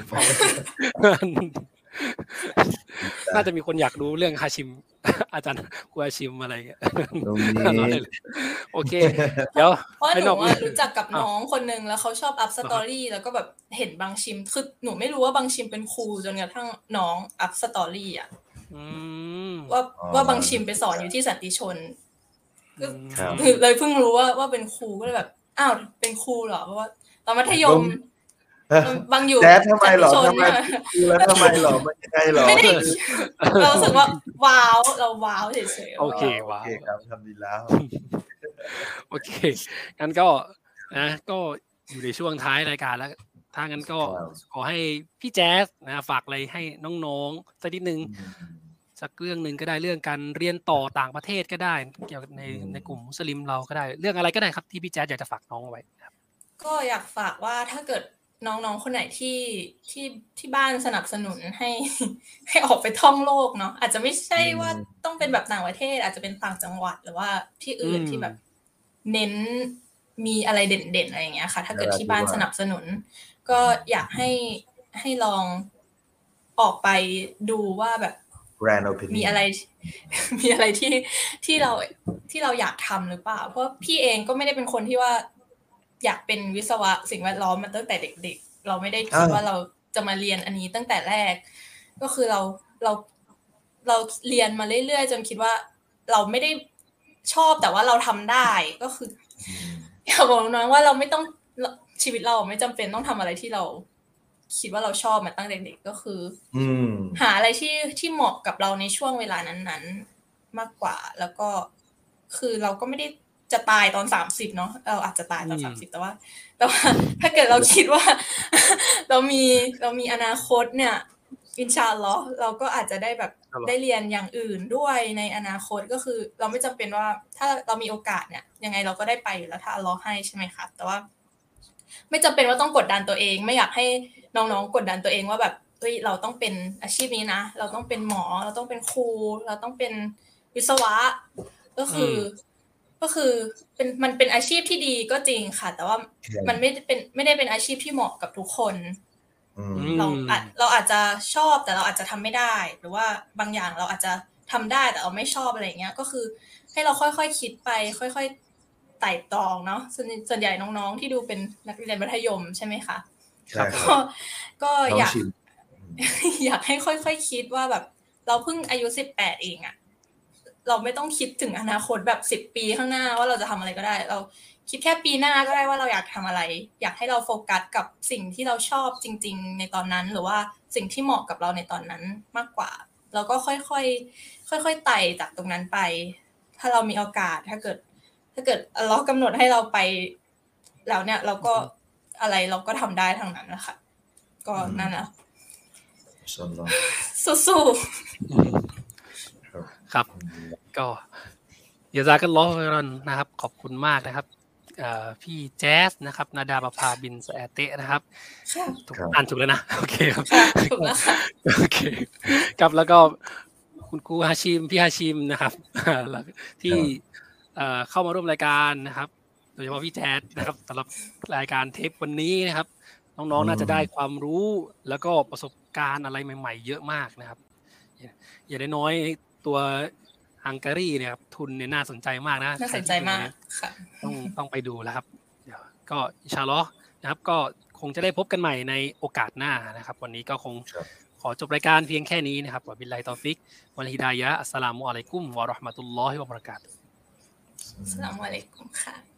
น่าจะมีคนอยากรู้เรื่องฮาชิมอาจารย์ครูฮาชิมอะไรเงี้ยโอเคเดี๋ยวเพราะหนูรู้จักกับน้องคนนึงแล้วเขาชอบอัพสตอรี่แล้วก็แบบเห็นบางชิมคือหนูไม่รู้ว่าบางชิมเป็นครูจนกระทั่งน้องอัพสตอรี่อ่ะว่าบางชิมไปสอนอยู่ที่สันติชนเลยเพิ่งรู้ว่าเป็นครูก็เลยแบบอ้าวเป็นครูเหรอเพราะว่าตอนมัธยมบางอยู่แจ๊สทำไมหรอทำไมแล้วทำไมหรอมันยังไงหรอเรารู้สึกว่าว้าวเราว้าวเฉยๆโอเคว้าวครับทำดีแล้วโอเคงั้นก็นะก็อยู่ในช่วงท้ายรายการแล้วถ้างั้นก็ขอให้พี่แจ๊สนะฝากอะไรให้น้องๆสักนิดนึงสักเรื่องนึงก็ได้เรื่องการเรียนต่อต่างประเทศก็ได้เกี่ยวกับในกลุ่มมุสลิมเราก็ได้เรื่องอะไรก็ได้ครับที่พี่แจ๊สอยากจะฝากน้องเอาไว้ครับก็อยากฝากว่าถ้าเกิดน้องๆคนไหนที่บ้านสนับสนุนให้ออกไปท่องโลกเนาะอาจจะไม่ใช่ว่าต้องเป็นแบบต่างประเทศอาจจะเป็นต่างจังหวัดหรือว่าที่อื่นที่แบบเน้นมีอะไรเด่นๆอะไรอย่างเงี้ยค่ะถ้าเกิดที่บ้านสนับสนุนก็อยากให้ลองออกไปดูว่าแบบมีอะไรที่เราอยากทำหรือเปล่าเพราะพี่เองก็ไม่ได้เป็นคนที่ว่าอยากเป็นวิศวะสิ่งแวดล้อมมาตั้งแต่เด็กๆเราไม่ได้คิดว่าเราจะมาเรียนอันนี้ตั้งแต่แรกก็คือเราเรียนมาเรื่อยๆจนคิดว่าเราไม่ได้ชอบแต่ว่าเราทำได้ก็คืออยากบอกน้องว่าเราไม่ต้องชีวิตเราไม่จำเป็นต้องทำอะไรที่เราคิดว่าเราชอบมาตั้งแต่เด็กก็คือหาอะไรที่เหมาะกับเราในช่วงเวลานั้นๆมากกว่าแล้วก็คือเราก็ไม่ได้จะตายตอน30เนาะเราอาจจะตายตอน30แต่ว่าถ้าเกิดเราคิดว่าเรามีอนาคตเนี่ยอินชาอัลลอฮ์เราก็อาจจะได้แบบได้เรียนอย่างอื่นด้วยในอนาคตก็คือเราไม่จำเป็นว่าถ้าเรามีโอกาสเนี่ยยังไงเราก็ได้ไปอยู่แล้วถ้าอัลลอฮ์ให้ใช่ไหมคะแต่ว่าไม่จำเป็นว่าต้องกดดันตัวเองไม่อยากให้น้องๆกดดันตัวเองว่าแบบเฮ้ยเราต้องเป็นอาชีพนี้นะเราต้องเป็นหมอเราต้องเป็นครูเราต้องเป็นวิศวะก็คือมันเป็นอาชีพที่ดีก็จริงค่ะแต่ว่ามันไม่ได้เป็นอาชีพที่เหมาะกับทุกคนเราอาจจะชอบแต่เราอาจจะทำไม่ได้หรือว่าบางอย่างเราอาจจะทำได้แต่เราไม่ชอบอะไรอย่างเงี้ยก็คือให้เราค่อยๆคิดไปค่อยๆไต่ตรองเนาะส่วนใหญ่น้องๆที่ดูเป็นนักเรียนมัธยมใช่ไหมคะก็อยากให้ค่อยๆคิดว่าแบบเราเพิ่งอายุ18เองอะเราไม่ต้องคิดถึงอนาคตแบบ10ปีข้างหน้าว่าเราจะทำอะไรก็ได้เราคิดแค่ปีหน้าก็ได้ว่าเราอยากทำอะไรอยากให้เราโฟกัสกับสิ่งที่เราชอบจริงๆในตอนนั้นหรือว่าสิ่งที่เหมาะกับเราในตอนนั้นมากกว่าแล้วก็ค่อยๆไต่จากตรงนั้นไปถ้าเรามีโอกาสถ้าเกิดอัลเลาะห์กำหนดให้เราไปแล้วเนี่ยเราก็อะไรเราก็ทำได้ทั้งนั้นนะคะก็นั่นแหละสู้ๆครับก็ยาซากัลลอฮ์นะครับขอบคุณมากนะครับพี่แจ๊สนะครับนาดาบภาบินสแอเตะนะครับอ่านถูกแล้วนะโอเคครับถูกแล้วค่ะโอเคครับแล้วก็คุคุณครูฮาชิมพี่ฮาชิมนะครับที่เข้ามาร่วมรายการนะครับโดยเฉพาะพี่แจ๊ดนะครับสำหรับรายการเทปวันนี้นะครับน้องๆน่าจะได้ความรู้แล้วก็ประสบการณ์อะไรใหม่ๆเยอะมากนะครับอย่าได้น้อยตัวฮังการีเนี่ยครับทุนเนี่ยน่าสนใจมากนะน่าสนใจมากค่ะต้องไปดูแล้วครับเดี๋ยวก็อินชาอัลลอฮ์นะครับก็คงจะได้พบกันใหม่ในโอกาสหน้านะครับวันนี้ก็คงขอจบรายการเพียงแค่นี้นะครับวะบิลลาฮิตอฟิกวัลฮิดายะฮ์อัสสลามุอะลัยกุมวะเราะห์มะตุลลอฮิวะบะเราะกาตุฮ์อัสสลามุอะลัยกุมค่ะ